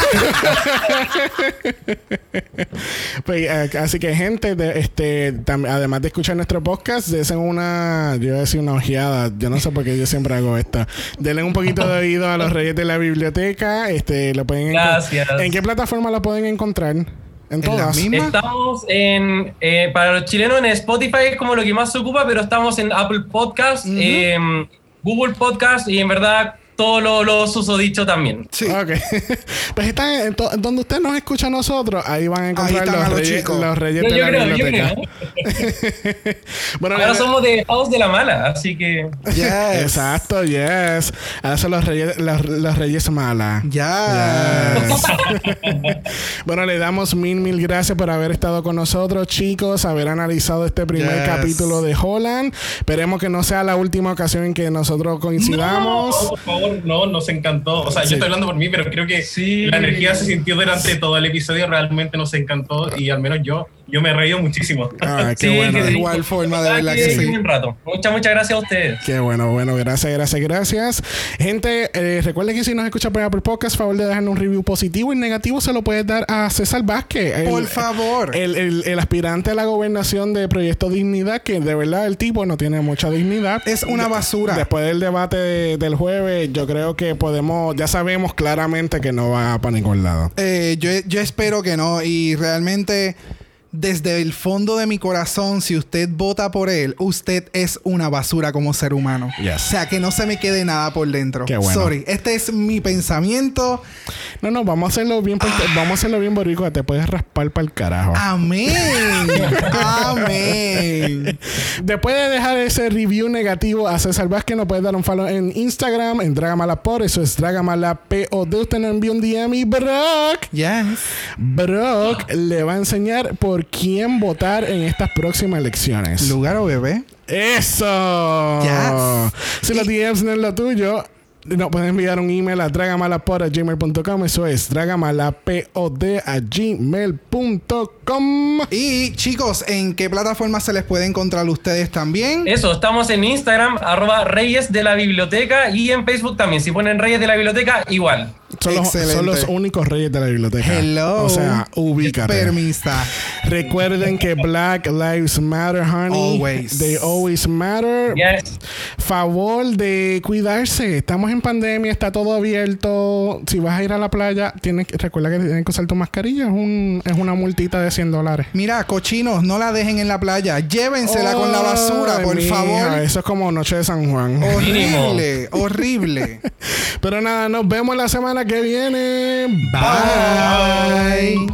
Pues, así que gente, además de escuchar nuestro podcast, desen una ojeada. Yo no sé por qué yo siempre hago esto. Denle un poquito de oído a los Reyes de la Biblioteca. Lo pueden Gracias. ¿En qué plataforma lo pueden encontrar? ¿En todas? Estamos para los chilenos en Spotify, es como lo que más se ocupa, pero estamos en Apple Podcast, Google Podcast y en verdad todos los susodichos también. Sí. Ok. Pues están donde usted nos escucha a nosotros, ahí van a encontrar los reyes de la biblioteca. Bueno, ahora somos de House de la Mala, así que... Yes. Exacto, yes. Ahora son los reyes mala. Yes. Bueno, le damos mil gracias por haber estado con nosotros, chicos, haber analizado este primer capítulo de Holland. Esperemos que no sea la última ocasión en que nosotros coincidamos. No, por favor, no, nos encantó. O sea, yo estoy hablando por mí, pero creo que la energía se sintió durante todo el episodio. Realmente nos encantó y al menos yo me he reído muchísimo. Qué bueno. De igual forma, de verdad que sí. Un rato. Muchas gracias a ustedes. Qué bueno, gracias. Gente, recuerden que si nos escucha por Apple Podcast, favor de dejarnos un review positivo y negativo se lo puedes dar a César Vázquez. Por favor. El aspirante a la gobernación de Proyecto Dignidad, que de verdad el tipo no tiene mucha dignidad. Es una basura. Después del debate del jueves, yo creo que ya sabemos claramente que no va para ningún lado. Yo espero que no, y realmente desde el fondo de mi corazón, si usted vota por él, usted es una basura como ser humano. Yes. O sea, que no se me quede nada por dentro. Qué bueno. Sorry, este es mi pensamiento. No, vamos a hacerlo bien boricua. Te puedes raspar para el carajo. Amén. Amén. Después de dejar ese review negativo a César Vázquez, nos puedes dar un follow en Instagram, en Dragamalapod. Eso es Dragamalapod. Usted nos envía un DM y Brock le va a enseñar por quién votar en estas próximas elecciones. ¿Lugar o bebé? ¡Eso! Yes. Si los DMs no es lo tuyo, nos pueden enviar un email a dragamalapod@gmail.com. Eso es dragamalapod@gmail.com. Y chicos, ¿en qué plataforma se les puede encontrar ustedes también? Eso, estamos en Instagram, @Reyes de la Biblioteca, y en Facebook también. Si ponen Reyes de la Biblioteca, igual. Son los únicos reyes de la biblioteca. Hello. O sea, ubícate. Permisa. Recuerden que Black Lives Matter, honey. Always. They always matter. Yes. Favor de cuidarse. Estamos en pandemia, está todo abierto. Si vas a ir a la playa, recuerda que tienes que usar tu mascarilla. Es una multita de $100. Mira, cochinos, no la dejen en la playa. Llévensela con la basura, por favor. Eso es como Noche de San Juan. Horrible, horrible. Pero nada, nos vemos la semana que viene. Bye.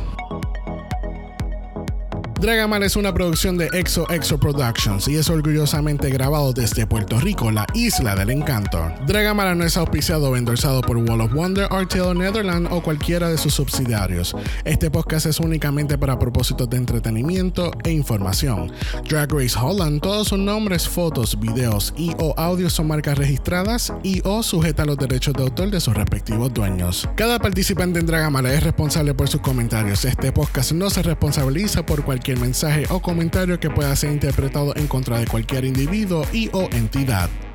Dragamal es una producción de Exo Productions y es orgullosamente grabado desde Puerto Rico, la isla del encanto. Dragamal no es auspiciado o endorsado por Wall of Wonder, RTL Netherlands o cualquiera de sus subsidiarios. Este podcast es únicamente para propósitos de entretenimiento e información. Drag Race Holland, todos sus nombres, fotos, videos y o audios son marcas registradas y o sujetas a los derechos de autor de sus respectivos dueños. Cada participante en Dragamal es responsable por sus comentarios. Este podcast no se responsabiliza por cualquier mensaje o comentario que pueda ser interpretado en contra de cualquier individuo y o entidad.